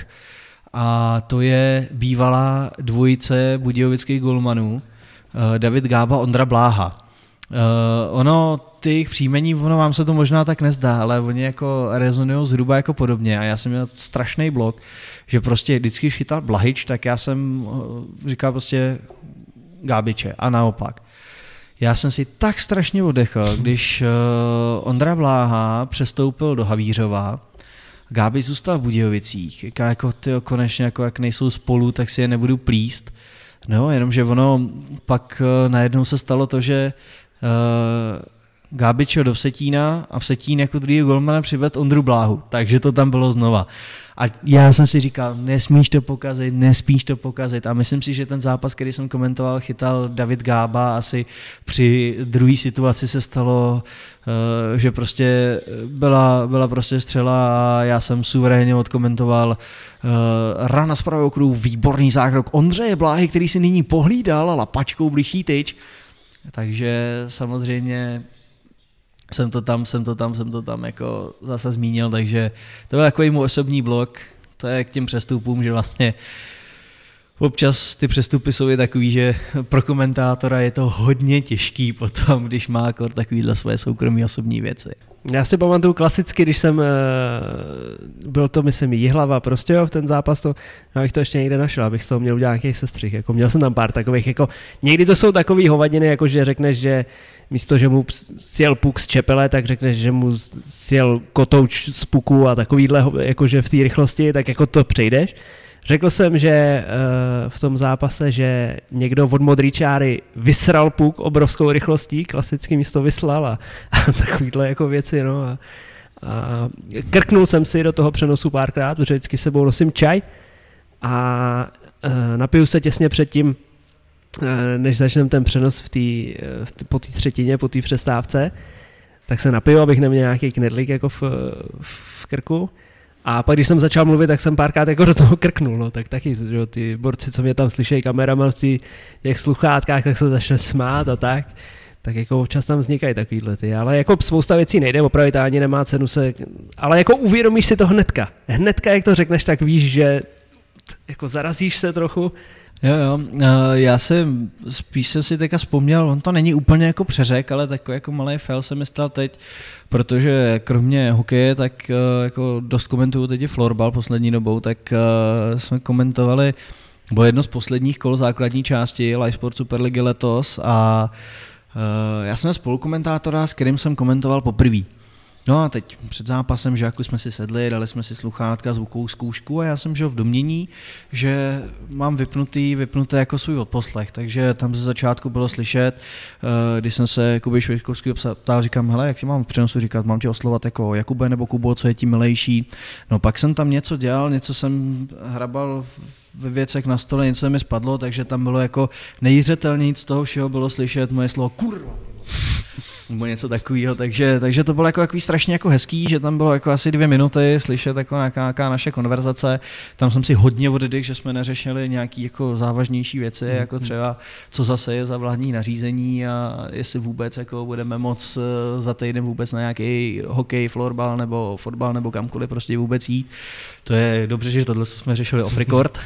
a to je bývalá dvojice budějovických golmanů David Gába, Ondra Bláha. Uh, ono, ty jejich příjmení, ono vám se to možná tak nezdá, ale oni jako rezonují zhruba jako podobně a já jsem měl strašný blok, že prostě vždycky, když chytal Blahič, tak já jsem uh, říkal prostě Gábiče a naopak. Já jsem si tak strašně oddechl, když uh, Ondra Bláha přestoupil do Havířova, Gábič zůstal v Budějovicích, jako tyjo, konečně jako jak nejsou spolu, tak si je nebudu plíst. No, jenomže ono pak uh, najednou se stalo to, že Uh, Gábič do Vsetína a Vsetín jako druhý golmana přived Ondru Bláhu, takže to tam bylo znova. A já jsem si říkal, nesmíš to pokazit, nesmíš to pokazit a myslím si, že ten zápas, který jsem komentoval, chytal David Gába, asi při druhé situaci se stalo, uh, že prostě byla, byla prostě střela a já jsem suverénně odkomentoval uh, rana z pravého kruhu, výborný zákrok Ondřeje Bláhy, který si nyní pohlídal a lapačkou blížší tyč. Takže samozřejmě jsem to tam, jsem to tam, jsem to tam jako zase zmínil, takže to byl takový můj osobní blog, to je k těm přestupům, že vlastně občas ty přestupy jsou je takový, že pro komentátora je to hodně těžký potom, když má akor takovýhle svoje soukromí osobní věci. Já si pamatuju klasicky, když jsem, byl to myslím Jihlava prostě jo, v ten zápas, to, abych to ještě někde našel, abych z toho měl udělat nějaký sestřih, jako měl jsem tam pár takových, jako někdy to jsou takový hovadiny, jako že řekneš, že místo, že mu sjel puk z čepele, tak řekneš, že mu sjel kotouč z puku a takovýhle, jakože v té rychlosti, tak jako to přejdeš. Řekl jsem, že uh, v tom zápase, že někdo od modrý čáry vysral puk obrovskou rychlostí, klasicky místo vyslal a, a takovýhle jako věci, no a, a krknul jsem si do toho přenosu párkrát, protože vždycky sebou nosím čaj a uh, napiju se těsně předtím, uh, než začneme ten přenos v tý, v tý, po té třetině, po té přestávce, tak se napiju, abych neměl nějaký knedlík jako v, v krku. A pak, když jsem začal mluvit, tak jsem párkrát jako do toho krknul, no, tak taky, že ty borci, co mě tam slyšejí, kameraman v těch sluchátkách, tak se začne smát a tak, tak jako občas tam vznikají takovýhle ty, ale jako spousta věcí nejde opravit a ani nemá cenu se, ale jako uvědomíš si to hnedka, hnedka, jak to řekneš, tak víš, že jako zarazíš se trochu. Jo, jo, já jsem spíš jsem si teďka vzpomněl, on to není úplně jako přeřek, ale takový jako malý fail se mi stal teď, protože kromě hokeje, tak jako dost komentuju teď i florbal poslední dobou, tak jsme komentovali, bylo jedno z posledních kol základní části Live Sport Superligy letos a já jsem spolukomentátora, s kterým jsem komentoval poprvé. No a teď před zápasem, že jako jsme si sedli, dali jsme si sluchátka, zvukovou zkoušku a já jsem žil v domění, že mám vypnutý, vypnuté jako svůj odposlech, takže tam ze začátku bylo slyšet, když jsem se Jakuby Švejkovského ptal, říkám, hele, jak si mám v přenosu říkat, mám tě oslovat jako Jakube nebo Kubo, co je ti milejší. No pak jsem tam něco dělal, něco jsem hrabal ve věcech na stole, něco mi spadlo, takže tam bylo jako nejzřetelněji z toho všeho bylo slyšet moje slovo kurva. Nebo něco takového, takže, takže to bylo jako takový strašně jako hezký, že tam bylo jako asi dvě minuty slyšet jako nějaká, nějaká naše konverzace, tam jsem si hodně oddych, že jsme neřešili nějaký jako závažnější věci, mm. jako třeba co zase je za vládní nařízení a jestli vůbec jako budeme moc za týden vůbec na nějaký hokej, florbal nebo fotbal nebo kamkoliv prostě vůbec jít. To je dobře, že tohle jsme řešili off record.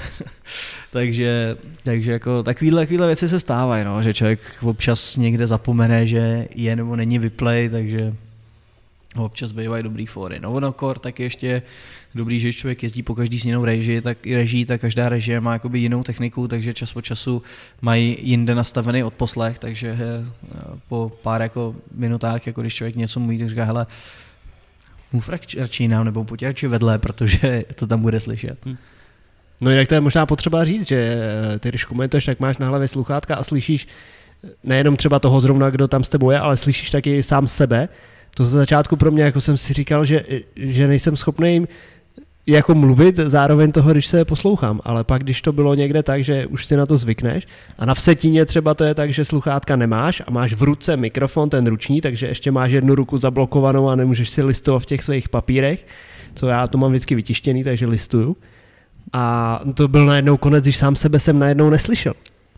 takže, takže jako takovýhle, takovýhle věci se stávají, no, že člověk občas někde zapomene, že je nebo není vyplay, takže občas bývají dobrý fóry. No ono kor, tak ještě dobrý, že člověk jezdí po každý s jinou režii, tak režii, tak každá režie má jakoby jinou techniku, takže čas po času mají jinde nastavený odposlech, takže po pár jako minutách, jako když člověk něco mluví, tak říká, hele, mluv radši jinam nebo pojď radši vedle, protože to tam bude slyšet. Hmm. No jinak to je možná potřeba říct, že ty když komentuješ, tak máš na hlavě sluchátka a slyšíš nejenom třeba toho zrovna, kdo tam s tebou je, ale slyšíš taky sám sebe. To ze začátku pro mě, jako jsem si říkal, že, že nejsem schopný jako mluvit zároveň toho, když se poslouchám, ale pak když to bylo někde tak, že už si na to zvykneš a na Vsetíně třeba to je tak, že sluchátka nemáš a máš v ruce mikrofon, ten ruční, takže ještě máš jednu ruku zablokovanou a nemůžeš si listovat v těch svých papírech, co já to mám vždycky vytištěný, takže listuju. A to byl najednou konec, když sám sebe jsem najednou neslyšel.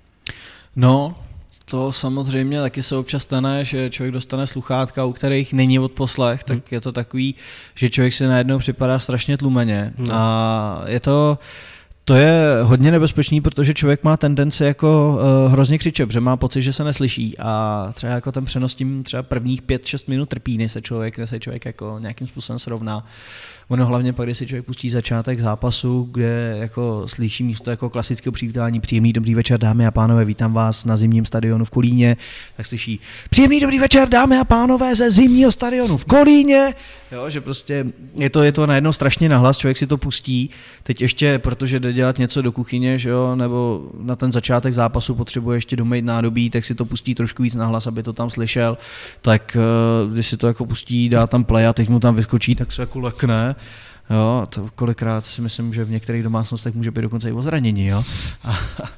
No, to samozřejmě taky se občas stane, že člověk dostane sluchátka, u kterých není odposlech, tak hmm. je to takový, že člověk si najednou připadá strašně tlumeně. Hmm. A je to, to je hodně nebezpečný, protože člověk má tendenci jako uh, hrozně křičet, protože má pocit, že se neslyší a třeba jako ten přenos tím třeba prvních pět šest minut trpí, než se člověk, než se člověk jako nějakým způsobem srovná. Ono hlavně pak, když si člověk pustí začátek zápasu, kde jako slyší místo jako klasického přivítání příjemný dobrý večer, dámy a pánové, vítám vás na zimním stadionu v Kolíně, tak slyší příjemný dobrý večer, dámy a pánové, ze zimního stadionu v Kolíně, jo, že prostě je to, je to najednou strašně nahlas, člověk si to pustí, teď ještě, protože jde dělat něco do kuchyně, že jo, nebo na ten začátek zápasu potřebuje ještě domejt nádobí, tak si to pustí trošku víc nahlas, aby to tam slyšel, tak když si to jako pustí, dá tam play a teď mu tam vyskočí, tak se jako lekne. Jo, to kolikrát si myslím, že v některých domácnostech může být dokonce i o zranění, jo. A,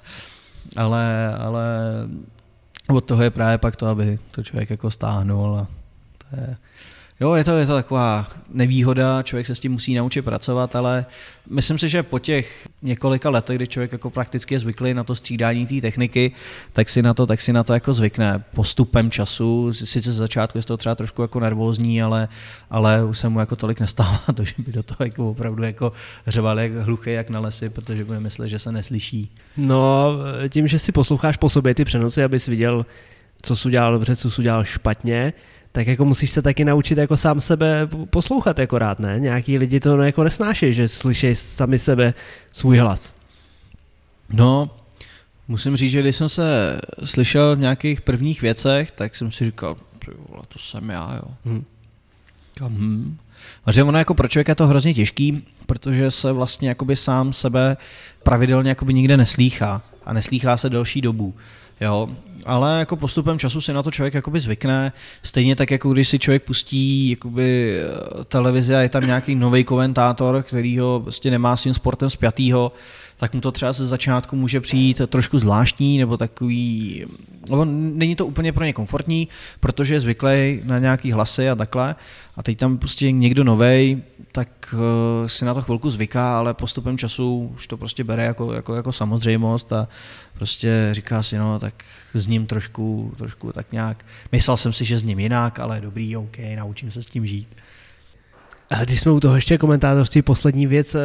ale, ale od toho je právě pak to, aby to člověk jako stáhnul a to je, jo, je to, je to taková nevýhoda, člověk se s tím musí naučit pracovat, ale myslím si, že po těch několika letech, kdy člověk jako prakticky je zvyklý na to střídání té techniky, tak si na to, tak si na to jako zvykne postupem času, sice ze začátku je to třeba trošku jako nervózní, ale, ale už se mu jako tolik nestává to, že by do toho jako opravdu jako řeval jak hluchý jak na lesy, protože bude myslet, že se neslyší. No, tím, že si posloucháš po sobě ty přenosy, abys viděl, co jsi udělal dobře, co jsi udělal špatně, tak jako musíš se taky naučit jako sám sebe poslouchat jako rád, ne? Nějaký lidi to jako nesnáší, že slyší sami sebe svůj hlas. No, musím říct, že když jsem se slyšel v nějakých prvních věcech, tak jsem si říkal, to jsem já, jo. Hmm. Hmm. Takže ono jako pro člověka je to hrozně těžký, protože se vlastně jakoby sám sebe pravidelně jakoby nikde neslýchá a neslýchá se delší dobu. Jo, ale jako postupem času si na to člověk jakoby zvykne, stejně tak jako když si člověk pustí jakoby televizi a je tam nějaký nový komentátor, který ho prostě nemá s tím sportem spjatýho, tak mu to třeba ze začátku může přijít trošku zvláštní nebo takový, no, není to úplně pro ně komfortní, protože je zvyklý na nějaký hlasy a takhle a teď tam prostě někdo novej, tak uh, si na to chvilku zvyká, ale postupem času už to prostě bere jako, jako, jako samozřejmost a prostě říká si, no tak s ním trošku, trošku tak nějak, myslel jsem si, že s ním jinak, ale dobrý, OK, naučím se s tím žít. A když jsme u toho ještě komentátorství, poslední věc, uh...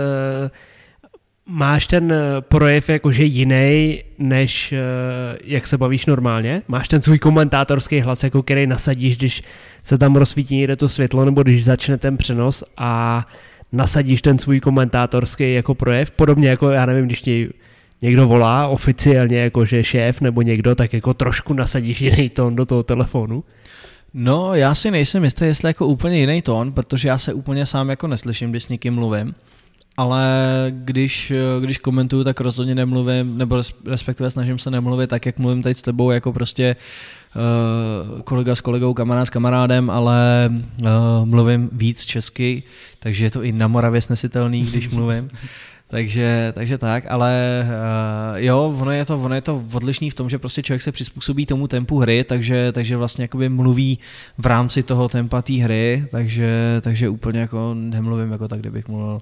máš ten projev jakože jiný, než jak se bavíš normálně? Máš ten svůj komentátorský hlas, jako který nasadíš, když se tam rozsvítí někde to světlo, nebo když začne ten přenos a nasadíš ten svůj komentátorský jako projev? Podobně jako, já nevím, když ti někdo volá oficiálně, jakože šéf nebo někdo, tak jako trošku nasadíš jiný tón do toho telefonu? No, já si nejsem jistý, jestli jako úplně jiný tón, protože já se úplně sám jako neslyším, když s někým mluvím. Ale když, když komentuju, tak rozhodně nemluvím, nebo respektive snažím se nemluvit tak, jak mluvím teď s tebou, jako prostě uh, kolega s kolegou, kamarád s kamarádem, ale uh, mluvím víc česky, takže je to i na Moravě snesitelný, když mluvím. Takže, takže tak, ale uh, jo, ono je, to, ono je to odlišný v tom, že prostě člověk se přizpůsobí tomu tempu hry, takže, takže vlastně jakoby mluví v rámci toho tempa té hry, takže, takže úplně jako nemluvím jako tak, kdybych mluvil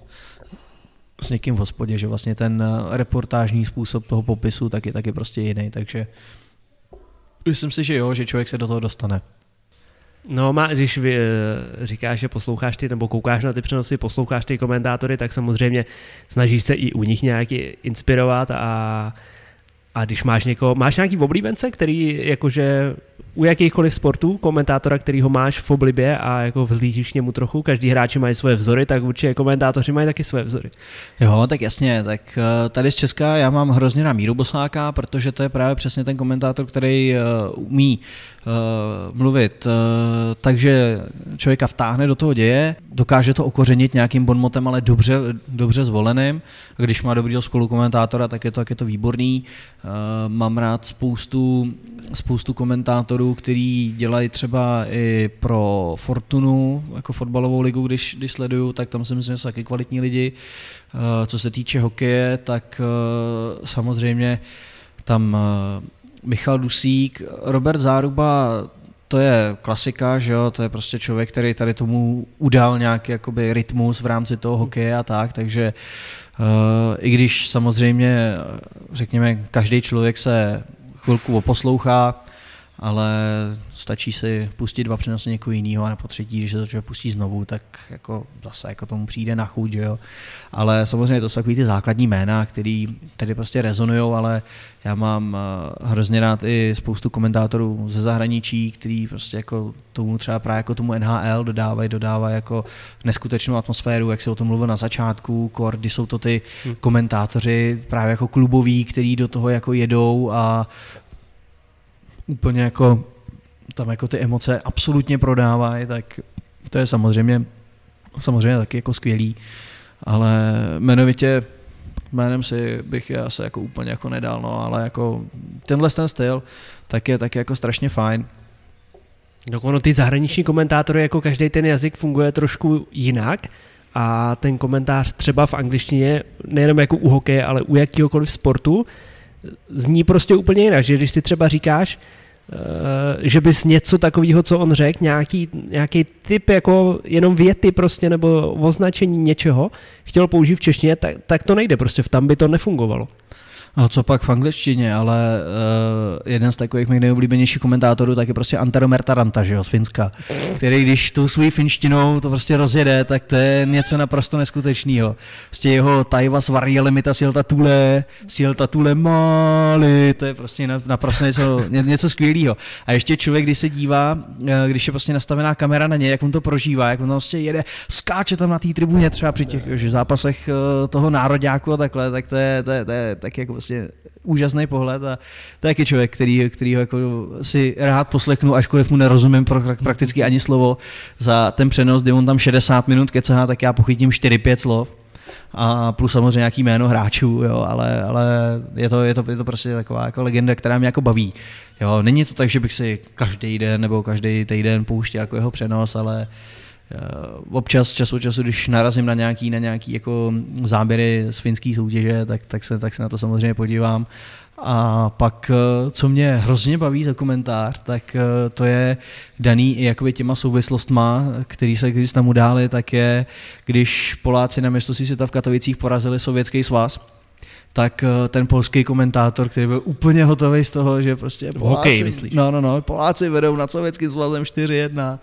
s někým v hospodě, že vlastně ten reportážní způsob toho popisu taky, taky prostě jiný, takže myslím si, že jo, že člověk se do toho dostane. No, má, když vy, říkáš, že posloucháš ty, nebo koukáš na ty přenosy, posloucháš ty komentátory, tak samozřejmě snažíš se i u nich nějak inspirovat a, a když máš někoho, máš nějaký oblíbence, který jakože u jakýchkoliv sportů, komentátora, který ho máš v oblibě a jako vzlížíš němu trochu, každý hráči mají svoje vzory, tak určitě komentátoři mají taky svoje vzory. Jo, tak jasně, tak tady z Česka já mám hrozně na Míru Bosáka, protože to je právě přesně ten komentátor, který uh, umí uh, mluvit, uh, takže člověka vtáhne do toho děje, dokáže to okořenit nějakým bonmotem, ale dobře, dobře zvoleným. A když má dobrýho spolukomentátora, tak je to, tak je to výborný. Uh, mám rád spoustu, spoustu komentátorů, který dělají třeba i pro Fortunu, jako fotbalovou ligu, když, když sleduju, tak tam si myslím, že jsou taky kvalitní lidi. Uh, co se týče hokeje, tak uh, samozřejmě tam uh, Michal Dusík, Robert Záruba, to je klasika, že jo, to je prostě člověk, který tady tomu udal nějaký jakoby rytmus v rámci toho hokeje a tak, takže uh, i když samozřejmě, řekněme, každý člověk se chvilku oposlouchá, ale stačí si pustit dva přenosy někoho jiného a po třetí, když se to člověk pustí znovu, tak jako zase jako tomu přijde na chuť, že jo. Ale samozřejmě to jsou takový ty základní jména, který tady prostě rezonujou, ale já mám hrozně rád i spoustu komentátorů ze zahraničí, který prostě jako tomu třeba právě jako tomu N H L dodávají, dodávají jako neskutečnou atmosféru, jak se o tom mluvil na začátku, kor, kdy jsou to ty komentátoři právě jako kluboví, který do toho jako jedou a úplně jako tam jako ty emoce absolutně prodávají, tak to je samozřejmě, samozřejmě taky jako skvělý, ale jmenovitě jménem si bych je asi jako úplně jako nedal, no, ale jako tenhle ten styl tak je taky jako strašně fajn. No, ono ty zahraniční komentátory, jako každý ten jazyk funguje trošku jinak a ten komentář třeba v angličtině, nejenom jako u hokeje, ale u jakýhokoliv sportu, zní prostě úplně jinak, že když si třeba říkáš, že bys něco takového, co on řekl, nějaký, nějaký typ jako jenom věty prostě nebo označení něčeho chtěl použít v češtině, tak, tak to nejde, prostě v tam by to nefungovalo. No co pak v angličtině, ale uh, jeden z takových mých nejoblíbenějších komentátorů tak je prostě Antero Mertaranta, že jo, z Finska, který když tou svou finštinou to prostě rozjede, tak to je něco naprosto neskutečného. Prostě jeho Taivas Varjele Mita Sielta Tule, Sielta Tule Mali, to je prostě naprosto něco, něco skvělého. A ještě člověk, když se dívá, když je prostě nastavená kamera na něj, jak on to prožívá, jak on prostě jede, skáče tam na té tribuně třeba při těch že zápasech toho nároďáku a takhle, tak to je, to je, to je tak jako vlastně úžasný pohled a to je taky člověk, který, který ho jako si rád poslechnu, ačkoliv mu nerozumím prakticky ani slovo. Za ten přenos, kdy on tam šedesát minut kecá, tak já pochytím čtyři pět slov a plus samozřejmě nějaký jméno hráčů, jo, ale, ale je, to, je, to, je to prostě taková jako legenda, která mě jako baví. Jo, není to tak, že bych si každý den nebo každý týden pouštěl jako jeho přenos, ale občas čas od času, když narazím na nějaký, na nějaký jako záběry z finské soutěže, tak, tak, se, tak se na to samozřejmě podívám. A pak, co mě hrozně baví za komentář, tak to je daný i jakoby těma souvislostma, který se když tam událi, tak je, když Poláci na mistrovství světa v Katovicích porazili Sovětský svaz, tak ten polský komentátor, který byl úplně hotový z toho, že prostě Poláci, hokej, myslíš? No, no, no, Poláci vedou nad Sovětským svazem čtyři jedna.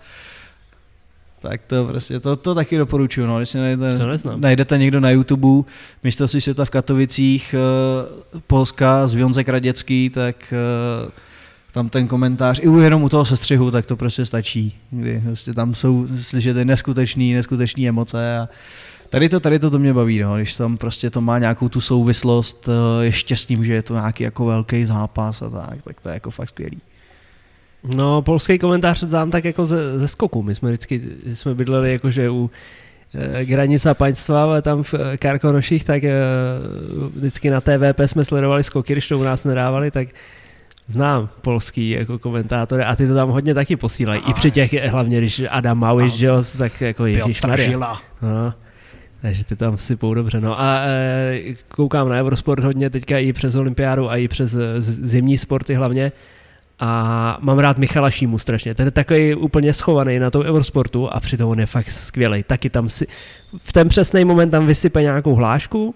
Tak to prostě, to, to taky doporučuji, no, když si najdete, najdete někdo na YouTube, mistrovství světa v Katovicích, uh, Polska, Związek Raděcký, tak uh, tam ten komentář, i jenom u toho sestřihu, tak to prostě stačí, kdy prostě tam jsou slyšet neskutečný, neskutečný emoce a tady to, tady to, to mě baví, no, když tam prostě to má nějakou tu souvislost uh, ještě s tím, že je to nějaký jako velký zápas a tak, tak to je jako fakt skvělý. No, polský komentář znám tak jako ze, ze skoku. My jsme vždycky jsme bydleli jakože u e, Granice paňstva, ale tam v e, Karkonoších, tak e, vždycky na T V P jsme sledovali skoky, když to u nás nedávali, tak znám polský jako komentátory a ty to tam hodně taky posílají. I při těch, hlavně když Adam Małysz, že jo, tak jako ježišmarja. No, takže ty tam sypou dobře. No a e, koukám na Eurosport hodně teďka i přes olympiádu a i přes zimní sporty hlavně. A mám rád Michala Šímu strašně. Ten je takový úplně schovaný na tom Eurosportu a přitom on je fakt skvělej. Taky tam si, v ten přesný moment tam vysype nějakou hlášku.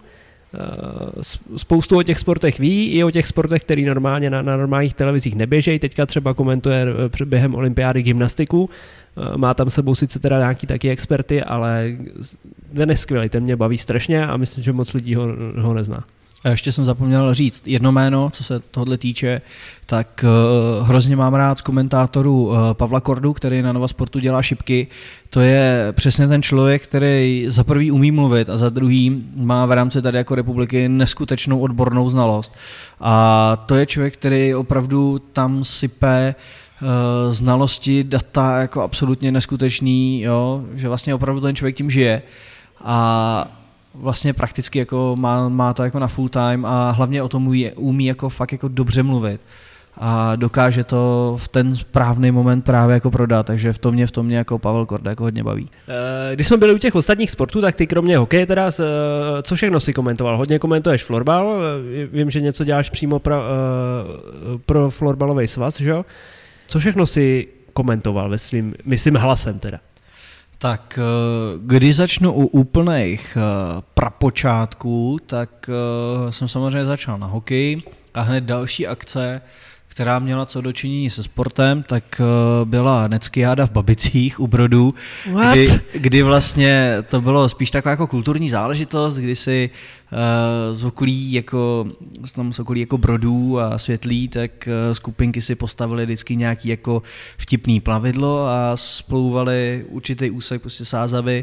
Spoustu o těch sportech ví, i o těch sportech, který normálně na, na normálních televizích neběžejí. Teďka třeba komentuje během olympiády gymnastiku. Má tam sebou sice teda nějaký taky experty, ale ten je skvělej, ten mě baví strašně a myslím, že moc lidí ho, ho nezná. A ještě jsem zapomněl říct jedno jméno, co se tohle týče, tak uh, hrozně mám rád z komentátorů uh, Pavla Kordu, který na Nova Sportu dělá šipky. To je přesně ten člověk, který za prvý umí mluvit a za druhý má v rámci tady jako republiky neskutečnou odbornou znalost. A to je člověk, který opravdu tam sype znalosti, data jako absolutně neskutečný, jo, že vlastně opravdu ten člověk tím žije a vlastně prakticky jako má, má to jako na full time a hlavně o tom umí, umí jako fakt jako dobře mluvit a dokáže to v ten správný moment právě jako prodat, takže v tom mě, v tom mě jako Pavel Korda jako hodně baví. Když jsme byli u těch ostatních sportů, tak ty kromě hokeje teda, co všechno si komentoval? Hodně komentuješ florbal, vím, že něco děláš přímo pro, pro florbalový svaz, že jo? Co všechno si komentoval ve svým, myslím hlasem teda? Tak když začnu u úplných prapočátků, tak jsem samozřejmě začal na hokej a hned další akce, která měla co dočinění se sportem, tak byla Neckiáda v Babicích u Brodu, kdy, kdy vlastně to bylo spíš taková jako kulturní záležitost, kdy si uh, z okolí jako, z okolí jako Brodů a Světlí, tak uh, skupinky si postavili vždycky nějaký jako vtipný plavidlo a splouvali určitý úsek prostě Sázavy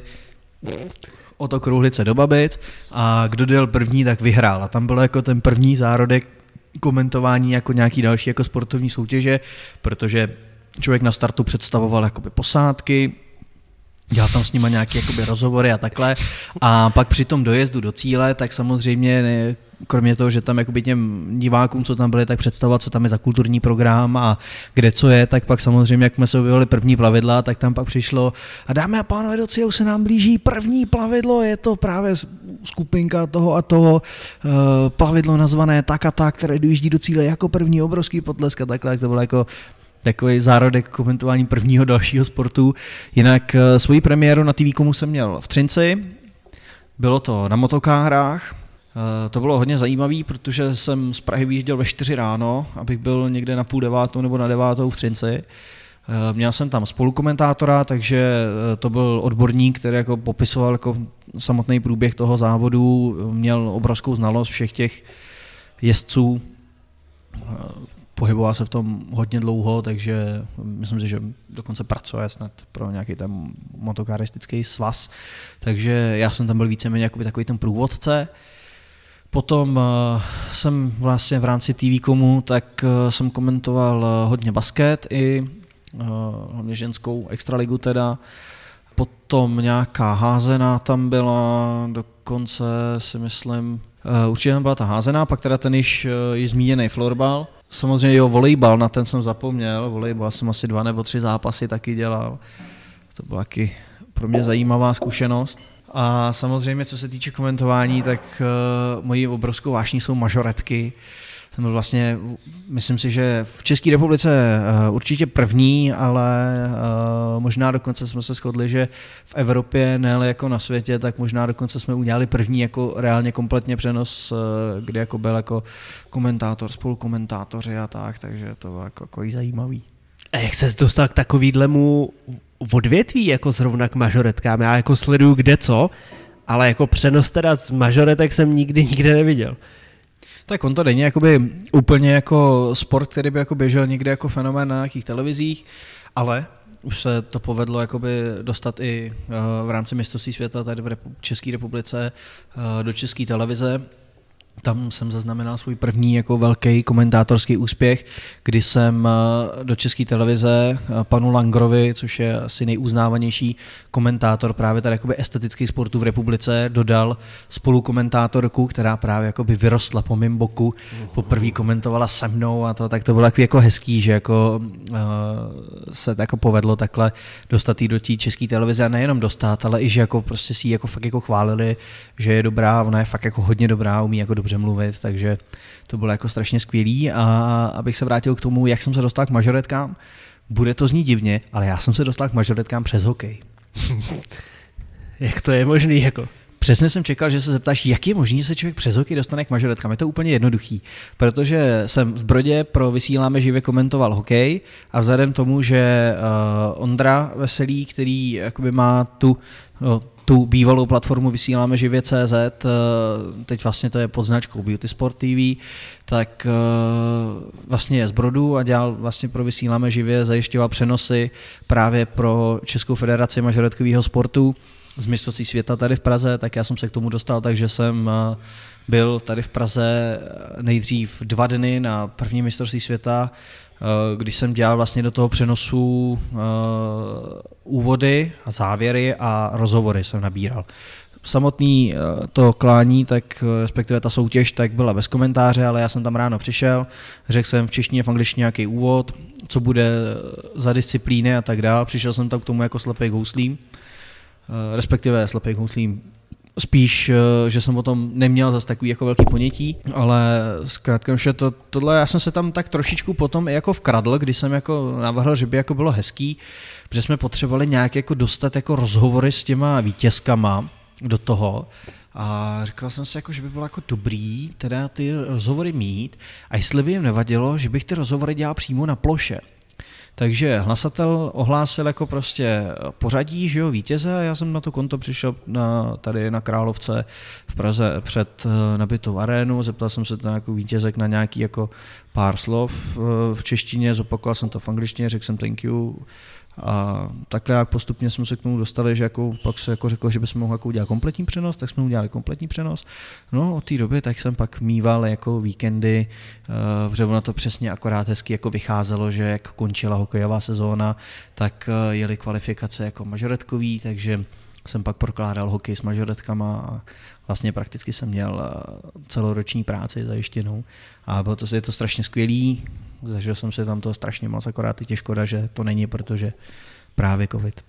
od Okrouhlice do Babic a kdo dělal první, tak vyhrál. A tam byl jako ten první zárodek komentování jako nějaký další jako sportovní soutěže, protože člověk na startu představoval jakoby posádky, dělal tam s nima nějaké jakoby rozhovory a takhle a pak při tom dojezdu do cíle, tak samozřejmě ne, kromě toho, že tam jakoby těm divákům, co tam byli, tak představovat, co tam je za kulturní program a kde co je, tak pak samozřejmě, jak jsme se objevili první plavidla, tak tam pak přišlo a dámy a pánové, do cíle se nám blíží první plavidlo, je to právě skupinka toho a toho, uh, plavidlo nazvané tak a tak, které dojíždí do cíle jako první, obrovský potlesk a takhle, jak to bylo jako takový zárodek komentování prvního dalšího sportu. Jinak uh, svoji premiéru na T V Komu jsem měl v Třinci, bylo to na motokáhrách. To bylo hodně zajímavé, protože jsem z Prahy vyjížděl ve čtyři ráno, abych byl někde na půl devátou nebo na devátou v Třinci. Měl jsem tam spolukomentátora, takže to byl odborník, který jako popisoval jako samotný průběh toho závodu, měl obrovskou znalost všech těch jezdců, pohyboval se v tom hodně dlouho, takže myslím si, že dokonce pracuje snad pro nějaký ten motokaristický svaz, takže já jsem tam byl víceméně jakoby takový ten průvodce. Potom uh, jsem vlastně v rámci T V Komu, tak uh, jsem komentoval uh, hodně basket i uh, hlavně ženskou extraligu teda. Potom nějaká házená tam byla, dokonce si myslím, uh, určitě tam byla ta házená, pak teda ten již, uh, již zmíněný florbal. Samozřejmě jo, volejbal, na ten jsem zapomněl, volejbal jsem asi dva nebo tři zápasy taky dělal. To byla taky pro mě zajímavá zkušenost. A samozřejmě, co se týče komentování, tak uh, mojí obrovskou vášní jsou mažoretky. Jsem byl vlastně, myslím si, že v České republice uh, určitě první, ale uh, možná dokonce jsme se shodli, že v Evropě, ne ale jako na světě, tak možná dokonce jsme udělali první jako reálně kompletně přenos, uh, kde jako byl jako komentátor, spolukomentátoři a tak, takže to bylo jako, jako zajímavý. A jak ses dostal k takovýhlemu odvětví, jako zrovna k mažoretkám? Já jako sleduju kde co, ale jako přenos teda z mažoretek jsem nikdy nikde neviděl. Tak on to není jakoby úplně jako sport, který by jako běžel někde jako fenomén na nějakých televizích, ale už se to povedlo jakoby dostat i v rámci mistrovství světa tady v České republice do České televize. Tam jsem zaznamenal svůj první jako velký komentátorský úspěch, kdy jsem do České televize panu Langrovi, což je asi nejuznávanější komentátor právě tady jakoby estetických sportů v republice, dodal spolukomentátorku, která právě jakoby vyrostla po mém boku, poprvé komentovala se mnou a to, tak to bylo takový jako hezký, že jako uh, se jako povedlo takhle dostat jí do té České televize a nejenom dostat, ale i že jako prostě si ji jako fakt jako chválili, že je dobrá, ona je fakt jako hodně dobrá, umí jako dobře mluvit, takže to bylo jako strašně skvělý. A abych se vrátil k tomu, jak jsem se dostal k mažoretkám, bude to znít divně, ale já jsem se dostal k mažoretkám přes hokej. Jak to je možný jako? Přesně jsem čekal, že se zeptáš, jak je možný, že se člověk přes hokej dostane k mažoretkám. Je to úplně jednoduchý, protože jsem v Brodě pro Vysíláme živě komentoval hokej a vzhledem tomu, že uh, Ondra Veselý, který jakoby má tu no, tu bývalou platformu Vysíláme živě tečka cé zet, teď vlastně to je pod značkou Beauty Sport T V, tak vlastně je z Brodu a dělal vlastně pro Vysíláme živě, zajišťoval přenosy právě pro Českou federaci mažoretkového sportu z mistrovství světa tady v Praze, tak já jsem se k tomu dostal, takže jsem byl tady v Praze nejdřív dva dny na první mistrovství světa, když jsem dělal vlastně do toho přenosu úvody a závěry a rozhovory jsem nabíral. Samotný to klání, tak respektive ta soutěž, tak byla bez komentáře, ale já jsem tam ráno přišel, řekl jsem v češtině, v angličtině nějaký úvod, co bude za disciplíny a tak dál. Přišel jsem tam k tomu jako slepej houslím, respektive slepej houslím spíš, že jsem o tom neměl zase takový jako velký ponětí, ale zkrátka, že to, tohle já jsem se tam tak trošičku potom i jako vkradl, když jsem jako navrhl, že by jako bylo hezký, protože jsme potřebovali nějak jako dostat jako rozhovory s těma vítězkama do toho a říkal jsem si, jako, že by bylo jako dobrý teda ty rozhovory mít a jestli by jim nevadilo, že bych ty rozhovory dělal přímo na ploše. Takže hlasatel ohlásil jako prostě pořadí, že jo, vítěze a já jsem na to konto přišel na, tady na Královce v Praze před nabitou arénu, zeptal jsem se na jako vítězek na nějaký jako pár slov v češtině, zopakoval jsem to v angličtině, řekl jsem thank you a takhle jak postupně jsme se k tomu dostali, že jako pak se jako řekl, že bychom mohli jako udělat kompletní přenos, tak jsme udělali kompletní přenos. No od té doby tak jsem pak mýval jako víkendy, protože ono to přesně akorát hezky jako vycházelo, že jak končila hokejová sezóna, tak jeli kvalifikace jako mažoretkový, takže jsem pak prokládal hokej s mažoretkama a vlastně prakticky jsem měl celoroční práci zajištěnou a bylo to, je to strašně skvělý, zažil jsem se tam toho strašně moc, akorát je škoda, že to není, protože právě covid.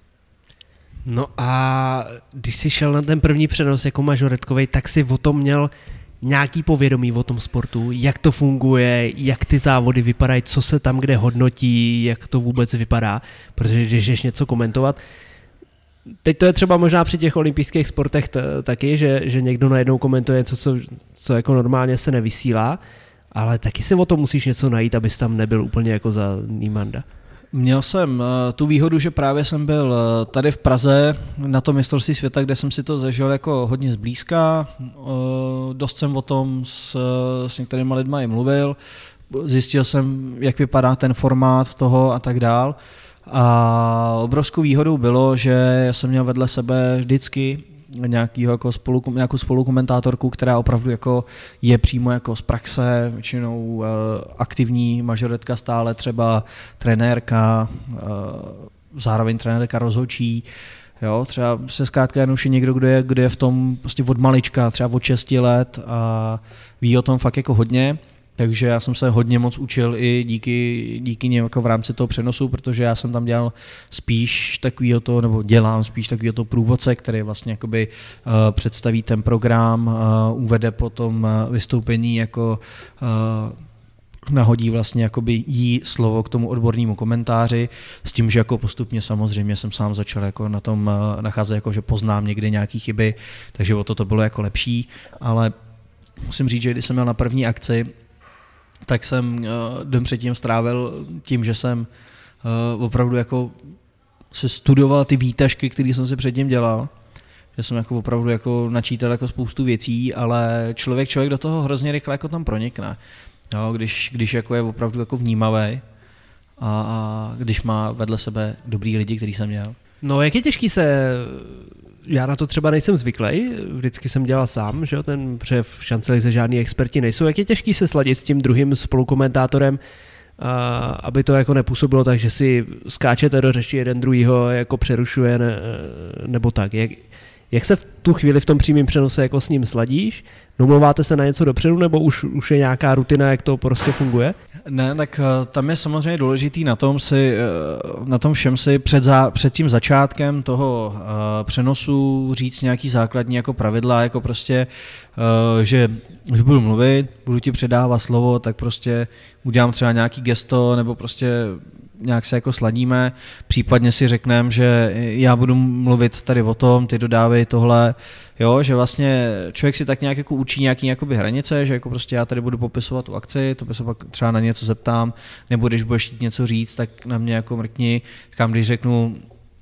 No a když jsi šel na ten první přenos jako mažoretkovej, tak jsi o tom měl nějaký povědomí o tom sportu, jak to funguje, jak ty závody vypadají, co se tam kde hodnotí, jak to vůbec vypadá, protože když jdeš něco komentovat, teď to je třeba možná při těch olympijských sportech t- taky, že, že někdo najednou komentuje něco, co, co jako normálně se nevysílá, ale taky si o tom musíš něco najít, abys tam nebyl úplně jako za Nímanda. Měl jsem uh, tu výhodu, že právě jsem byl uh, tady v Praze na tom mistrovství světa, kde jsem si to zažil jako hodně zblízka. Uh, dost jsem o tom s, s některými lidmi mluvil, zjistil jsem, jak vypadá ten formát toho a tak dál. A obrovskou výhodou bylo, že jsem měl vedle sebe vždycky nějakýho jako spolu, nějakou spolukomentátorku, která opravdu jako je přímo jako z praxe, většinou uh, aktivní mažoretka stále, třeba trenérka, uh, zároveň trenérka rozhodčí, jo, třeba se zkrátka jenom je někdo, kdo je, kdo je v tom prostě od malička, třeba od šesti let a ví o tom fakt jako hodně. Takže já jsem se hodně moc učil i díky, díky něm jako v rámci toho přenosu, protože já jsem tam dělal spíš takovýho to, nebo dělám spíš takovýho to průvodce, který vlastně jakoby uh, představí ten program, uh, uvede potom uh, vystoupení jako uh, nahodí vlastně jakoby jí slovo k tomu odbornímu komentáři, s tím, že jako postupně samozřejmě jsem sám začal jako na tom uh, nacházet, jako že poznám někdy nějaký chyby, takže o to to bylo jako lepší, ale musím říct, že když jsem měl na první akci, tak jsem uh, den předtím strávil tím, že jsem uh, opravdu jako se studoval ty výtažky, které jsem si předtím dělal, že jsem jako opravdu jako načítal jako spoustu věcí, ale člověk člověk do toho hrozně rychle jako tam pronikne, jo, když, když jako je opravdu jako vnímavý a, a když má vedle sebe dobrý lidi, který jsem měl. No jak je těžký se, já na to třeba nejsem zvyklý, vždycky jsem dělal sám, že jo, ten, protože v šancelize žádní experti nejsou, jak je těžký se sladit s tím druhým spolukomentátorem, a aby to jako nepůsobilo tak, že si skáčete do řeči jeden druhýho, jako přerušuje ne, nebo tak. Jak, jak se v tu chvíli v tom přímém přenose jako s ním sladíš? Domluváte se na něco dopředu, nebo už, už je nějaká rutina, jak to prostě funguje? Ne, tak tam je samozřejmě důležitý na tom, si, na tom všem si před, za, před tím začátkem toho uh, přenosu říct nějaký základní jako pravidla, jako prostě, uh, že když budu mluvit, budu ti předávat slovo, tak prostě udělám třeba nějaký gesto, nebo prostě nějak se jako sladíme, případně si řekneme, že já budu mluvit tady o tom, ty dodávej tohle, jo, že vlastně člověk si tak nějak jako učí nějaký jakoby hranice, že jako prostě já tady budu popisovat tu akci, to by se pak třeba na něco zeptám, nebo když budeš chtít něco říct, tak na mě jako mrkni, říkám, když řeknu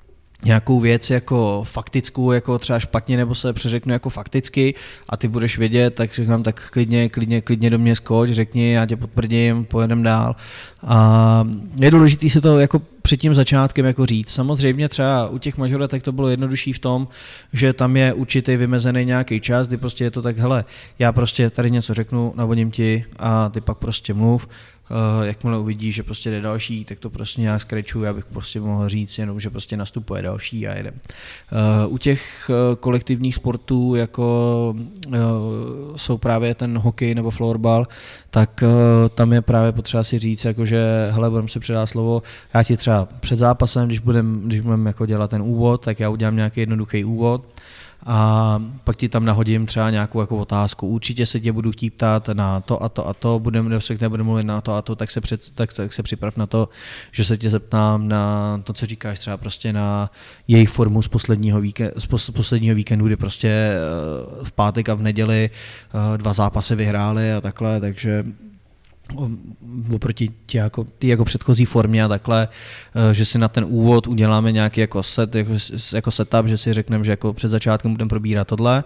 nějakou věc jako faktickou, jako třeba špatně, nebo se přeřeknu jako fakticky a ty budeš vědět, tak říkám, tak klidně, klidně, klidně do mě skoč, řekni, já tě potvrdím, pojedem dál. A je důležité si to jako před tím začátkem jako říct. Samozřejmě třeba u těch majoretek to bylo jednodušší v tom, že tam je určitý vymezený nějaký čas, kdy prostě je to tak, hele, já prostě tady něco řeknu, navodím ti a ty pak prostě mluv. Uh, jakmile uvidí, že prostě jde další, tak to prostě nějak skrečuju, abych prostě mohl říct jenom, že prostě nastupuje další a jedem. Uh, u těch uh, kolektivních sportů, jako uh, jsou právě ten hokej nebo florbal, tak uh, tam je právě potřeba si říct, jako že hele, budeme si předat slovo, já ti třeba před zápasem, když budeme když budem jako dělat ten úvod, tak já udělám nějaký jednoduchý úvod, a pak ti tam nahodím třeba nějakou jako otázku. Určitě se tě budu chtít ptát na to a to a to, budeme budem mluvit na to a to, tak se, před, tak, tak se připrav na to, že se tě zeptám na to, co říkáš, třeba prostě na jejich formu z posledního, víke, z posledního víkendu, kdy prostě v pátek a v neděli dva zápasy vyhráli a takhle, takže oproti tě jako, ty jako předchozí formě a takhle, že si na ten úvod uděláme nějaký jako set, jako, jako setup, že si řekneme, že jako před začátkem budeme probírat tohle.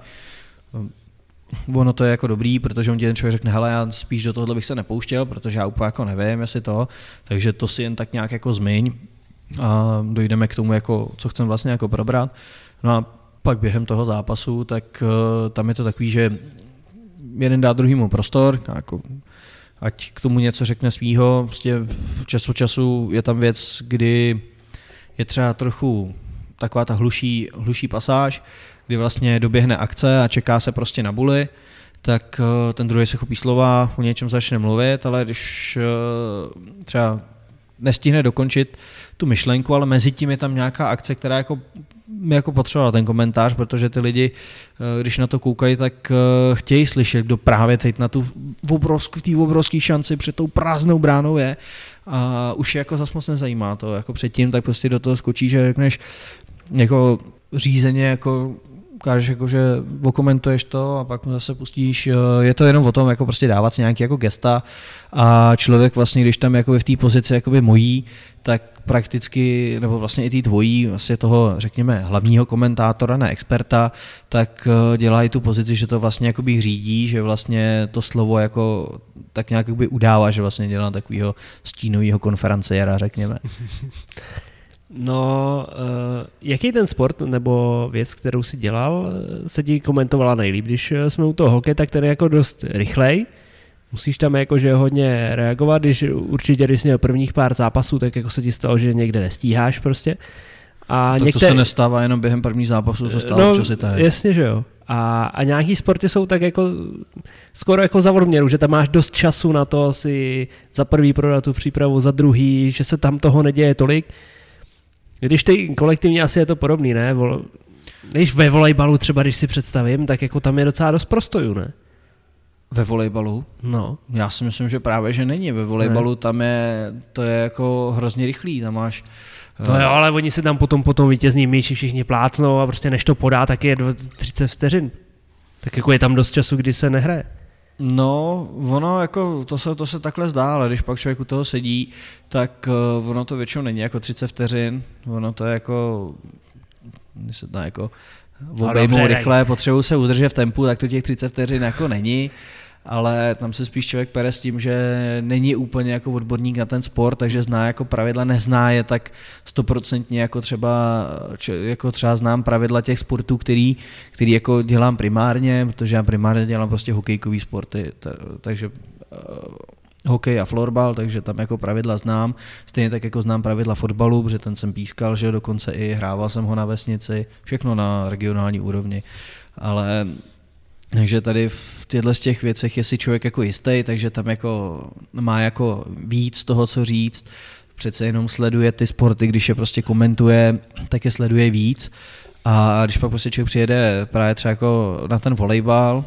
Ono to je jako dobrý, protože on ti ten člověk řekne, hele, já spíš do tohohle bych se nepouštěl, protože já úplně jako nevím, jestli to, takže to si jen tak nějak jako zmiň a dojdeme k tomu, jako, co chcem vlastně jako probrat. No a pak během toho zápasu, tak tam je to takový, že jeden dá druhýmu prostor, jako ať k tomu něco řekne svýho, prostě čas od času je tam věc, kdy je třeba trochu taková ta hluší, hluší pasáž, kdy vlastně doběhne akce a čeká se prostě na buli, tak ten druhý se chopí slova, o něčem začne mluvit, ale když třeba nestihne dokončit tu myšlenku, ale mezi tím je tam nějaká akce, která jako mi jako potřebovala ten komentář, protože ty lidi, když na to koukají, tak chtějí slyšet, kdo právě teď na tu obrovskou, té obrovské šanci před tou prázdnou bránou je a už je jako zas moc nezajímá to, jako předtím, tak prostě do toho skočí, že řekneš jako řízeně, jako ukážeš, jako, že okomentuješ to a pak mu zase pustíš, je to jenom o tom, jako prostě dávat si nějaký jako gesta a člověk vlastně, když tam jako v té pozici jakoby mojí, tak prakticky, nebo vlastně i tý tvojí, vlastně toho, řekněme, hlavního komentátora, ne experta, tak dělají tu pozici, že to vlastně jakoby řídí, že vlastně to slovo jako tak nějak jakoby udává, že vlastně dělá takovýho stínovýho konferenciéra, řekněme. No, uh, jaký ten sport nebo věc, kterou si dělal, se ti komentovala nejlíp? Když jsme u toho hokeje, tak ten je jako dost rychlej, musíš tam jakože hodně reagovat, když určitě, když jsi měl prvních pár zápasů, tak jako se ti stalo, že někde nestíháš prostě. A tak některé... to se nestává jenom během prvních zápasů, to se stává no, občas i tak. Jasně, že jo. A, a nějaký sporty jsou tak jako skoro jako za odměru, že tam máš dost času na to si za prvý prodat tu přípravu, za druhý, že se tam toho neděje tolik. Když ty kolektivně asi je to podobný, ne? Když ve volejbalu třeba, když si představím, tak jako tam je docela dost prostojů, ne? Ve volejbalu? No. Já si myslím, že právě, že není. Ve volejbalu ne. Tam je, to je jako hrozně rychlý, tam máš... No jo, ale oni se tam potom potom vítězní míči všichni plácnou a prostě než to podá, tak je třicet vteřin. Tak jako je tam dost času, kdy se nehraje. No, ono jako, to se, to se takhle zdá, ale když pak člověk u toho sedí, tak uh, ono to většinou není jako třicet vteřin, ono to je jako, když se dá jako obejmou rychle, potřebují se udržet v tempu, tak to těch třicet vteřin jako není, ale tam se spíš člověk pere s tím, že není úplně jako odborník na ten sport, takže zná jako pravidla, nezná je tak stoprocentně jako třeba, jako třeba znám pravidla těch sportů, který, který jako dělám primárně, protože já primárně dělám prostě hokejkový sporty, takže uh, hokej a florbal, takže tam jako pravidla znám, stejně tak jako znám pravidla fotbalu, protože ten jsem pískal, že dokonce i hrával jsem ho na vesnici, všechno na regionální úrovni, ale takže tady v těchto z těch věcech je si člověk jako jistý, takže tam jako má jako víc toho, co říct. Přece jenom sleduje ty sporty, když je prostě komentuje, tak je sleduje víc. A když pak prostě člověk přijede právě třeba jako na ten volejbal,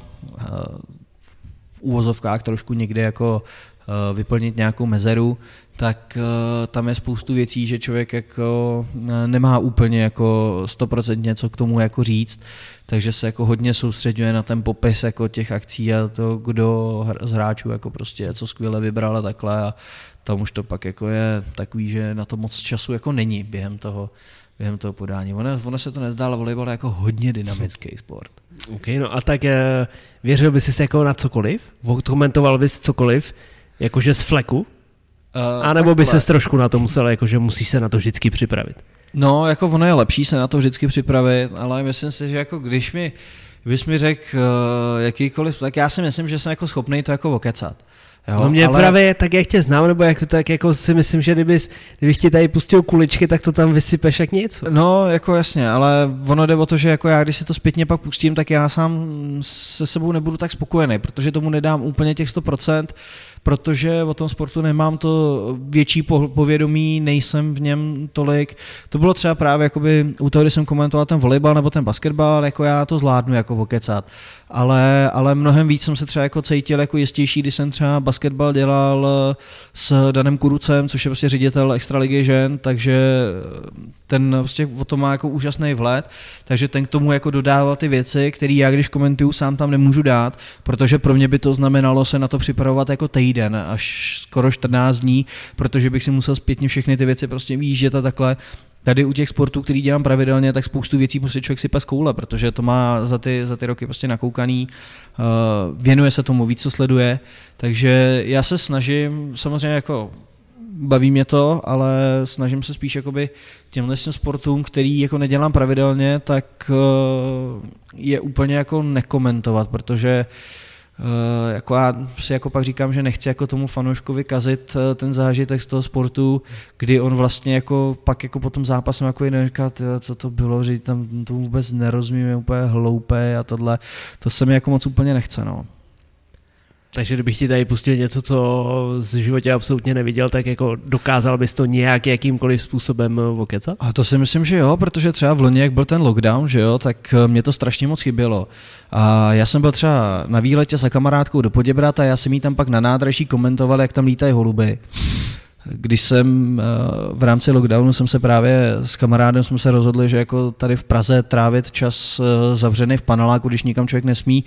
v úvozovkách trošku někde jako vyplnit nějakou mezeru, tak tam je spoustu věcí, že člověk jako nemá úplně jako stoprocentně co k tomu jako říct, takže se jako hodně soustředuje na ten popis jako těch akcí a to, kdo z hráčů jako prostě co skvěle vybral a takhle a tam už to pak jako je takový, že na to moc času jako není během toho, během toho podání. Ono, ono se to nezdá, ale volejbal je jako hodně dynamický sport. OK, no a tak eh, věřil bys si jako na cokoliv? Komentoval bys cokoliv, jakože z fleku? Uh, a nebo by ses trošku na to musel, jakože musíš se na to vždycky připravit? No, jako ono je lepší se na to vždycky připravit, ale myslím si, že jako když mi, kdybys mi řekl uh, jakýkoliv, tak já si myslím, že jsem jako schopný to jako okecat. Jo, no mě ale... právě tak, jak tě znám, nebo jak, tak jako si myslím, že kdybys, kdybych ti tady pustil kuličky, tak to tam vysypeš jak nic. No, jako jasně, ale ono jde o to, že jako já, když si to zpětně pak pustím, tak já sám se sebou nebudu tak spokojený, protože tomu nedám úplně těch sto procent, protože o tom sportu nemám to větší povědomí, nejsem v něm tolik. To bylo třeba právě jakoby u toho, kdy jsem komentoval ten volejbal nebo ten basketbal, jako já to zvládnu jako okecat. Ale, ale mnohem víc jsem se třeba jako cítil jako jistější, když jsem třeba basketbal dělal s Danem Kurucem, což je prostě ředitel extraligy žen, takže ten prostě o tom má jako úžasný vhled, takže ten k tomu jako dodával ty věci, které já když komentuju sám tam nemůžu dát, protože pro mě by to znamenalo se na to připravovat jako týden až skoro čtrnáct dní, protože bych si musel zpětně všechny ty věci prostě výjíždět a takhle. Tady u těch sportů, který dělám pravidelně, tak spoustu věcí prostě člověk sype z koule, protože to má za ty, za ty roky prostě nakoukaný, uh, věnuje se tomu, víc co sleduje, takže já se snažím, samozřejmě jako baví mě to, ale snažím se spíš jakoby těmhle sportům, který jako nedělám pravidelně, tak uh, je úplně jako nekomentovat, protože Uh, jako já si jako pak říkám, že nechci jako tomu fanouškovi kazit uh, ten zážitek z toho sportu, kdy on vlastně jako pak jako po tom zápasem jako jiný říká, co to bylo, že tam to vůbec nerozumím, je úplně hloupé a tohle, to se mi jako moc úplně nechce, no. Takže kdybych ti tady pustil něco, co z životě absolutně neviděl, tak jako dokázal bys to nějak jakýmkoliv způsobem okecat? A to si myslím, že jo, protože třeba v loni, jak byl ten lockdown, že jo, tak mě to strašně moc chybělo. A já jsem byl třeba na výletě za kamarádkou do Poděbrad a já jsem jí tam pak na nádraží komentoval, jak tam lítají holuby. Když jsem v rámci lockdownu jsem se právě s kamarádem jsme se rozhodli, že jako tady v Praze trávit čas zavřený v paneláku, když nikam člověk nesmí,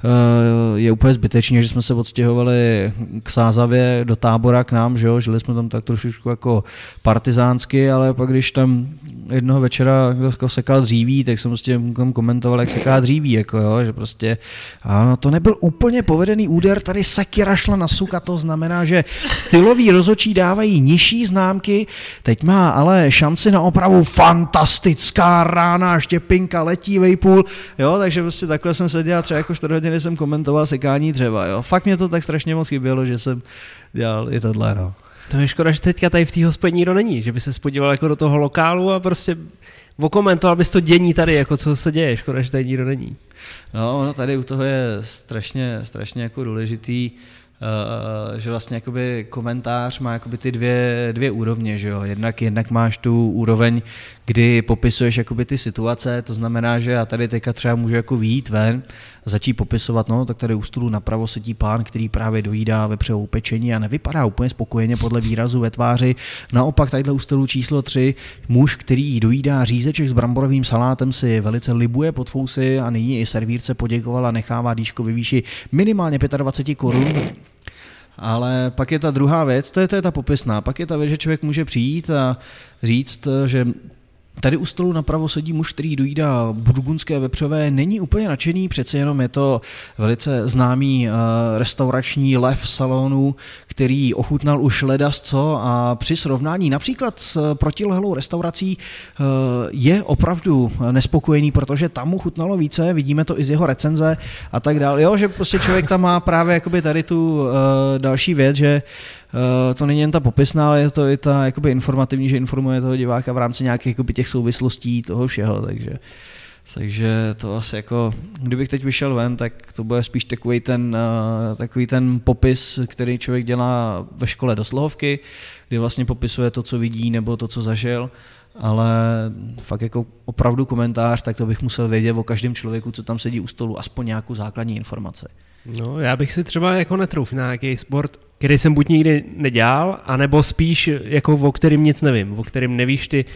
je úplně zbytečný, že jsme se odstěhovali k Sázavě do Tábora k nám, že jo, žili jsme tam tak trošičku jako partizánsky, ale pak když tam jednoho večera kdo sekal dříví, tak jsem prostě komentoval, jak seká dříví, jako jo, že prostě ano, to nebyl úplně povedený úder, tady sekira šla na suk a to znamená, že stylový rozhodčí dávají nižší známky, teď má ale šanci na opravu fantastická rána, štěpinka, letí vejpůl, jo, takže prostě takhle jsem seděl třeba jako čtyři hodiny jsem komentoval sekání dřeva, jo, fakt mě to tak strašně moc chybělo, že jsem dělal i tohle, no. To je škoda, že teďka tady v té hospodě nikdo není, že by se spodíval jako do toho lokálu a prostě okomentoval bys to dění tady, jako co se děje, škoda, že tady nikdo není. No, ono tady u toho je strašně, strašně jako důležitý, Uh, že vlastně jakoby komentář má jakoby ty dvě, dvě úrovně, že jo, jednak, jednak máš tu úroveň, kdy popisuješ jakoby ty situace, to znamená, že já tady teďka třeba můžu jako vyjít ven a začít popisovat, no, tak tady u stolu napravo sedí pán, který právě dojídá vepřovou pečení a nevypadá úplně spokojeně podle výrazu ve tváři, naopak tadyhle u stolu číslo tři, muž, který dojídá řízeček s bramborovým salátem, si velice libuje pod fousy a nyní i servírce poděkoval a nechává dýško ve výši minimálně dvacet pět korun. Ale pak je ta druhá věc, to je, to je ta popisná, pak je ta věc, že člověk může přijít a říct, že tady u stolu napravo sedí muž, který dojídá burgundské vepřové, není úplně nadšený, přece jenom je to velice známý uh, restaurační lev salonu, který ochutnal už ledasco a při srovnání například s protilehlou restaurací uh, je opravdu nespokojený, protože tam mu chutnalo více, vidíme to i z jeho recenze a tak dále. Jo, že prostě člověk tam má právě jakoby tady tu uh, další věc, že Uh, to není jen ta popisná, ale je to i ta jakoby informativní, že informuje toho diváka v rámci nějakých jakoby těch souvislostí toho všeho, takže, takže to asi jako, kdybych teď vyšel ven, tak to bude spíš takový ten, uh, takový ten popis, který člověk dělá ve škole do slohovky, kdy vlastně popisuje to, co vidí nebo to, co zažil, ale fakt jako opravdu komentář, tak to bych musel vědět o každém člověku, co tam sedí u stolu, aspoň nějakou základní informaci. No, já bych si třeba jako netrouf na nějaký sport, který jsem buď nikdy nedělal, anebo spíš jako o kterým nic nevím, o kterým nevíš ty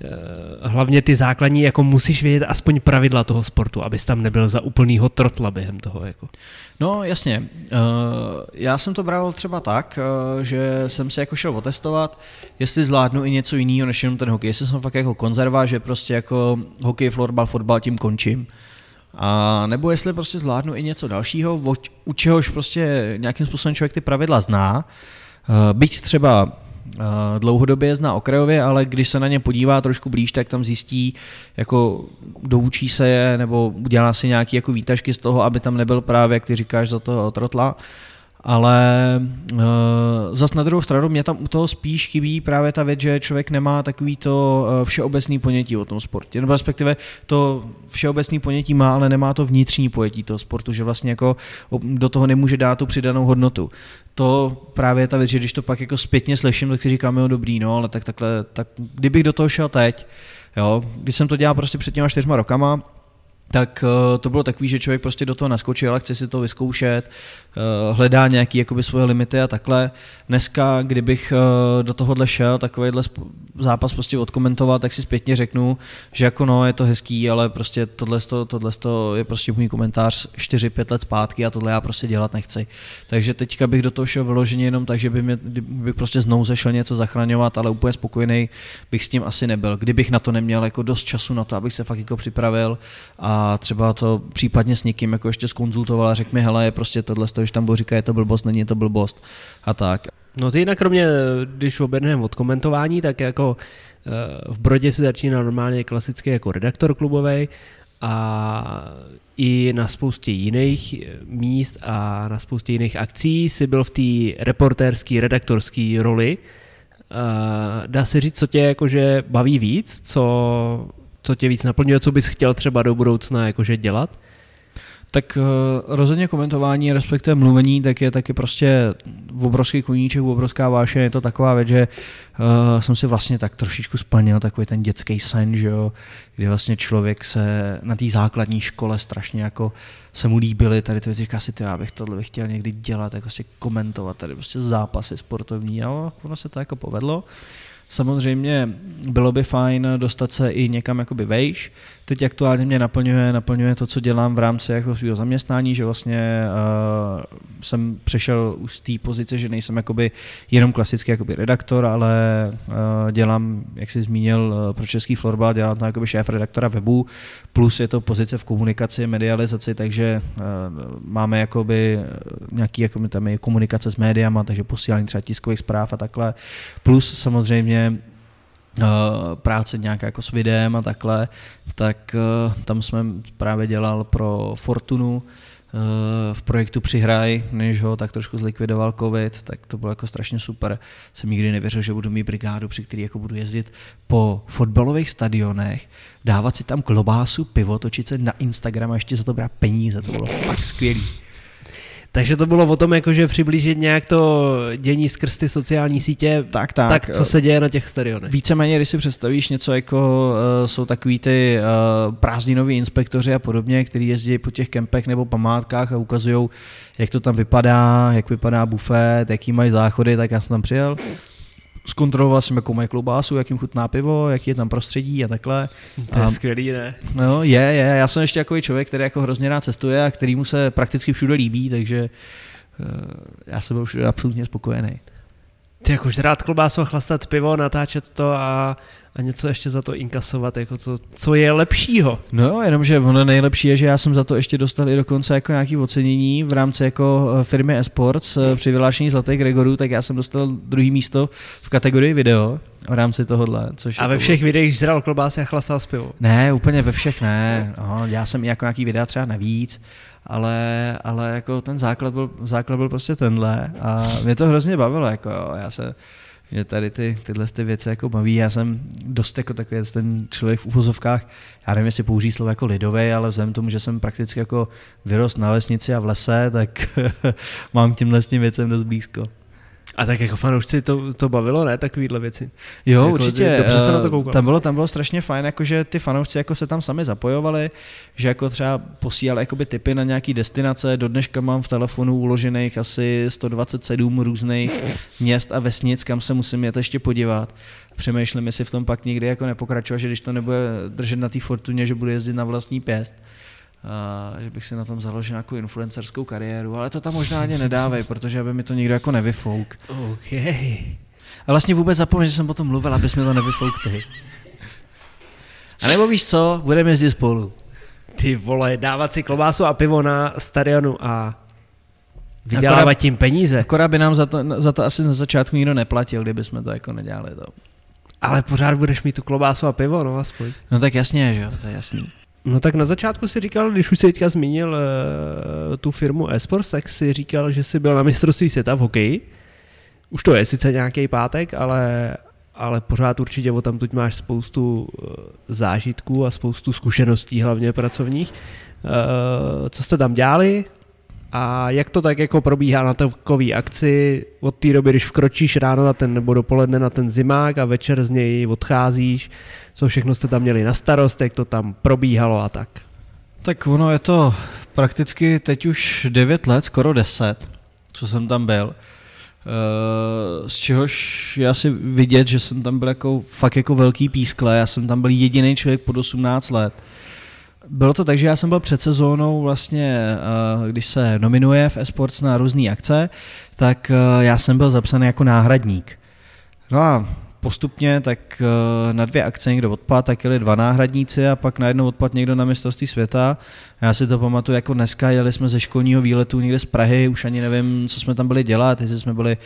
hlavně ty základní, jako musíš vědět aspoň pravidla toho sportu, abys tam nebyl za úplnýho trotla během toho. Jako. No jasně, já jsem to bral třeba tak, že jsem si jako šel otestovat, jestli zvládnu i něco jiného než jenom ten hokej, jestli jsem fakt jako konzerva, že prostě jako hokej, florbal, fotbal, tím končím. A nebo jestli prostě zvládnu i něco dalšího, u čehož prostě nějakým způsobem člověk ty pravidla zná, byť třeba dlouhodobě zná okrajově, ale když se na ně podívá trošku blíž, tak tam zjistí, jako doučí se je, nebo udělá si nějaký jako výtažky z toho, aby tam nebyl právě, jak ty říkáš, za toho trotla. Ale uh, zas na druhou stranu mě tam u toho spíš chybí právě ta věc, že člověk nemá takový to uh, všeobecný ponětí o tom sportě, nebo respektive to všeobecný ponětí má, ale nemá to vnitřní pojetí toho sportu, že vlastně jako do toho nemůže dát tu přidanou hodnotu. To právě je ta věc, že když to pak jako zpětně slyším, tak si říkám, jo dobrý, no, ale tak takhle, tak kdybych do toho šel teď, jo, když jsem to dělal prostě před těma čtyřma rokama, tak uh, to bylo takový, že člověk prostě do toho naskočil, ale chce si to vyzkoušet, uh, hledá nějaké jakoby svoje limity a takhle. Dneska, kdybych uh, do tohohle šel, takovýhle sp- zápas prostě odkomentovat, tak si zpětně řeknu, že jako no, je to hezký, ale prostě tohle je prostě můj komentář čtyři pět let zpátky a tohle já prostě dělat nechci. Takže teďka bych do toho šel vyloženě jenom tak, že by mě, bych prostě znovu zašel něco zachraňovat, ale úplně spokojený bych s tím asi nebyl. Kdybych na to neměl jako dost času na to, abych se fakt jako připravil a a třeba to případně s někým jako ještě zkonzultoval a řekl mi, hele, je prostě tohle, když tam říká, je to blbost, není to blbost a tak. No ty jinak kromě, když objedneme od komentování, tak jako v Brodě si začíná normálně klasicky jako redaktor klubovej a i na spoustě jiných míst a na spoustě jiných akcí si byl v té reportérské, redaktorské roli. Dá se říct, co tě jakože baví víc, co... co tě víc naplňuje, co bys chtěl třeba do budoucna jakože dělat? Tak uh, rozhodně komentování, respektive mluvení, tak je taky prostě obrovský koníček, obrovská vášeň, je to taková věc, že uh, jsem si vlastně tak trošičku splnil takový ten dětský sen, že jo, kdy vlastně člověk se na té základní škole strašně jako se mu líbily, tady to říká si, ty, já bych tohle bych chtěl někdy dělat, jako si komentovat tady prostě zápasy sportovní, a ono se to jako povedlo. Samozřejmě bylo by fajn dostat se i někam jakoby vejš. Teď aktuálně mě naplňuje, naplňuje to, co dělám v rámci jako svého zaměstnání, že vlastně uh, jsem přešel už z té pozice, že nejsem jakoby jenom klasický jakoby redaktor, ale uh, dělám, jak jsi zmínil, uh, pro český florbal, dělám tam jakoby šéf redaktora webu, plus je to pozice v komunikaci, medializaci, takže uh, máme jakoby nějaký jakoby tam je komunikace s médiama, takže posílání třeba tiskových zpráv a takhle, plus samozřejmě Uh, práce nějaká jako s videem a takhle, tak uh, tam jsme právě dělal pro Fortunu uh, v projektu Přihraj, než ho tak trošku zlikvidoval covid, tak to bylo jako strašně super. Jsem nikdy nevěřil, že budu mít brigádu, při který jako budu jezdit po fotbalových stadionech, dávat si tam klobásu, pivo, točit se na Instagram a ještě za to brát peníze, to bylo fakt skvělý. Takže to bylo o tom, jakože přiblížit nějak to dění skrz ty sociální sítě, tak, tak. tak co se děje na těch stadionech. Víceméně, když si představíš něco jako uh, jsou takový ty uh, prázdninoví inspektoři a podobně, kteří jezdí po těch kempech nebo památkách a ukazují, jak to tam vypadá, jak vypadá bufet, jaký mají záchody, tak já jsem tam přijel. Zkontroloval jsem, jakou mají klobásu, jak jim chutná pivo, jaký je tam prostředí a takhle. To je a, skvělý, ne? No, je, je. Já jsem ještě takový člověk, který jako hrozně rád cestuje a kterýmu se prakticky všude líbí, takže uh, já jsem byl všude absolutně spokojený. Ty jakož rád klobásu a chlastat pivo, natáčet to a, a něco ještě za to inkasovat, jako co, co je lepšího. No, jenomže ono nejlepší je, že já jsem za to ještě dostal i dokonce jako nějaké ocenění v rámci jako firmy eSports při vyhlášení Zlatých Gregorů, tak já jsem dostal druhý místo v kategorii video v rámci tohohle. Což a ve všech bylo... videích žral klobásy a chlastal s pivo? Ne, úplně ve všech ne. Aha, já jsem i jako nějaký videa třeba navíc, ale, ale jako ten základ byl, základ byl prostě tenhle a mě to hrozně bavilo, jako jo, já se, mě tady ty, tyhle ty věci jako baví, já jsem dost jako takový ten člověk v uvozovkách, já nevím, jestli použijí slovo jako lidovej, ale vzhledem tomu, že jsem prakticky jako vyrost na vesnici a v lese, tak mám k těmhle s tím věcem dost blízko. A tak jako fanoušci to, to bavilo, ne, takovýhle věci? Jo, jako, určitě, dobře se na to koukal. Tam bylo, tam bylo strašně fajn, jakože ty fanoušci jako se tam sami zapojovali, že jako třeba posílali jakoby tipy na nějaký destinace, do dneška mám v telefonu uložených asi sto dvacet sedm různých měst a vesnic, kam se musím jet ještě podívat. Přemýšlím, jestli v tom pak nikdy jako nepokračovat, že když to nebude držet na té fortuně, že budu jezdit na vlastní pěst. Uh, že bych si na tom založil nějakou influencerskou kariéru, ale to tam možná ani nedávej, protože aby mi to nikdo jako nevyfouk. OK. A vlastně vůbec zapomněl, že jsem potom mluvil, abys mi to nevyfouk ty. A nebo víš co, budeme jezdit spolu. Ty vole, dávat si klobásu a pivo na stadionu a vydělávat tím peníze. Akorát by nám za to, za to asi na začátku nikdo neplatil, kdyby jsme to jako nedělali. To. Ale pořád budeš mít tu klobásu a pivo, no aspoň. No tak jasně, že jo, to je jasný. No tak na začátku si říkal, když už si teďka zmínil uh, tu firmu eSports, tak si říkal, že jsi byl na mistrovství světa v hokeji. Už to je sice nějaký pátek, ale, ale pořád určitě o tam tuď máš spoustu uh, zážitků a spoustu zkušeností, hlavně pracovních. Uh, co jste tam dělali a jak to tak jako probíhá na takový akci od té doby, když vkročíš ráno na ten nebo dopoledne na ten zimák a večer z něj odcházíš, co všechno jste tam měli na starost, jak to tam probíhalo a tak? Tak ono je to prakticky teď už devět let, skoro deset, co jsem tam byl. Z čehož je asi vidět, že jsem tam byl jako, fakt jako velký pískle, já jsem tam byl jediný člověk pod osmnáct let. Bylo to tak, že já jsem byl před sezónou vlastně, když se nominuje v eSports na různé akce, tak já jsem byl zapsaný jako náhradník. No a postupně tak na dvě akce někdo odpadl, tak jeli dva náhradníci a pak najednou odpadl někdo na mistrovství světa. Já si to pamatuju jako dneska, jeli jsme ze školního výletu někde z Prahy, už ani nevím, co jsme tam byli dělat, jestli jsme byli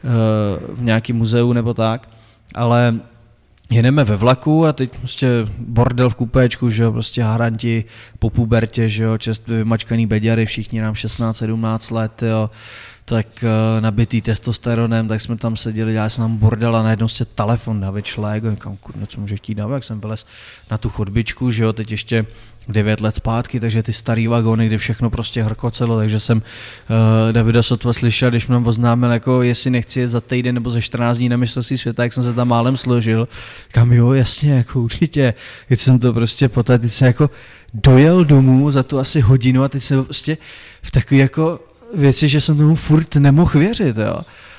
v nějakém muzeu nebo tak, ale jedeme ve vlaku a teď prostě bordel v kupéčku, že jo, prostě haranti po pubertě, že jo, čerstvě vymačkaný beďary, všichni nám šestnáct sedmnáct let, jo, tak uh, nabitý testosteronem, tak jsme tam seděli, dělali jsme tam bordel a najednou se telefon David Šlég, říkám, kurně, co může chtít David, jak jsem vylez na tu chodbičku, že jo, teď ještě devět let zpátky, takže ty starý vagóny, kde všechno prostě hrkocelo, takže jsem uh, Davida sotva slyšel, když mě oznámil, jako jestli nechci jet za týden nebo za čtrnáct dní na mistrovství světa, jak jsem se tam málem složil, říkám, jo, jasně, jako určitě, teď jsem to prostě poté, teď jsem jako dojel domů za tu asi hodinu a teď jsem prostě v takový jako věci, že jsem tomu furt nemohl věřit, jo.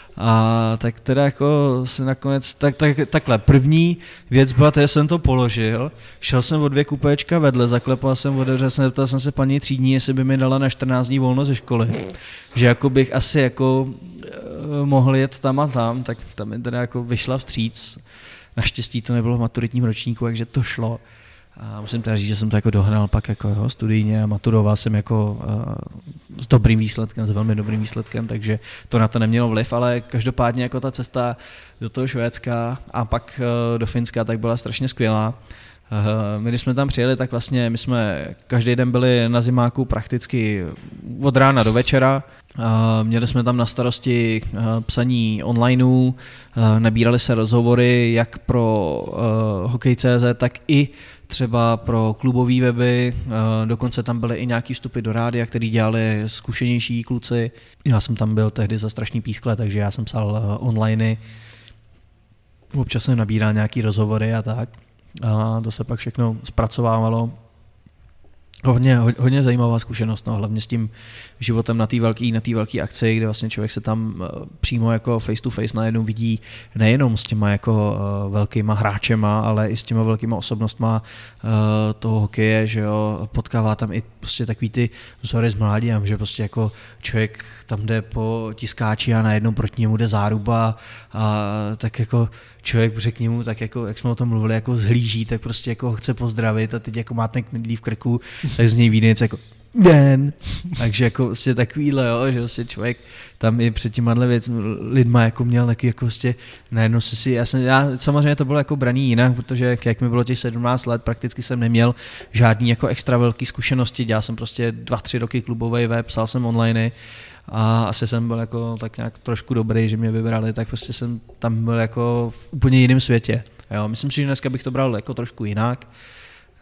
A tak teda jako se nakonec, tak, tak, takhle, první věc byla, že jsem to položil, šel jsem o dvě kupéčka vedle, zaklepal jsem otevřel jsem, zeptal jsem se paní třídní, jestli by mi dala na čtrnáct dní volno ze školy, že jako bych asi jako mohl jet tam a tam, tak tam mi teda jako vyšla vstříc, naštěstí to nebylo v maturitním ročníku, takže to šlo. A musím teda říct, že jsem to jako dohnal pak jako jo, studijně a maturoval jsem jako uh, s dobrým výsledkem, s velmi dobrým výsledkem, takže to na to nemělo vliv, ale každopádně jako ta cesta do toho Švédska a pak uh, do Finska tak byla strašně skvělá. Uh, my když jsme tam přijeli, tak vlastně my jsme každý den byli na zimáku prakticky od rána do večera. Uh, měli jsme tam na starosti uh, psaní onlineu, uh, nabírali se rozhovory jak pro uh, hokej tečka cé zet, tak i třeba pro klubové weby, uh, dokonce tam byly i nějaký vstupy do rádia, který dělali zkušenější kluci. Já jsem tam byl tehdy za strašný pískle, takže já jsem psal uh, onliney, občas jsem nabíral nějaký rozhovory a tak. A to se pak všechno zpracovávalo. Hodně, hodně zajímavá zkušenost, no, hlavně s tím životem na té velké na té velké akci, kde vlastně člověk se tam přímo jako face to face najednou vidí nejenom s těma jako velkýma hráčema, ale i s těma velkýma osobnostma toho hokeje, že jo, potkává tam i prostě takový ty vzory z mládí, že prostě jako člověk tam jde po tiskáči a najednou proti němu jde záruba a tak jako člověk řekl němu, tak jako, jak jsme o tom mluvili, jako zhlíží, tak prostě jako ho chce pozdravit a teď jako má ten knedlí v krku, tak z něj vyjde něco jako den. Takže jako vlastně takovýhle, jo, že vlastně člověk tam i před těma věc lidma jako měl taky jako vlastně najednou si si, já, jsem, já samozřejmě to bylo jako braný jinak, protože jak mi bylo těch sedmnáct let, prakticky jsem neměl žádný jako extra velký zkušenosti, dělal jsem prostě dva, tři roky klubový web, psal jsem online a asi jsem byl jako tak nějak trošku dobrý, že mě vybrali, tak prostě jsem tam byl jako v úplně jiném světě. Jo, myslím si, že dneska bych to bral jako trošku jinak.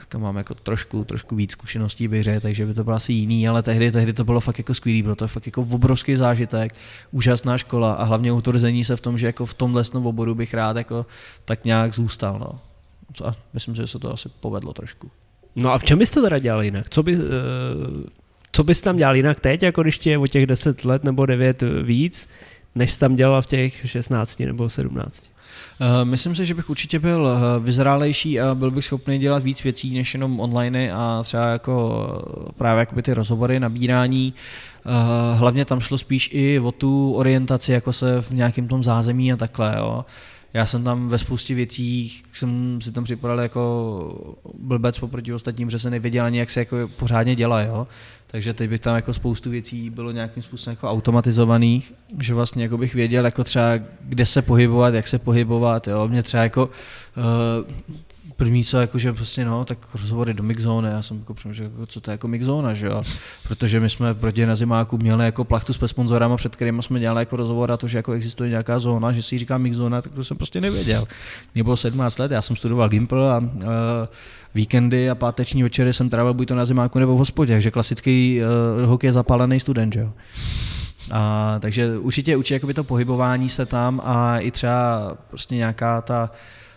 mám jako trošku, trošku víc zkušeností bych řekl, takže by to bylo asi jiný, ale tehdy, tehdy to bylo fakt jako skvělý, bylo to fakt jako obrovský zážitek, úžasná škola a hlavně utvrzení se v tom, že jako v tom lesnom oboru bych rád jako tak nějak zůstal, no. A myslím, že se to asi povedlo trošku. No a v čem bys to teda dělal jinak? Co bys, co bys tam dělal jinak teď, jako když ti je o těch deset let nebo devět víc, než jsi tam dělal v těch šestnácti nebo sedmnácti? Uh, myslím si, že bych určitě byl vyzrálejší a byl bych schopný dělat víc věcí než jenom online a třeba jako právě jakoby ty rozhovory, nabírání. Uh, hlavně tam šlo spíš i o tu orientaci, jako se v nějakém tom zázemí a takhle, jo. Já jsem tam ve spoustě věcí, jsem si tam připadal jako blbec poproti ostatním, že se nevěděl ani, jak se jako pořádně dělá, jo. Takže teď bych tam jako spoustu věcí bylo nějakým způsobem jako automatizovaných, že vlastně jako bych věděl jako třeba, kde se pohybovat, jak se pohybovat, jo. Mě třeba jako uh, první co, jako, že prostě no, tak rozhovory do Mixzone, já jsem jako přemýšlel, jako, co to je jako Mixzona, že jo, protože my jsme proti na zimáku měli jako plachtu s sponzorama, před kterými jsme dělali jako rozhovor a to, že jako existuje nějaká zóna, že si říká Mixzona, tak to jsem prostě nevěděl. Mě bylo sedmnáct let, já jsem studoval Gimpl a uh, víkendy a páteční večery jsem trávil buď to na zimáku nebo v hospodě, takže klasický uh, hokej je zapálený student, že jo. A, takže určitě určitě jakoby to pohybování se tam a i třeba prostě nějaká ta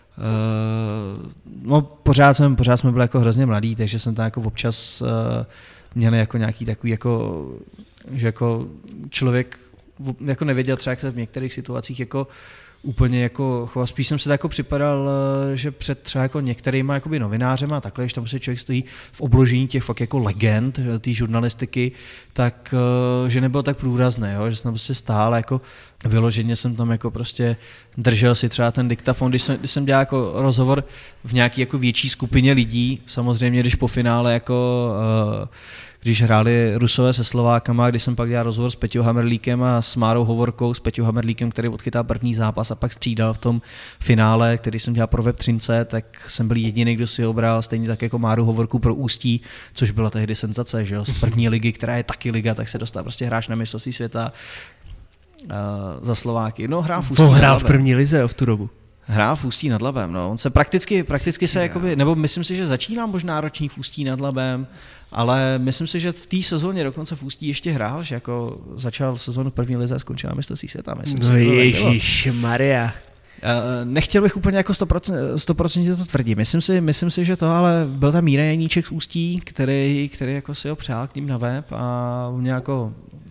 Uh, no pořád jsem, pořád jsme byli jako hrozně mladý, takže jsem tam jako občas uh, měli jako nějaký takový jako, že jako člověk jako nevěděl třeba, jak se v některých situacích jako úplně jako choval. Spíš jsem se tak jako připadal, že před třeba jako některýma jakoby novinářema a takhle, když tam se člověk stojí v obložení těch fakt jako legend té žurnalistiky, tak že nebylo tak průrazné, jo? Že jsem tam prostě stál jako vyloženě jsem tam jako prostě držel si třeba ten diktafon, když jsem, když jsem dělal jako rozhovor v nějaký jako větší skupině lidí, samozřejmě když po finále jako uh, když hráli Rusové se Slovákama, když jsem pak dělal rozhovor s Peťou Hamerlíkem a s Márou Hovorkou, s Peťou Hamerlíkem, který odchytal první zápas a pak střídal v tom finále, který jsem dělal pro Web Třince, tak jsem byl jediný, kdo si ho bral, stejně tak jako Máru Hovorku pro Ústí, což byla tehdy senzace, že jo, z první ligy, která je taky liga, tak se dostal prostě hráč na mistrovství světa uh, za Slováky. No, hrál v Ústí. Hrál v první lize, jo, v tu dobu. Hrál v Ústí nad Labem, no. On se prakticky, prakticky se jakoby, nebo myslím si, že začínal možná ročník v Ústí nad Labem, ale myslím si, že v té sezóně dokonce v Ústí ještě hrál, že jako začal sezónu v první lize a skončil na mistrovství světa. No ježišmarja. Nechtěl bych úplně jako sto procent to tvrdit. Myslím si, myslím si, že to, ale byl tam Míra Janíček z Ústí, který, který jako si ho přál k ním na web a měl jako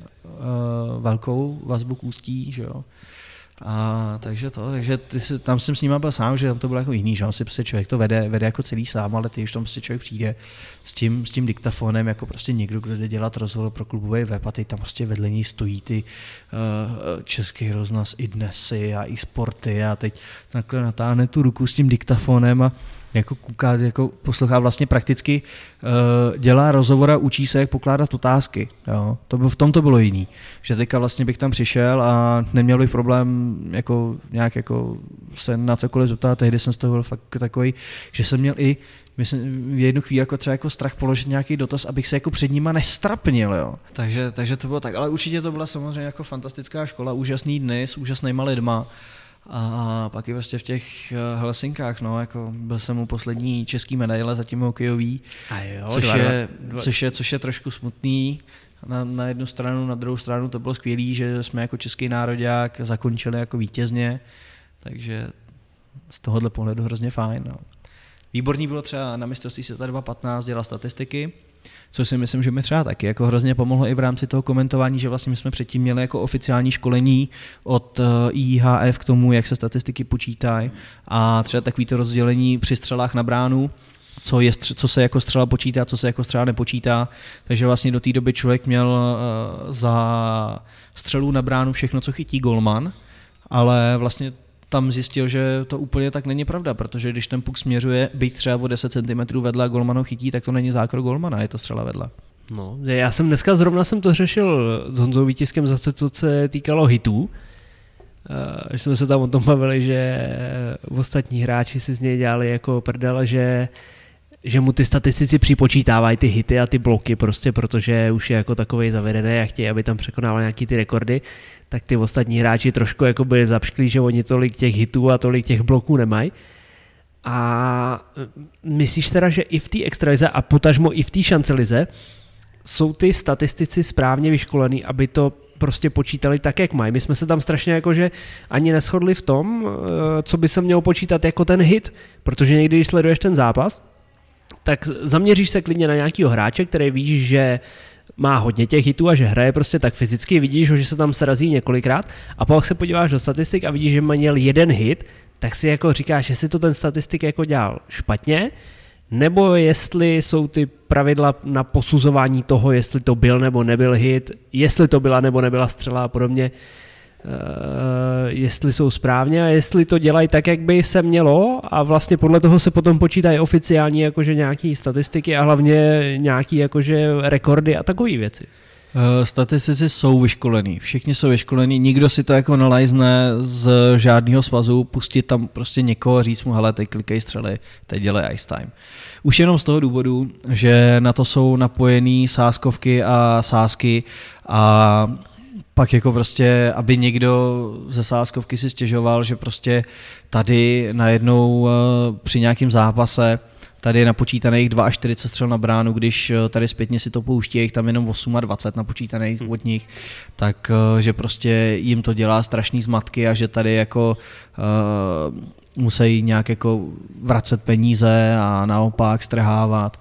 uh, velkou vazbu k Ústí, že jo. A takže to, takže ty si, tam jsem s ním byl sám, že tam to bylo jako jiný, že on si prostě člověk to vede, vede jako celý sám, ale ty, když tam prostě člověk přijde s tím, s tím diktafonem, jako prostě někdo, kdo jde dělat rozhovor pro klubový web a teď tam prostě vedle něj stojí ty uh, Český rozhlas, i Dnesy a i Sporty a teď takhle natáhne tu ruku s tím diktafonem a jako kouká, jako poslouchá vlastně prakticky, uh, dělá rozhovor a učí se, jak pokládat otázky. Jo. To by, v tom to bylo jiný. Že teďka vlastně bych tam přišel a neměl bych problém jako nějak jako se na cokoliv zeptat. Tehdy jsem z toho byl fakt takový, že jsem měl i myslím, v jednu chvíli jako třeba jako strach položit nějaký dotaz, abych se jako před nima nestrapnil. Jo. Takže, takže to bylo tak. Ale určitě to byla samozřejmě jako fantastická škola, úžasný dny s úžasnýma lidma. A pak i vlastně v těch Helsinkách, no, jako byl jsem u poslední český medaile, zatím hokejový, a jo, což, dva, je, dva. což, je, což je trošku smutný. Na, na jednu stranu, na druhou stranu to bylo skvělý, že jsme jako český nároďák zakončili jako vítězně, takže z tohohle pohledu hrozně fajn. No. Výborný bylo třeba na mistrovství světa dva tisíce patnáct dělat statistiky, což si myslím, že mi třeba taky jako hrozně pomohlo i v rámci toho komentování, že vlastně my jsme předtím měli jako oficiální školení od I H F k tomu, jak se statistiky počítají a třeba takovýto rozdělení při střelách na bránu, co, je, co se jako střela počítá, co se jako střela nepočítá, takže vlastně do té doby člověk měl za střelu na bránu všechno, co chytí golman, ale vlastně tam zjistil, že to úplně tak není pravda, protože když ten puk směřuje, byť třeba o deset centimetrů vedle a golman ho chytí, tak to není zákrok golmana, je to střela vedle. No, já jsem dneska zrovna jsem to řešil s Honzou Vítiskem zase, co se týkalo hitů. Když jsme se tam o tom bavili, že ostatní hráči si z něj dělali jako prdele, že že mu ty statistici připočítávají ty hity a ty bloky prostě, protože už je jako takovej zavedený a chtějí, aby tam překonával nějaký ty rekordy, tak ty ostatní hráči trošku jako byli zapšklí, že oni tolik těch hitů a tolik těch bloků nemají. A myslíš teda, že i v té extralize a potažmo i v té šancelize jsou ty statistici správně vyškolený, aby to prostě počítali tak, jak mají. My jsme se tam strašně jakože ani neshodli v tom, co by se mělo počítat jako ten hit, protože někdy, když sleduješ ten zápas, tak zaměříš se klidně na nějakýho hráče, který víš, že má hodně těch hitů a že hraje prostě tak fyzicky, vidíš ho, že se tam srazí několikrát a pak se podíváš do statistik a vidíš, že měl jeden hit, tak si jako říkáš, jestli to ten statistik jako dělal špatně, nebo jestli jsou ty pravidla na posuzování toho, jestli to byl nebo nebyl hit, jestli to byla nebo nebyla střela a podobně, uh, jestli jsou správně a jestli to dělají tak, jak by se mělo a vlastně podle toho se potom počítají oficiální jakože nějaký statistiky a hlavně nějaký jakože rekordy a takové věci. Statistici jsou vyškolení, všichni jsou vyškolení, nikdo si to jako nalajzne z žádného svazu, pustit tam prostě někoho a říct mu, hele, teď klikej střely, teď dělej ice time. Už jenom z toho důvodu, že na to jsou napojený sázkovky a sázky a pak jako prostě, aby někdo ze sázkovky si stěžoval, že prostě tady najednou při nějakém zápase tady je napočítaných čtyřicet dva střel na bránu, když tady zpětně si to pouští, jich tam jenom dvacet osm napočítaných od nich, tak že prostě jim to dělá strašný zmatky a že tady jako uh, musí nějak jako vracet peníze a naopak strhávat.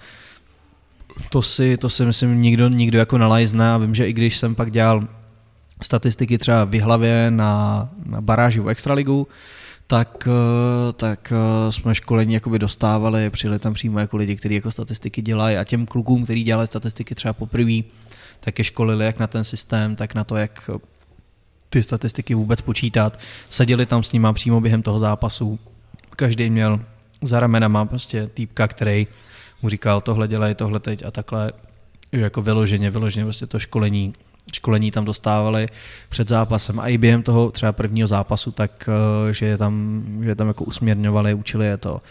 To si, to si myslím nikdo, nikdo jako nalajzne a vím, že i když jsem pak dělal statistiky třeba v Jihlavě na, na baráži v Extraligu, tak, tak jsme školení jakoby dostávali, přijeli tam přímo jako lidi, kteří jako statistiky dělají a těm klukům, kteří dělali statistiky třeba poprvé, tak je školili jak na ten systém, tak na to, jak ty statistiky vůbec počítat. Seděli tam s nima přímo během toho zápasu. Každý měl za ramenama prostě týpka, který mu říkal tohle dělej, tohle teď a takhle jako vyloženě, vyloženě prostě to školení školení tam dostávali před zápasem a i během toho třeba prvního zápasu, tak že je tam, že je tam jako usměrňovali, učili je to.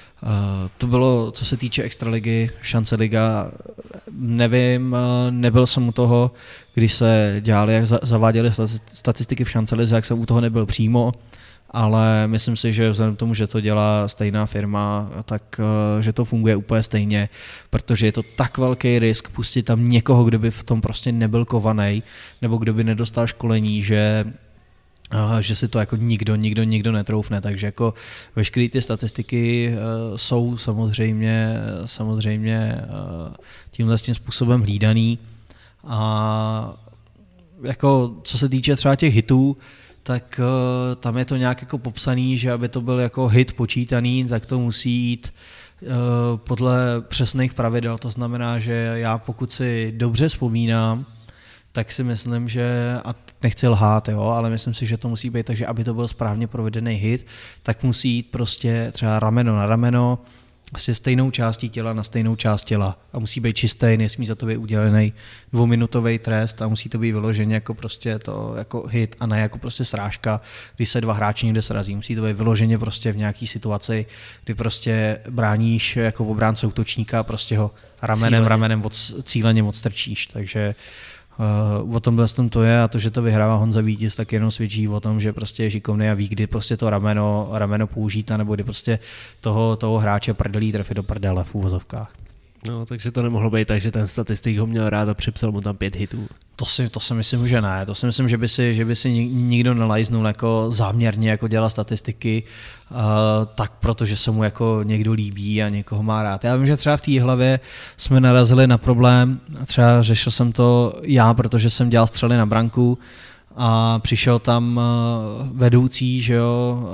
To bylo, co se týče extraligy, šance liga, nevím, nebyl jsem u toho, když se dělali, jak zaváděli statistiky v šance lize, jak jsem u toho nebyl přímo, ale myslím si, že vzhledem k tomu, že to dělá stejná firma, tak že to funguje úplně stejně, protože je to tak velký risk pustit tam někoho, kdo by v tom prostě nebyl kovaný, nebo kdo by nedostal školení, že že si to jako nikdo, nikdo, nikdo netroufne, takže jako veškeré ty statistiky jsou samozřejmě, samozřejmě tímhle tím způsobem hlídaný a jako co se týče třeba těch hitů, tak uh, tam je to nějak jako popsaný, že aby to byl jako hit počítaný, tak to musí jít uh, podle přesných pravidel. To znamená, že já pokud si dobře vzpomínám, tak si myslím, že, a nechci lhát, jo, ale myslím si, že to musí být tak, že aby to byl správně provedený hit, tak musí jít prostě třeba rameno na rameno, asi stejnou částí těla na stejnou část těla a musí být čistý, nesmí za to být udělený dvouminutový trest a musí to být vyloženě jako prostě to jako hit a ne jako prostě srážka, když se dva hráči někde srazí. Musí to být vyloženě prostě v nějaký situaci, kdy prostě bráníš jako obránce útočníka a prostě ho ramenem, cíleně. ramenem od, cíleně odstrčíš, takže Uh, o tomhle tom to je a to, že to vyhrává Honza Vítěz, tak jenom svědčí o tom, že prostě je šikovný a ví, kdy prostě to rameno, rameno použít, nebo kdy prostě toho, toho hráče prdelí trefit do prdele v úvozovkách. No, takže to nemohlo být tak, že ten statistik ho měl rád a připsal mu tam pět hitů. To si, to si myslím, že ne. To si myslím, že by si, že by si nikdo nelajznul jako záměrně jako dělal statistiky, uh, tak protože se mu jako někdo líbí a někoho má rád. Já vím, že třeba v té hlavě jsme narazili na problém, třeba řešil jsem to já, protože jsem dělal střely na branku a přišel tam vedoucí, že jo,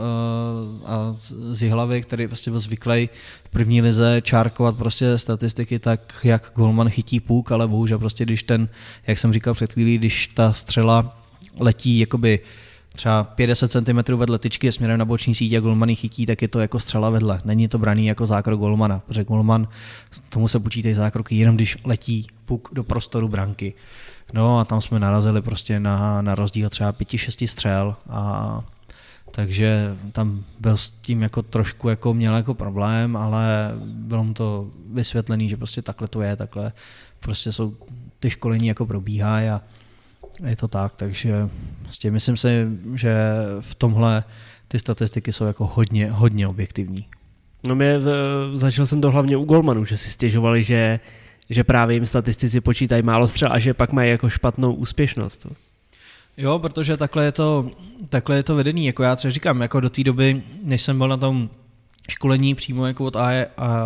a z Jihlavy, který prostě byl zvyklý v první lize čárkovat prostě statistiky tak, jak golman chytí puk, ale bohužel prostě když ten, jak jsem říkal před chvílí, když ta střela letí jakoby třeba padesát centimetrů vedle tyčky směrem na boční síť a golman ji chytí, tak je to jako střela vedle. Není to braný jako zákrok golmana, protože golman, tomu se počítají zákroky jenom když letí puk do prostoru branky. No a tam jsme narazili prostě na, na rozdíl třeba pěti, šesti střel a takže tam byl s tím jako trošku jako měl jako problém, ale bylo mu to vysvětlený, že prostě takhle to je, takhle prostě jsou ty školení jako probíhají a je to tak, takže prostě myslím si, že v tomhle ty statistiky jsou jako hodně, hodně objektivní. No mě, zažil jsem to hlavně u golmanů, že si stěžovali, že, že právě jim statistici počítají málo střel a že pak mají jako špatnou úspěšnost. Jo, protože takhle je to, takhle je to vedený, jako já třeba říkám, jako do té doby, než jsem byl na tom školení přímo jako od I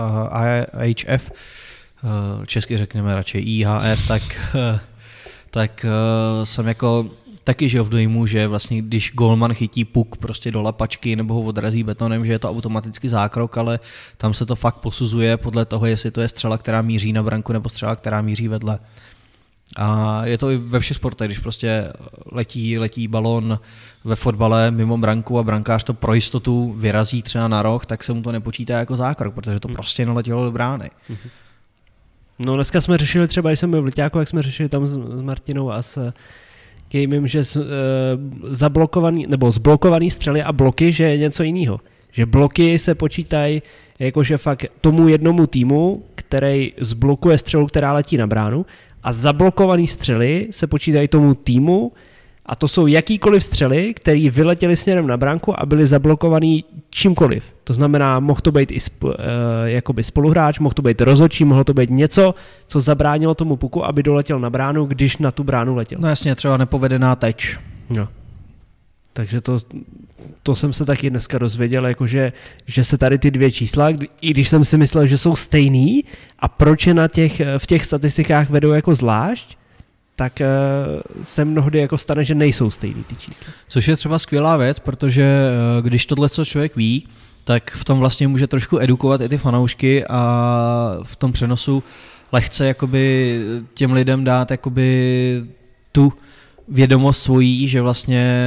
H F, česky řekněme radši I H F, tak, tak jsem jako taky žil v dojmu, že vlastně když golman chytí puk prostě do lapačky nebo ho odrazí betonem, že je to automaticky zákrok, ale tam se to fakt posuzuje podle toho, jestli to je střela, která míří na branku nebo střela, která míří vedle. A je to i ve všech sportech, když prostě letí, letí balón ve fotbale mimo branku a brankář to pro jistotu vyrazí třeba na roh, tak se mu to nepočítá jako zákrok, protože to prostě neletělo do brány. No dneska jsme řešili třeba, když jsem byl v Liťáku, jak jsme řešili tam s, s Martinou a s Kejmem, že uh, zablokovaný, nebo zblokovaný střely a bloky, že je něco jiného. Že bloky se počítají jakože fakt tomu jednomu týmu, který zblokuje střelu, která letí na bránu, a zablokovaný střely se počítají tomu týmu a to jsou jakýkoliv střely, které vyletěly směrem na bránku a byly zablokovaný čímkoliv. To znamená, mohl to být i sp, uh, jakoby spoluhráč, mohl to být rozhodčí, mohlo to být něco, co zabránilo tomu puku, aby doletěl na bránu, když na tu bránu letěl. No jasně, třeba nepovedená teč. No. Takže to, to jsem se taky dneska dozvěděl, jakože, že se tady ty dvě čísla, i když jsem si myslel, že jsou stejný a proč je na těch, v těch statistikách vedou jako zvlášť, tak uh, se mnohdy jako stane, že nejsou stejný ty čísla. Což je třeba skvělá věc, protože uh, když tohle, co člověk ví, tak v tom vlastně může trošku edukovat i ty fanoušky a v tom přenosu lehce jakoby těm lidem dát jakoby tu vědomost svojí, že vlastně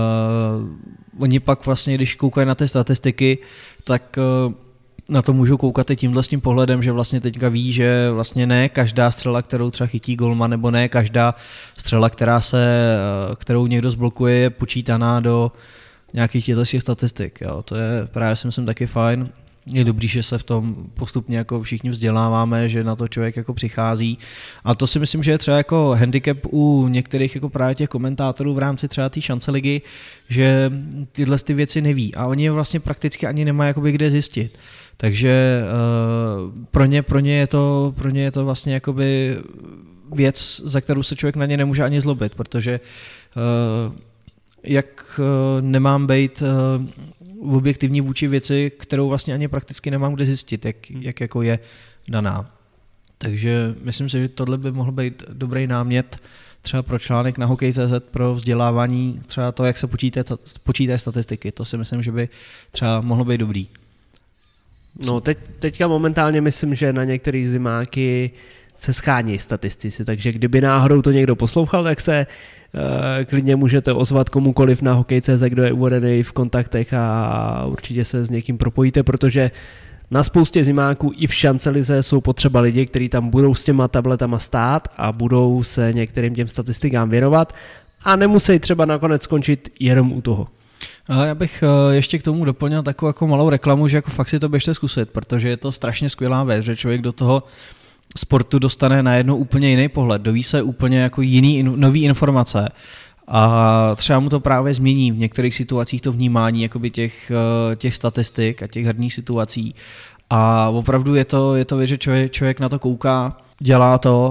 uh, oni pak vlastně, když koukají na ty statistiky, tak uh, na to můžou koukat i tímhle s tím pohledem, že vlastně teďka ví, že vlastně ne každá střela, kterou třeba chytí golman, nebo ne každá střela, která se, uh, kterou někdo zblokuje, je počítaná do nějakých těchto statistik. Jo. To je právě si myslím taky fajn. Je dobrý, že se v tom postupně jako všichni vzděláváme, že na to člověk jako přichází. A to si myslím, že je třeba jako handicap u některých jako právě těch komentátorů v rámci třeba té šance ligy, že tyhle ty věci neví a oni je vlastně prakticky ani nemají jakoby kde zjistit. Takže uh, pro ně, pro ně je to, pro ně je to vlastně jakoby věc, za kterou se člověk na ně nemůže ani zlobit, protože uh, jak uh, nemám být uh, objektivní vůči věci, kterou vlastně ani prakticky nemám kde zjistit, jak, jak jako je daná. Takže myslím si, že tohle by mohl být dobrý námět třeba pro článek na hokej tečka cé zet pro vzdělávání, třeba to, jak se počítají počítaj statistiky. To si myslím, že by třeba mohlo být dobrý. No teď, teďka momentálně myslím, že na některé zimáky se schánějí statistici, takže kdyby náhodou to někdo poslouchal, tak se uh, klidně můžete ozvat komukoliv na hokej tečka cé zet, kdo je uvedený v kontaktech a určitě se s někým propojíte, protože na spoustě zimáků i v šance lize jsou potřeba lidi, kteří tam budou s těma tabletama stát a budou se některým těm statistikám věnovat a nemusí třeba nakonec skončit jenom u toho. A já bych ještě k tomu doplnil takovou jako malou reklamu, že jako fakt si to běžte zkusit, protože je to strašně skvělá věc, že člověk do toho sportu dostane najednou úplně jiný pohled, doví se úplně jako jiný nový informace a třeba mu to právě změní v některých situacích to vnímání jakoby těch, těch statistik a těch herních situací a opravdu je to, je to věc, že člověk, člověk na to kouká, dělá to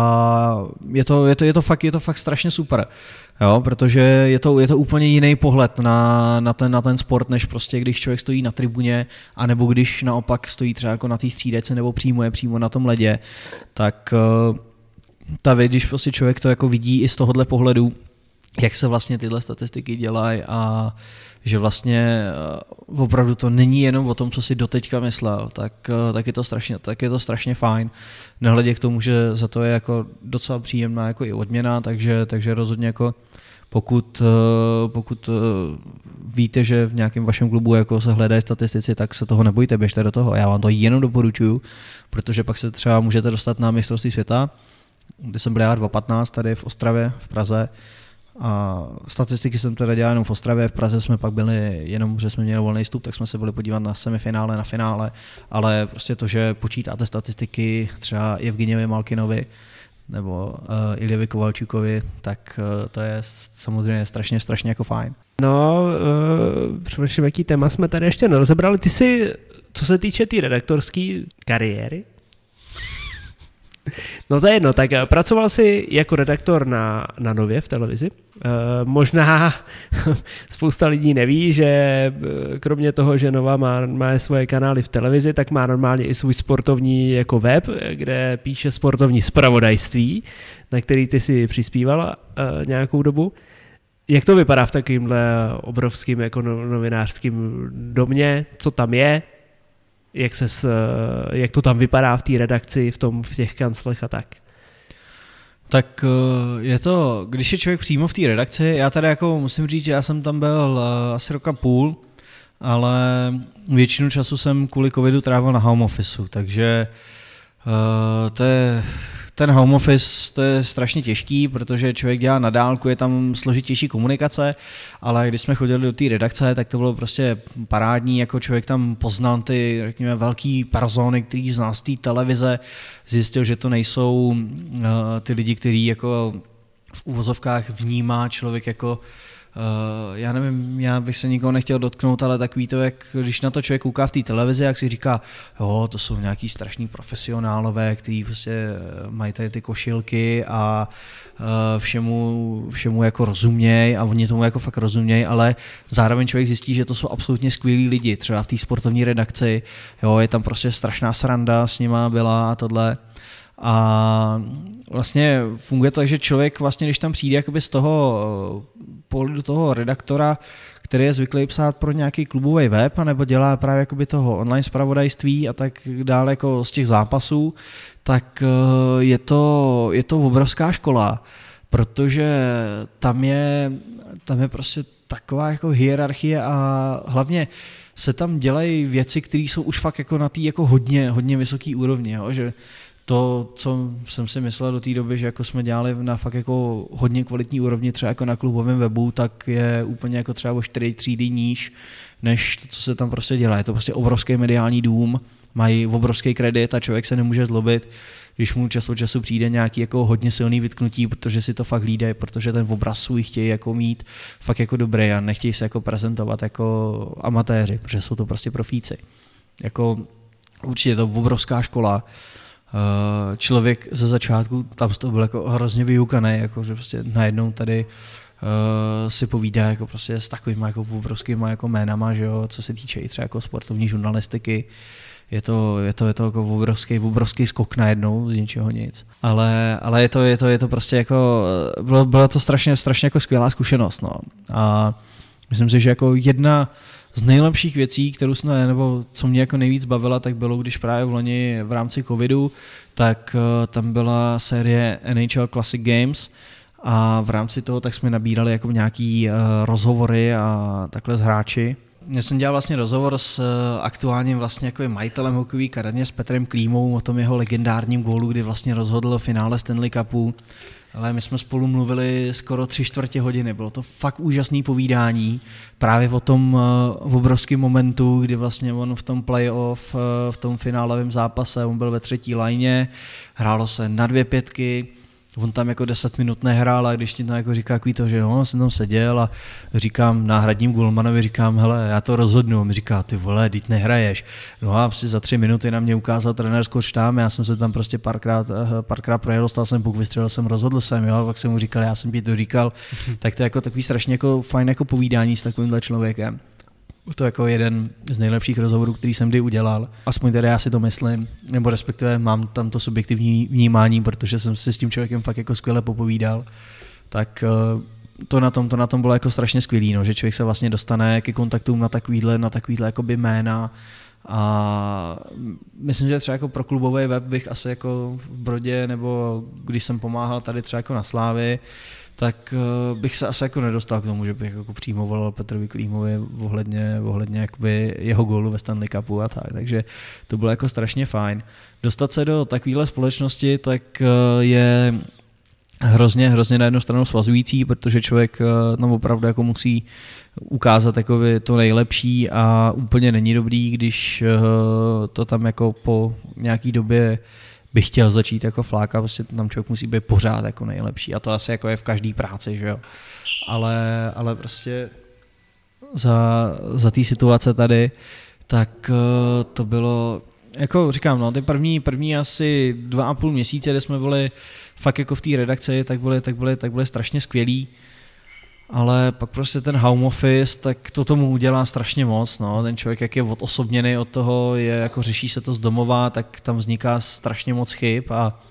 a je to, je to, je to, fakt, je to fakt strašně super. Jo, protože je to, je to úplně jiný pohled na, na, ten, na ten sport, než prostě když člověk stojí na tribuně, anebo když naopak stojí třeba jako na té střídačce nebo přímo je přímo na tom ledě, tak uh, ta věc, když prostě člověk to jako vidí i z tohohle pohledu, jak se vlastně tyhle statistiky dělají a že vlastně uh, opravdu to není jenom o tom, co si doteďka myslel, tak, uh, tak, je to strašně, tak je to strašně fajn. Nehledě k tomu, že za to je jako docela příjemná jako i odměna, takže, takže rozhodně jako pokud, uh, pokud uh, víte, že v nějakém vašem klubu jako se hledají statistici, tak se toho nebojte, běžte do toho. Já vám to jenom doporučuju, protože pak se třeba můžete dostat na mistrovství světa, kde jsem byl já dva patnáct tady v Ostravě, v Praze. A statistiky jsem teda dělal jenom v Ostravě, v Praze jsme pak byli jenom, že jsme měli volný vstup, tak jsme se byli podívat na semifinále, na finále, ale prostě to, že počítáte statistiky třeba Evgeniovi Malkinovi nebo uh, Iljevi Kovalčukovi, tak uh, to je samozřejmě strašně, strašně jako fajn. No, uh, přemýšlím, jaký téma jsme tady ještě nerozebrali. Ty jsi co se týče té tý redaktorské kariéry, no to je jedno, tak pracoval jsi jako redaktor na, na Nově v televizi. E, možná spousta lidí neví, že kromě toho, že Nova má, má svoje kanály v televizi, tak má normálně i svůj sportovní jako web, kde píše sportovní zpravodajství, na který ty si přispíval e, nějakou dobu. Jak to vypadá v takovémhle obrovským jako novinářským domě? Co tam je? Jak, ses, jak to tam vypadá v té redakci, v, tom, v těch kanclech a tak? Tak je to, když je člověk přímo v té redakci, já tady jako musím říct, že já jsem tam byl asi roka půl, ale většinu času jsem kvůli covidu trávil na home officeu, takže to je... Ten home office, to je strašně těžký, protože člověk dělá na dálku, je tam složitější komunikace, ale když jsme chodili do té redakce, tak to bylo prostě parádní, jako člověk tam poznal ty, řekněme, velký persony, který zná z té televize, zjistil, že to nejsou uh, ty lidi, kteří jako v uvozovkách vnímá člověk jako Uh, já nevím, já bych se nikoho nechtěl dotknout, ale takový to, jak když na to člověk kouká v té televizi, jak si říká, jo, to jsou nějaký strašný profesionálové, kteří prostě mají tady ty košilky a uh, všemu, všemu jako rozuměj a oni tomu jako fakt rozuměj, ale zároveň člověk zjistí, že to jsou absolutně skvělí lidi, třeba v té sportovní redakci, jo, je tam prostě strašná sranda s nima byla a tohle. A vlastně funguje to tak, že člověk vlastně, když tam přijde jakoby z toho pohledu toho redaktora, který je zvyklý psát pro nějaký klubový web, anebo dělá právě jakoby toho online zpravodajství a tak dále jako z těch zápasů, tak je to, je to obrovská škola, protože tam je, tam je prostě taková jako hierarchie a hlavně se tam dělají věci, které jsou už fakt jako na té jako hodně, hodně vysoký úrovni, jo? Že to, co jsem si myslel do té doby, že jako jsme dělali na fakt jako hodně kvalitní úrovni, třeba jako na klubovém webu, tak je úplně jako třeba o čtyři třídy níž, než to, co se tam prostě dělá. Je to prostě obrovský mediální dům, mají obrovský kredit a člověk se nemůže zlobit, když mu čas od času přijde nějaký jako hodně silný vytknutí, protože si to fakt hlídají, protože ten obraz svůj chtějí jako mít fakt jako dobrý a nechtějí se jako prezentovat jako amatéři, protože jsou to prostě profíci. Jako určitě je to obrovská škola. Člověk ze začátku tam z toho byl jako hrozně vyukaný, jako že prostě najednou tady uh, si povídá jako prostě s takovýma jako obrovskýma jako jménama, že jo, co se týče i třeba jako sportovní žurnalistiky. Je to, je to, je to jako obrovský, obrovský skok najednou, z ničeho nic. Ale, ale je to, je to, je to prostě jako, bylo, bylo to strašně, strašně jako skvělá zkušenost, no. A myslím si, že jako jedna z nejlepších věcí, kterou jsme, nebo co mě jako nejvíc bavila, tak bylo, když právě v loni v rámci covidu, tak uh, tam byla série N H L Classic Games a v rámci toho tak jsme nabírali jako nějaký uh, rozhovory a takhle s hráči. Já jsem dělal vlastně rozhovor s uh, aktuálním vlastně jako majitelem hokejové karetně s Petrem Klímou o tom jeho legendárním gólu, kdy vlastně rozhodl finále Stanley Cupu. Ale my jsme spolu mluvili skoro tři čtvrtě hodiny, bylo to fakt úžasný povídání, právě o tom uh, obrovském momentu, kdy vlastně on v tom playoff, uh, v tom finálovém zápase, on byl ve třetí lajně, hrálo se na dvě pětky, on tam jako deset minut nehrál a když ti to jako říká takový to, že no, jsem tam seděl a říkám náhradním golmanovi, říkám, hele, já to rozhodnu, on mi říká, ty vole, teď nehraješ. No a si za tři minuty na mě ukázal trenér Scott Stamm, já jsem se tam prostě párkrát, párkrát projel, dostal jsem puk, vystřelil jsem, rozhodl jsem, jo, a pak jsem mu říkal, já jsem ti to říkal, tak to je jako takový strašně jako fajn jako povídání s takovýmhle člověkem. To je jako jeden z nejlepších rozhovorů, který jsem kdy udělal. Aspoň tedy já si to myslím, nebo respektive mám tam to subjektivní vnímání, protože jsem si s tím člověkem fakt jako skvěle popovídal. Tak to na tom, to na tom bylo jako strašně skvělý, no, že člověk se vlastně dostane ke kontaktům na takovýhle, na takovýhle jakoby jména. A myslím, že třeba jako pro klubový web bych asi jako v Brodě, nebo když jsem pomáhal tady třeba jako na Slávy, tak bych se asi jako nedostal k tomu, že bych jako přímo volal Petrovi Klímovi ohledně, ohledně jakoby jeho gólu ve Stanley Cupu a tak, takže to bylo jako strašně fajn. Dostat se do takovéhle společnosti, tak je hrozně, hrozně na jednu stranu svazující, protože člověk no, opravdu jako musí ukázat jako to nejlepší a úplně není dobrý, když to tam jako po nějaký době bych chtěl začít jako fláka, prostě tam člověk musí být pořád jako nejlepší a to asi jako je v každý práci, že jo. Ale, ale prostě za, za té situace tady, tak to bylo, jako říkám, no, ty první, první asi dva a půl měsíce, kde jsme byli fakt jako v té redakci, tak byly, tak byly, tak byly strašně skvělý. Ale pak prostě ten home office, tak to tomu udělá strašně moc. No. Ten člověk, jak je odosobněný od toho, je, jako řeší se to z domova, tak tam vzniká strašně moc chyb. A,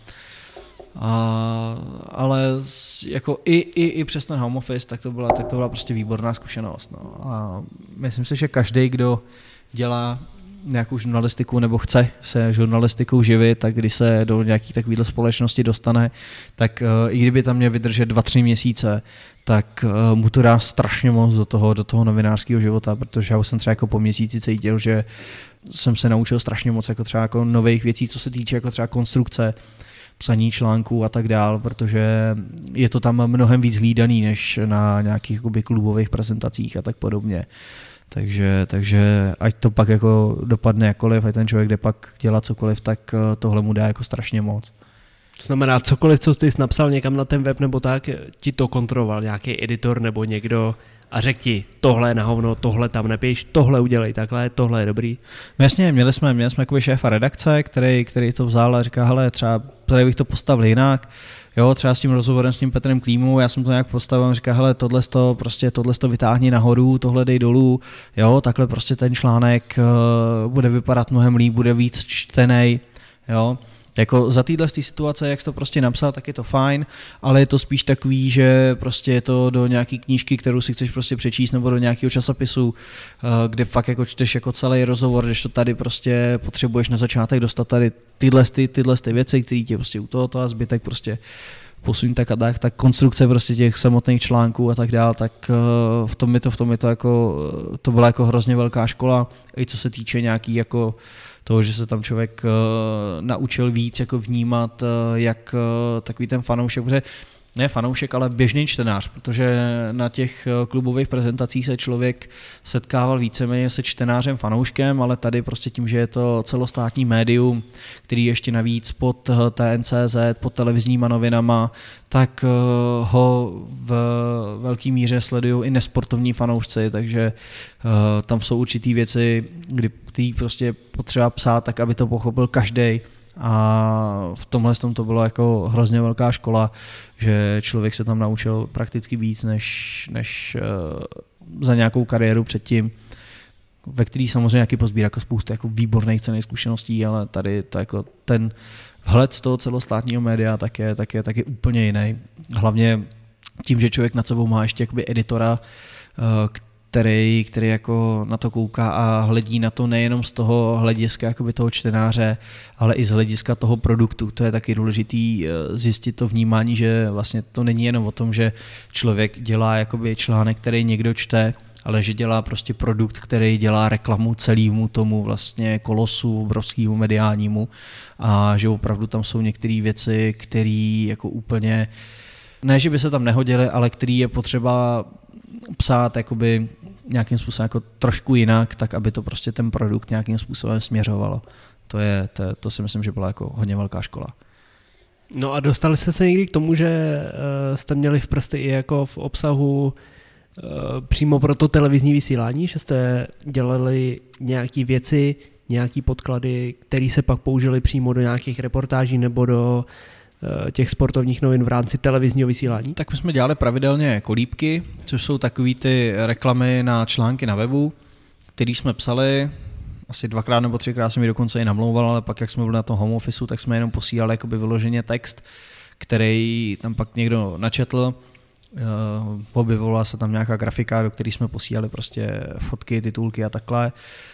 a, ale jako i, i, i přes ten home office, tak to byla, tak to byla prostě výborná zkušenost. No. A myslím si, že každý, kdo dělá nějakou žurnalistiku nebo chce se žurnalistikou živit, tak když se do nějaké takovéhle společnosti dostane, tak uh, i kdyby tam měl vydržet dva, tři měsíce, tak uh, mu to dá strašně moc do toho, do toho novinářského života, protože já už jsem třeba jako po měsíci cítil, že jsem se naučil strašně moc jako třeba jako nových věcí, co se týče jako třeba konstrukce, psaní článků a tak dál, protože je to tam mnohem víc hlídaný než na nějakých jakoby klubových prezentacích a tak podobně. Takže, takže ať to pak jako dopadne jakkoliv, ať ten člověk jde pak dělat cokoliv, tak tohle mu dá jako strašně moc. To znamená, cokoliv, co jsi napsal někam na ten web nebo tak, ti to kontroloval nějaký editor nebo někdo a řekl ti, tohle je na hovno, tohle tam nepíš, tohle udělej takhle, tohle je dobrý. No jasně, měli jsme, měli jsme jakoby šéfa redakce, který, který to vzal a říká, hele, třeba tady bych to postavil jinak. Jo, třeba s tím rozhovorem s tím Petrem Klímou, já jsem to nějak postavil, on říká, hele, tohle to prostě tohle to vytáhni nahoru, tohle dej dolů, jo, takhle prostě ten článek uh, bude vypadat mnohem líp, bude víc čtenej, jo. Jako za téhle situace, jak jsi to prostě napsal, tak je to fajn, ale je to spíš takový, že prostě je to do nějaký knížky, kterou si chceš prostě přečíst, nebo do nějakého časopisu, kde fakt jako čteš jako celý rozhovor, když to tady prostě potřebuješ na začátek dostat tady tyhle, ty, tyhle ty věci, které tě prostě u tohoto a zbytek prostě posuň tak a tak, tak konstrukce prostě těch samotných článků a tak dál, tak v tom je to, v tom je to jako, to byla jako hrozně velká škola, i co se týče nějaký jako toho, že se tam člověk uh, naučil víc jako vnímat, uh, jak uh, takový ten fanoušek, protože ne fanoušek, ale běžný čtenář, protože na těch uh, klubových prezentacích se člověk setkával víceméně se čtenářem fanouškem, ale tady prostě tím, že je to celostátní médium, který ještě navíc pod uh, T N C Z, pod televizníma novinama, tak uh, ho v velké míře sledují i nesportovní fanoušci, takže uh, tam jsou určitý věci, kdy který prostě potřeba psát tak, aby to pochopil každej. A v tomhle tom to bylo jako hrozně velká škola, že člověk se tam naučil prakticky víc než, než uh, za nějakou kariéru předtím, ve který samozřejmě nějaký pozbírá jako spoustu jako výborných cenných zkušeností, ale tady to jako ten vhled z toho celostátního média tak je, tak je, tak je úplně jiný. Hlavně tím, že člověk nad sebou má ještě jakoby editora, uh, který, který jako na to kouká a hledí na to nejenom z toho hlediska jakoby toho čtenáře, ale i z hlediska toho produktu. To je taky důležitý zjistit to vnímání, že vlastně to není jenom o tom, že člověk dělá jakoby článek, který někdo čte, ale že dělá prostě produkt, který dělá reklamu celému tomu vlastně kolosu obrovskému mediálnímu a že opravdu tam jsou některé věci, které jako úplně, ne, že by se tam nehodily, ale který je potřeba psát jakoby nějakým způsobem jako trošku jinak, tak aby to prostě ten produkt nějakým způsobem směřovalo. To je, to, to si myslím, že byla jako hodně velká škola. No a dostali jste se někdy k tomu, že uh, jste měli v prsty i jako v obsahu uh, přímo pro to televizní vysílání, že jste dělali nějaké věci, nějaké podklady, které se pak použily přímo do nějakých reportáží nebo do těch sportovních novin v rámci televizního vysílání? Tak my jsme dělali pravidelně kolíbky, což jsou takový ty reklamy na články na webu, který jsme psali, asi dvakrát nebo třikrát jsem ji dokonce i namlouval, ale pak jak jsme byli na tom home officeu, tak jsme jenom posílali jakoby vyloženě text, který tam pak někdo načetl, objevovala se tam nějaká grafika, do které jsme posílali prostě fotky, titulky a takhle.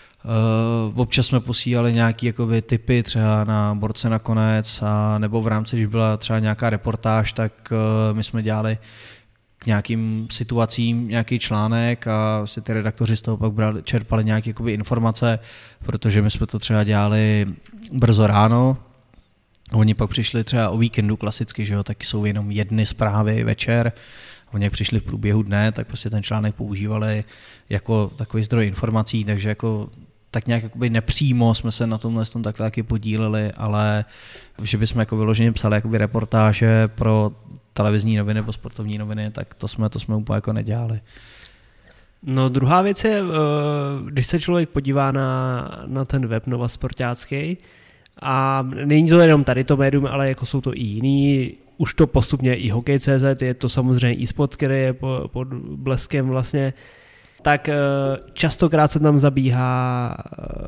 Uh, občas jsme posílali nějaké jakoby tipy třeba na borce nakonec, a nebo v rámci, když byla třeba nějaká reportáž, tak uh, my jsme dělali k nějakým situacím nějaký článek a si ty redaktoři z toho pak brali, čerpali nějaké jakoby informace, protože my jsme to třeba dělali brzo ráno. Oni pak přišli třeba o víkendu klasicky, že jo, tak jsou jenom jedny zprávy večer. Oni jak přišli v průběhu dne, tak prostě ten článek používali jako takový zdroj informací, takže jako tak nějak jakoby nepřímo jsme se na tomhle tom takhle taky podíleli, ale že bychom jako vyloženě psali jakoby reportáže pro televizní noviny nebo sportovní noviny, tak to jsme, to jsme úplně jako nedělali. No druhá věc je, když se člověk podívá na, na ten web Nova Sportácký, a není to jenom tady to médium, ale jako jsou to i jiný, už to postupně i Hokej tečka cé zet, je to samozřejmě e-sport, který je pod bleskem vlastně, tak častokrát se tam zabíhá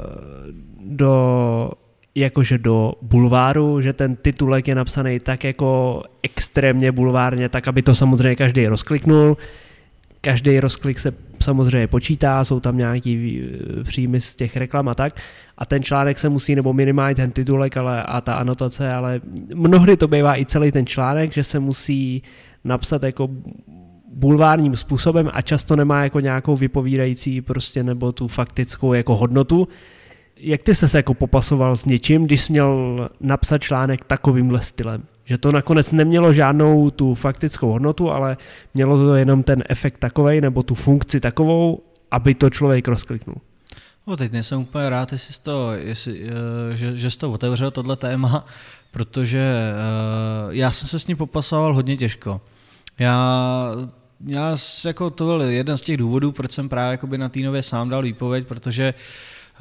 do, jakože do bulváru, že ten titulek je napsaný tak jako extrémně bulvárně, tak aby to samozřejmě každý rozkliknul. Každý rozklik se samozřejmě počítá, jsou tam nějaký příjmy z těch reklam a tak. A ten článek se musí, nebo minimálně ten titulek ale, a ta anotace, ale mnohdy to bývá i celý ten článek, že se musí napsat jako bulvárním způsobem a často nemá jako nějakou vypovídající prostě nebo tu faktickou jako hodnotu. Jak ty ses jako popasoval s něčím, když jsi měl napsat článek takovýmhle stylem? Že to nakonec nemělo žádnou tu faktickou hodnotu, ale mělo to jenom ten efekt takovej nebo tu funkci takovou, aby to člověk rozkliknul. No, teď nejsem úplně rád, jestli jsi to, jestli, že, že jsi to otevřel tohle téma, protože uh, já jsem se s ním popasoval hodně těžko. Já, já jako to byl jeden z těch důvodů, proč jsem právě na té Nově sám dal výpověď, protože Uh,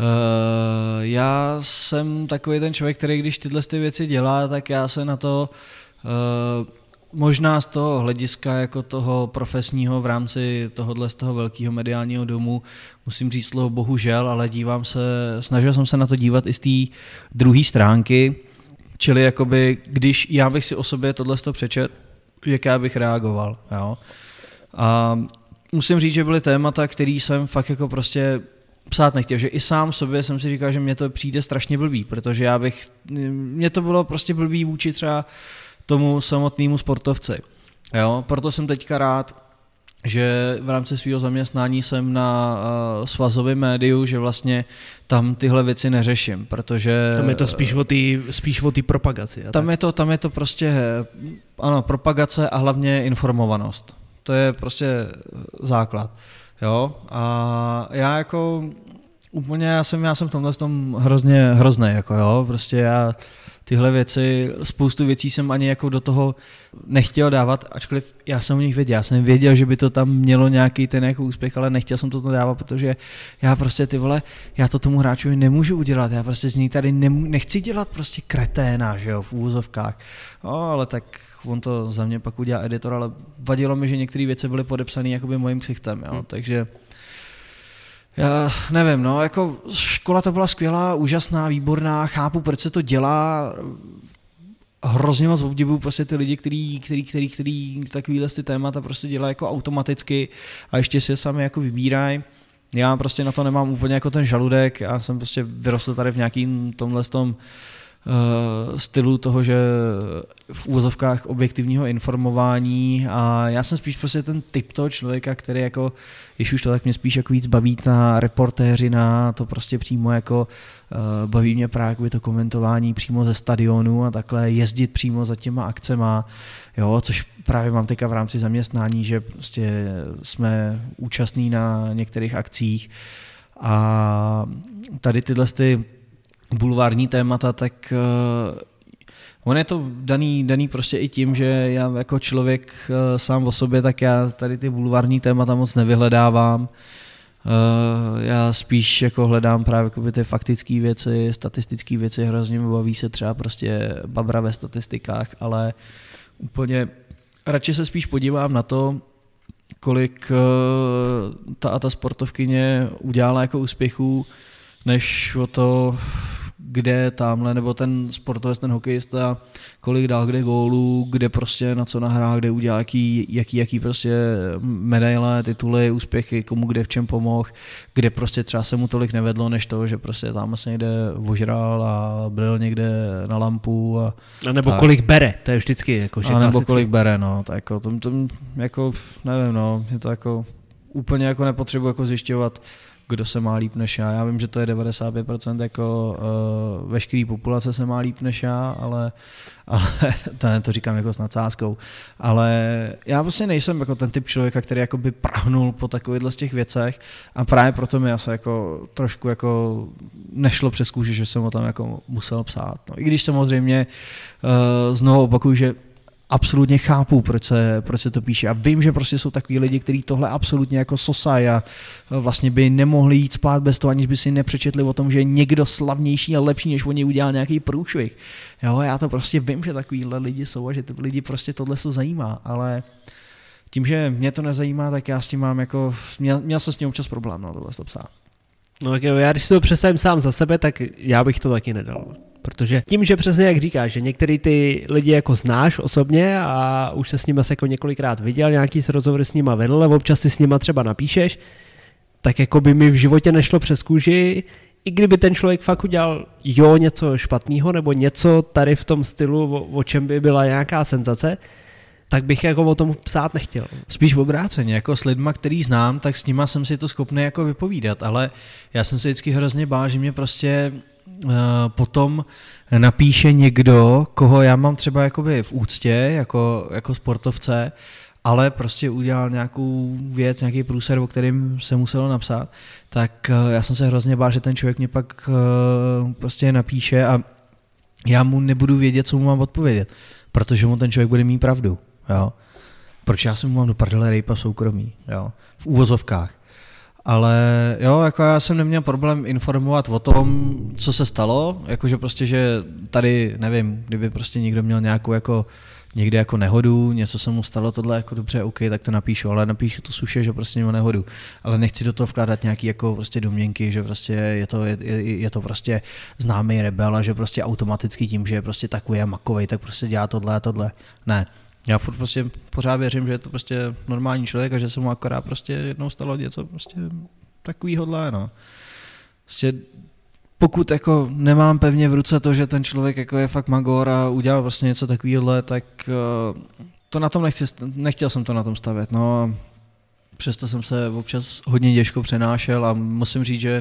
já jsem takový ten člověk, který když tyhle ty věci dělá, tak já se na to uh, možná z toho hlediska jako toho profesního v rámci tohohle z toho velkého mediálního domu musím říct slovo bohužel, ale dívám se, snažil jsem se na to dívat i z té druhé stránky, čili jakoby, když já bych si o sobě tohle přečet, jak já bych reagoval. Jo? A musím říct, že byly témata, který jsem fakt jako prostě psát nechtěl, že i sám sobě jsem si říkal, že mně to přijde strašně blbý, protože já bych, mně to bylo prostě blbý vůči třeba tomu samotnému sportovci. Jo? Proto jsem teďka rád, že v rámci svého zaměstnání jsem na uh, svazovém médiu, že vlastně tam tyhle věci neřeším, protože... Tam je to spíš o té spíš o té propagaci. Tam je to, tam je to prostě, ano, propagace a hlavně informovanost. To je prostě základ. Jo, a já jako úplně, já jsem, já jsem v tomhle tom hrozně hrozný, jako jo, prostě já tyhle věci, spoustu věcí jsem ani jako do toho nechtěl dávat, ačkoliv já jsem o nich věděl, já jsem věděl, že by to tam mělo nějaký ten jako úspěch, ale nechtěl jsem to dávat, protože já prostě ty vole, já to tomu hráčovi nemůžu udělat, já prostě z něj tady nemů- nechci dělat prostě kreténa, že jo, v úvozovkách, no, ale tak on to za mě pak udělá editor, ale vadilo mi, že některé věci byly podepsané jakoby mojím ksichtem, jo, hmm. takže já nevím, no, jako škola to byla skvělá, úžasná, výborná, chápu, proč se to dělá, hrozně moc obdivuju prostě ty lidi, který, který, který, který takovýhle ty témata prostě dělají jako automaticky a ještě si je sami jako vybírají. Já prostě na to nemám úplně jako ten žaludek, já jsem prostě vyrostl tady v nějakým tomhle tom uh, stylu toho, že v úvozovkách objektivního informování a já jsem spíš prostě ten typ toho člověka, který jako, když už to tak mě spíš jako víc baví na reportéři, na to prostě přímo jako uh, baví mě právě to komentování přímo ze stadionu a takhle jezdit přímo za těma akcema, jo, což právě mám teďka v rámci zaměstnání, že prostě jsme účastní na některých akcích a tady tyhle ty bulvární témata, tak uh, on je to daný, daný prostě i tím, že já jako člověk uh, sám o sobě, tak já tady ty bulvární témata moc nevyhledávám. Uh, já spíš jako hledám právě jako ty faktické věci, statistické věci, hrozně mi baví se třeba prostě babra ve statistikách, ale úplně radši se spíš podívám na to, kolik uh, ta a ta sportovkyně udělala jako úspěchů, než o to, kde tamhle, nebo ten sportovec, ten hokejista, kolik dal kde gólů, kde prostě na co nahrál, kde udělal jaký, jaký, jaký prostě medaile, tituly, úspěchy, komu kde v čem pomohl, kde prostě třeba se mu tolik nevedlo, než to, že prostě tam se někde ožral a byl někde na lampu. A, a nebo tak. Kolik bere, to je vždycky jako že a nebo klasicky. Kolik bere, no, tak jako, tom, tom, jako, nevím, no, je to jako, úplně jako nepotřebuji jako zjišťovat, kdo se má líp než já. Já vím, že to je devadesát pět procent jako uh, veškerý populace se má líp než já, ale, ale to, to říkám jako s nadsázkou. Ale já vlastně nejsem jako ten typ člověka, který jako by prahnul po takovýchhle z těch věcech a právě proto mi asi jako trošku jako nešlo přes kůži, že jsem o tom jako musel psát. No, i když samozřejmě uh, znovu opakuju, že absolutně chápu, proč se, proč se to píše a vím, že prostě jsou takový lidi, kteří tohle absolutně jako sosají a vlastně by nemohli jít spát bez toho, aniž by si nepřečetli o tom, že někdo slavnější a lepší, než oni udělal nějaký průšvih. Jo, já to prostě vím, že takovýhle lidi jsou a že ty lidi prostě tohle se zajímá, ale tím, že mě to nezajímá, tak já s tím mám jako, měl, měl jsem s tím občas problém, no tohle to psát. No tak jo, já když si to představím sám za sebe, tak já bych to taky nedal. Protože tím, že přesně jak říkáš, že některý ty lidi jako znáš osobně a už se s nimi jako několikrát viděl, nějaký se rozhovor s nima vedl, a občas si s nima třeba napíšeš, tak jako by mi v životě nešlo přes kůži, i kdyby ten člověk fakt udělal jo něco špatného nebo něco tady v tom stylu, o, o čem by byla nějaká senzace, tak bych jako o tom psát nechtěl. Spíš obráceně, jako s lidma, který znám, tak s nima jsem si to schopný jako vypovídat, ale já jsem se vždycky hrozně bál, že mě prostě uh, potom napíše někdo, koho já mám třeba jakoby v úctě, jako, jako sportovce, ale prostě udělal nějakou věc, nějaký průser, o kterým se muselo napsat, tak uh, já jsem se hrozně bál, že ten člověk mě pak uh, prostě napíše a já mu nebudu vědět, co mu mám odpovědět, protože mu ten člověk bude mít pravdu. Jo. Proč já si mu mám do prdele rejpa v soukromí, jo, v úvozovkách. Ale jo, jako já jsem neměl problém informovat o tom, co se stalo, jakože prostě, že tady, nevím, kdyby prostě někdo měl nějakou jako někde jako nehodu, něco se mu stalo, tohle jako dobře, OK, tak to napíšu, ale napíšu to suše, že prostě měl nehodu. Ale nechci do toho vkládat nějaký jako prostě domněnky, že prostě je to, je, je to prostě známý rebel a že prostě automaticky tím, že je prostě takový a makovej, tak prostě dělá tohle a tohle. Ne. Já furt prostě pořád věřím, že je to prostě normální člověk a že se mu akorát prostě jednou stalo něco prostě takovýhodle, no. Prostě pokud jako nemám pevně v ruce to, že ten člověk jako je fakt magor a udělal vlastně něco takovýhle, tak to na tom nechci, nechtěl jsem to na tom stavět, no. Přesto jsem se občas hodně těžko přenášel a musím říct, že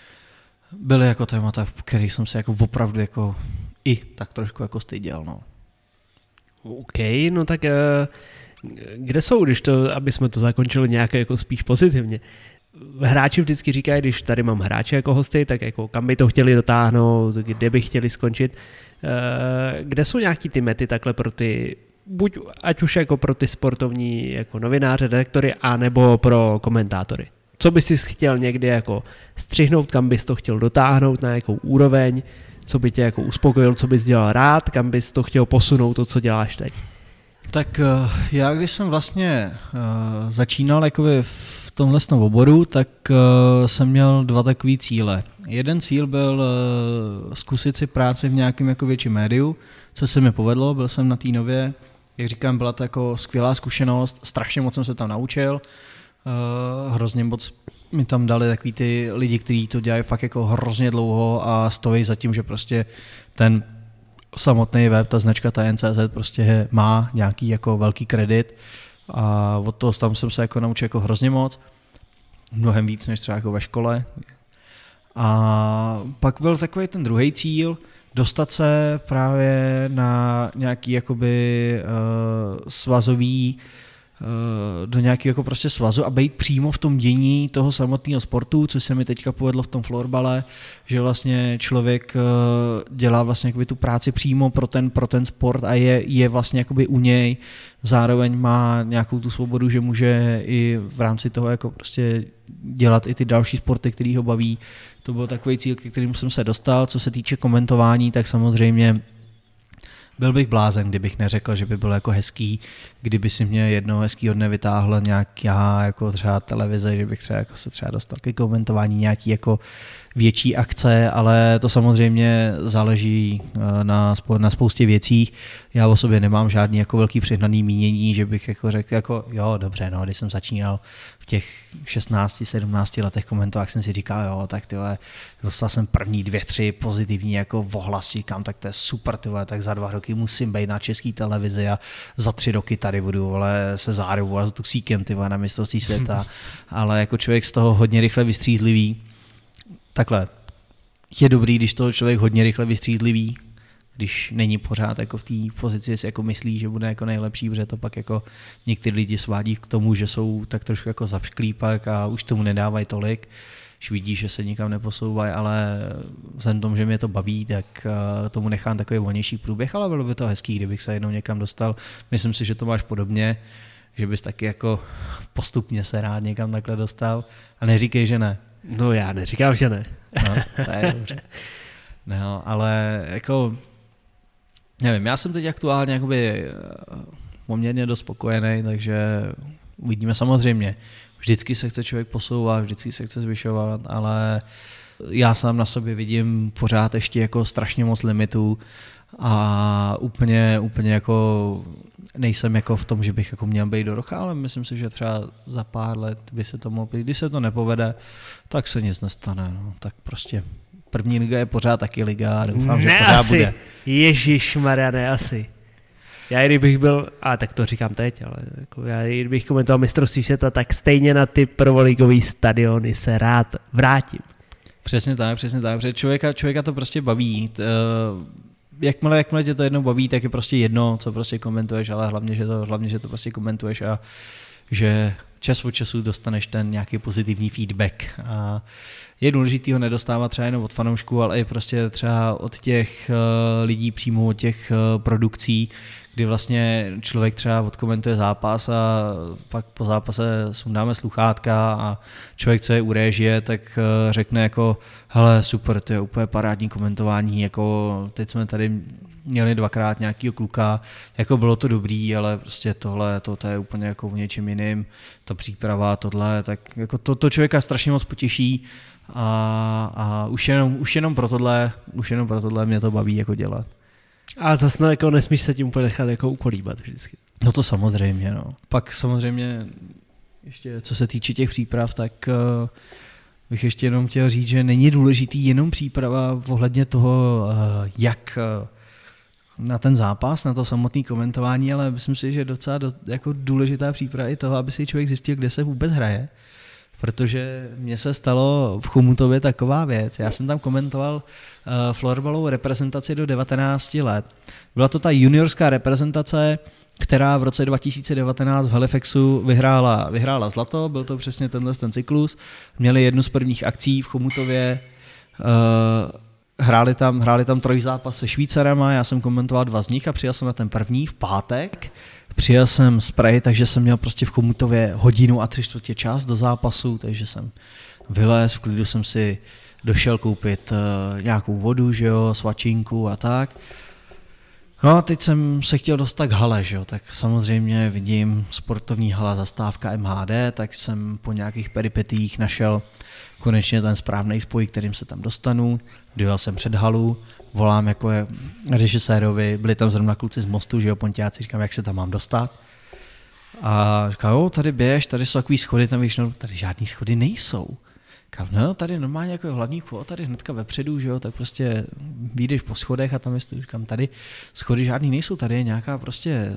byly jako témata, v kterých jsem se jako opravdu jako i tak trošku jako styděl, no. OK, no tak kde jsou, když to, aby jsme to zakončili nějak jako spíš pozitivně. Hráči vždycky říkají, když tady mám hráče jako hosty, tak jako kam by to chtěli dotáhnout, kde by chtěli skončit. Kde jsou nějaký ty mety takhle pro ty, buď ať už jako pro ty sportovní jako novináře, redaktory, anebo pro komentátory. Co bys si chtěl někdy jako střihnout, kam bys to chtěl dotáhnout, na jakou úroveň, co by tě jako uspokojil, co bys dělal rád, kam bys to chtěl posunout, to, co děláš teď? Tak já, když jsem vlastně uh, začínal jakoby v tomhle oboru, tak uh, jsem měl dva takový cíle. Jeden cíl byl uh, zkusit si práci v nějakém jako větším médiu, co se mi povedlo, byl jsem na té Nově, jak říkám, byla to jako skvělá zkušenost, strašně moc jsem se tam naučil, uh, hrozně moc mi tam dali takový ty lidi, kteří to dělají fakt jako hrozně dlouho a stojí za tím, že prostě ten samotný web, ta značka T N C Z prostě má nějaký jako velký kredit a od toho tam jsem se jako naučil jako hrozně moc, mnohem víc než třeba jako ve škole. A pak byl takový ten druhý cíl, dostat se právě na nějaký jakoby uh, svazový do nějakého jako prostě svazu a být přímo v tom dění toho samotného sportu, což se mi teďka povedlo v tom florbale, že vlastně člověk dělá vlastně jakoby tu práci přímo pro ten, pro ten sport a je, je vlastně jakoby u něj, zároveň má nějakou tu svobodu, že může i v rámci toho jako prostě dělat i ty další sporty, který ho baví. To byl takový cíl, ke kterému jsem se dostal. Co se týče komentování, tak samozřejmě byl bych blázen, kdybych neřekl, že by bylo jako hezký, kdyby si mě jednoho hezkýho dne vytáhla nějaká jako třeba televize, že bych třeba jako se třeba dostal ke komentování nějaký jako větší akce, ale to samozřejmě záleží na, na spoustě věcí. Já o sobě nemám žádný jako velký přehnaný mínění, že bych jako řekl jako jo, dobře, no, když jsem začínal v těch šestnácti sedmnácti letech komentovat, jsem si říkal, jo, tak tyhle, dostal jsem první dvě, tři pozitivní jako ohlasy, říkám, tak to je super, tyhle, tak za dva roky musím být na české televizi a za tři roky tady budu vole, se zárubu a s tuxíkem tyhle, na mistrovství světa, ale jako člověk z toho hodně rychle vystřízlivý. Takhle, je dobrý, když toho člověk hodně rychle vystřízlivý, když není pořád jako v té pozici, si jako myslí, že bude jako nejlepší, protože to pak jako některý lidi svádí k tomu, že jsou tak trošku jako zapšklý pak a už tomu nedávají tolik. když vidí, že se nikam neposouvají, ale vzhledem tomu, že mě to baví, tak tomu nechám takový volnější průběh, ale bylo by to hezký, kdybych se jednou někam dostal. Myslím si, že to máš podobně, že bys taky jako postupně se rád někam takhle dostal a neříkej, že ne. No já neříkám, že ne. No, to je dobře. No, ale jako, nevím, já jsem teď aktuálně jakoby poměrně dost spokojený, takže uvidíme samozřejmě. Vždycky se chce člověk posouvat, vždycky se chce zvyšovat, ale já sám na sobě vidím pořád ještě jako strašně moc limitů a úplně, úplně jako nejsem jako v tom, že bych jako měl být do rocha, ale myslím si, že třeba za pár let by se to mohlo, když se to nepovede, tak se nic nestane, no. Tak prostě první liga je pořád taky liga a doufám, že ne pořád asi. bude. Ježišmarja, ne asi. Já i kdybych byl, a tak to říkám teď, ale jako já i kdybych komentoval mistrovství světa, tak stejně na ty prvoligový stadiony se rád vrátím. Přesně tak, přesně tak, protože člověka, člověka to prostě baví. Jakmile, jakmile tě to jednou baví, tak je prostě jedno, co prostě komentuješ, ale hlavně, že to, hlavně, že to prostě komentuješ a že čas od času dostaneš ten nějaký pozitivní feedback. A je důležitý ho nedostávat třeba jenom od fanoušků, ale i prostě třeba od těch lidí přímo od těch produkcí, kdy vlastně člověk třeba odkomentuje zápas a pak po zápase sundáme sluchátka a člověk, co je u réžie, tak řekne jako hele super, to je úplně parádní komentování, jako teď jsme tady měli dvakrát nějakýho kluka, jako bylo to dobrý, ale prostě tohle, to, to je úplně jako v něčem jiným, ta příprava, tohle, tak jako to, to člověka strašně moc potěší a, a už, jenom, už jenom pro tohle, už jenom pro tohle mě to baví jako dělat. A zase no, jako nesmíš se tím úplně nechat jako ukolíbat vždycky. No to samozřejmě, no. Pak samozřejmě ještě co se týče těch příprav, tak uh, bych ještě jenom chtěl říct, že není důležitý jenom příprava ohledně toho, uh, jak uh, na ten zápas, na to samotné komentování, ale myslím si, že docela do, jako důležitá příprava i toho, aby si člověk zjistil, kde se vůbec hraje. Protože mně se stalo v Chomutově taková věc. Já jsem tam komentoval uh, florbalovou reprezentaci do devatenácti let. Byla to ta juniorská reprezentace, která v roce dva tisíce devatenáct v Halifaxu vyhrála, vyhrála zlato, byl to přesně tenhle ten cyklus. Měli jednu z prvních akcí v Chomutově, uh, hráli tam, hráli tam trojzápas se Švýcarama, já jsem komentoval dva z nich a přijel jsem na ten první v pátek. Přijel jsem z Prahy, takže jsem měl prostě v Chomutově hodinu a tři čtvrtě čas do zápasu, takže jsem vylez, v klidu jsem si došel koupit uh, nějakou vodu, že jo, svačinku a tak. No a teď jsem se chtěl dostat k hale, že jo, tak samozřejmě vidím sportovní hala, zastávka M H D, tak jsem po nějakých peripetích našel konečně ten správný spoj, kterým se tam dostanu. Dojel jsem před halu, volám jako je režisérovi, byli tam zrovna kluci z Mostu, že jo, ponťáci, říkám, jak se tam mám dostat. A říkám, jo, tady běž, tady jsou takový schody, tam víš, no, tady žádný schody nejsou. Říkám, no, tady normálně jako je hlavní vchod, tady hnedka vepředu, že jo, tak prostě vyjdeš po schodech a tam je, říkám, tady schody žádný nejsou, tady je nějaká prostě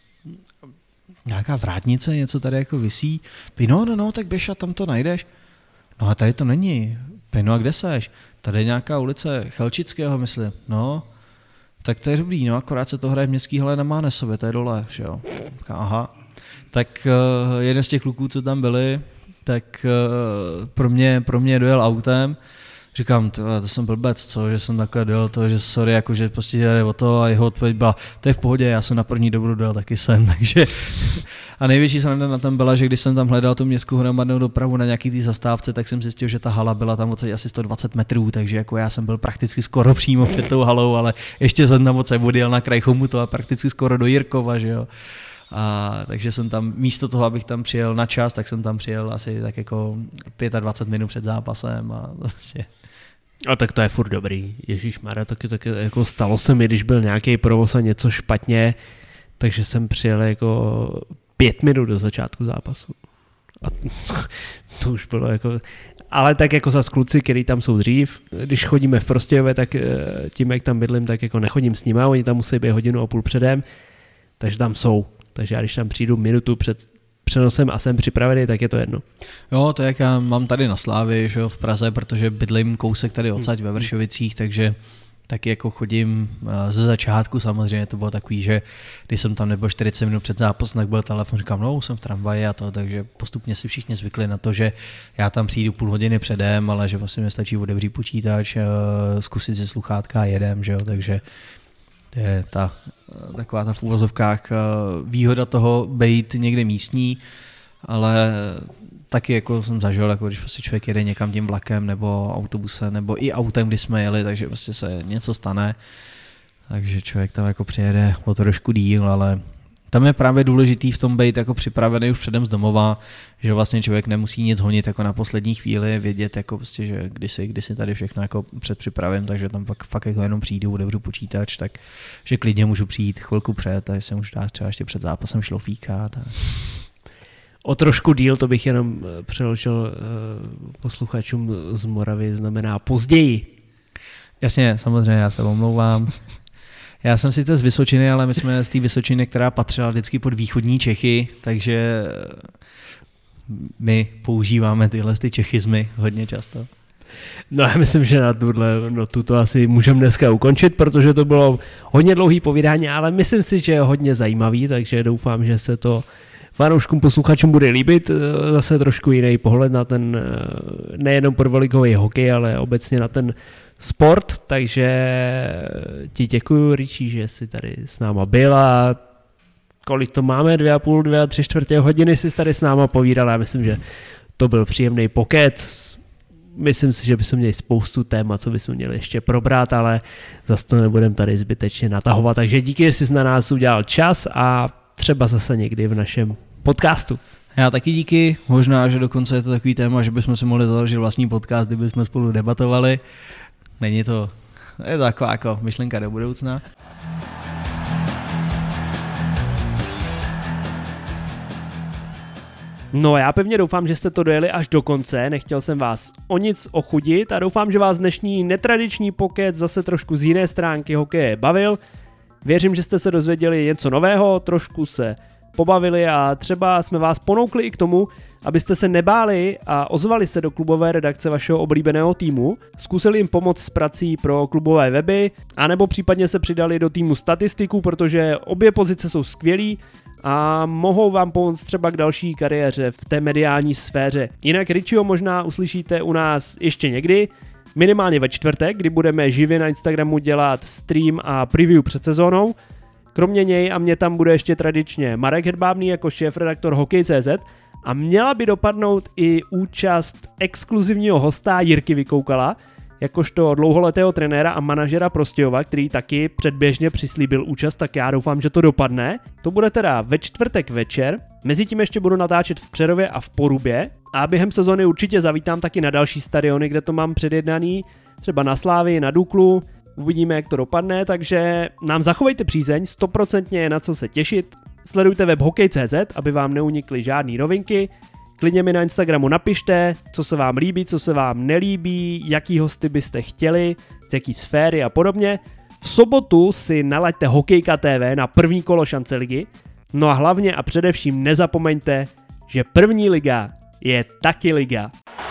nějaká vrátnice, něco tady jako visí. No, no, no, tak běž a tam to najdeš. No a tady to není. No a kde seš? Tady je nějaká ulice Chelčického, myslím. No, tak to je dobrý, no, akorát se to hraje v městský hale na Mánesově, to je dole, že jo. Aha. Tak uh, jeden z těch kluků, co tam byli, tak uh, pro mě, pro mě dojel autem. Říkám, to, to jsem blbec, co, že jsem takhle dojel to, že sorry, jakože prostě jde o to a jeho odpověď byla, to je v pohodě, já jsem na první dobu dojel taky sem, takže a největší sranda na tom byla, že když jsem tam hledal tu městskou hromadnou dopravu na nějaký tý zastávce, tak jsem zjistil, že ta hala byla tam odsaď asi sto dvacet metrů, takže jako já jsem byl prakticky skoro přímo před tou halou, ale ještě jsem tam odsaď odjel na kraj Chomutova, prakticky skoro do Jirkova, že jo. A takže jsem tam, místo toho, abych tam přijel na čas, tak jsem tam přijel asi tak jako dvacet pět minut před zápasem a vlastně. A tak to je furt dobrý. Ježíšmarja, taky, taky jako stalo se mi, když byl nějaký provoz a něco špatně, takže jsem přijel jako pět minut do začátku zápasu. A to, to už bylo jako... Ale tak jako zas kluci, který tam jsou dřív, když chodíme v Prostějově, tak tím, jak tam bydlím, tak jako nechodím s nima, oni tam musí být hodinu a půl předem, takže tam jsou. Takže já když tam přijdu minutu před přenosem a jsem připravený, tak je to jedno. Jo, to jak já mám tady na Slávy, že jo, v Praze, protože bydlím kousek tady odsaď ve Vršovicích, takže taky jako chodím ze začátku, samozřejmě to bylo takový, že když jsem tam nebyl čtyřicet minut před zápasem, tak byl telefon, říkám, no jsem v tramvaji a to, takže postupně si všichni zvykli na to, že já tam přijdu půl hodiny předem, ale že vlastně mi stačí otevřít počítač, zkusit si sluchátka a jedem, že jo, takže to je ta, taková ta v úvozovkách výhoda toho být někde místní, ale taky jako jsem zažil, jako když prostě člověk jede někam tím vlakem nebo autobusem nebo i autem, kdy jsme jeli, takže prostě se něco stane, takže člověk tam jako přijede o trošku díl, ale tam je právě důležitý v tom být jako připravený už předem z domova, že vlastně člověk nemusí nic honit jako na poslední chvíli, vědět jako prostě, že když si, když si tady všechno jako předpřipravím, takže tam fakt, fakt jako jenom přijdu, otevřu počítač, tak že klidně můžu přijít chvilku před, takže se můžu dát třeba ještě před zápasem šlofíka. Tak. O trošku díl, to bych jenom přeložil posluchačům z Moravy, znamená později. Jasně, samozřejmě, já se omlouvám. Já jsem sice z Vysočiny, ale my jsme z té Vysočiny, která patřila vždycky pod východní Čechy, takže my používáme tyhle ty čechizmy hodně často. No já myslím, že na tuhle, no tuto asi můžeme dneska ukončit, protože to bylo hodně dlouhý povídání, ale myslím si, že je hodně zajímavý, takže doufám, že se to fanouškům, posluchačům bude líbit. Zase trošku jiný pohled na ten nejenom prvoligový hokej, ale obecně na ten sport, takže ti děkuju, Richie, že jsi tady s náma byl a kolik to máme, dvě a půl, dvě a tři čtvrtě hodiny jsi tady s náma povídal. Já myslím, že to byl příjemný pokec. Myslím si, že bychom měli spoustu témat, co bychom měli ještě probrat, ale zase to nebudeme tady zbytečně natahovat. Takže díky, že jsi na nás udělal čas a třeba zase někdy v našem podcastu. Já taky díky, možná, že dokonce je to takový téma, že bychom si mohli založit vlastní podcast, kdyby jsme spolu debatovali. Není to, je to taková jako myšlenka do budoucna. No já pevně doufám, že jste to dojeli až do konce, nechtěl jsem vás o nic ochudit a doufám, že vás dnešní netradiční pokec zase trošku z jiné stránky hokeje bavil. Věřím, že jste se dozvěděli něco nového, trošku se pobavili a třeba jsme vás ponoukli i k tomu, abyste se nebáli a ozvali se do klubové redakce vašeho oblíbeného týmu, zkusili jim pomoct s prací pro klubové weby, anebo případně se přidali do týmu statistiků, protože obě pozice jsou skvělý a mohou vám pomoct třeba k další kariéře v té mediální sféře. Jinak Richieho možná uslyšíte u nás ještě někdy, minimálně ve čtvrtek, kdy budeme živě na Instagramu dělat stream a preview před sezónou. Kromě něj a mě tam bude ještě tradičně Marek Hedbábný jako šéfredaktor Hokej tečka cé zet a měla by dopadnout i účast exkluzivního hosta Jirky Vykoukala, jakožto dlouholetého trenéra a manažera Prostějova, který taky předběžně přislíbil účast, tak já doufám, že to dopadne. To bude teda ve čtvrtek večer, mezitím ještě budu natáčet v Přerově a v Porubě a během sezony určitě zavítám taky na další stadiony, kde to mám předjednaný, třeba na Slávii, na Duklu, uvidíme, jak to dopadne, takže nám zachovejte přízeň, stoprocentně je na co se těšit, sledujte web hokej tečka cé zet, aby vám neunikly žádný novinky, klidně mi na Instagramu napište, co se vám líbí, co se vám nelíbí, jaký hosty byste chtěli, z jaký sféry a podobně. V sobotu si nalaďte Hokejka té vé na první kolo šance ligy, no a hlavně a především nezapomeňte, že první liga je taky liga.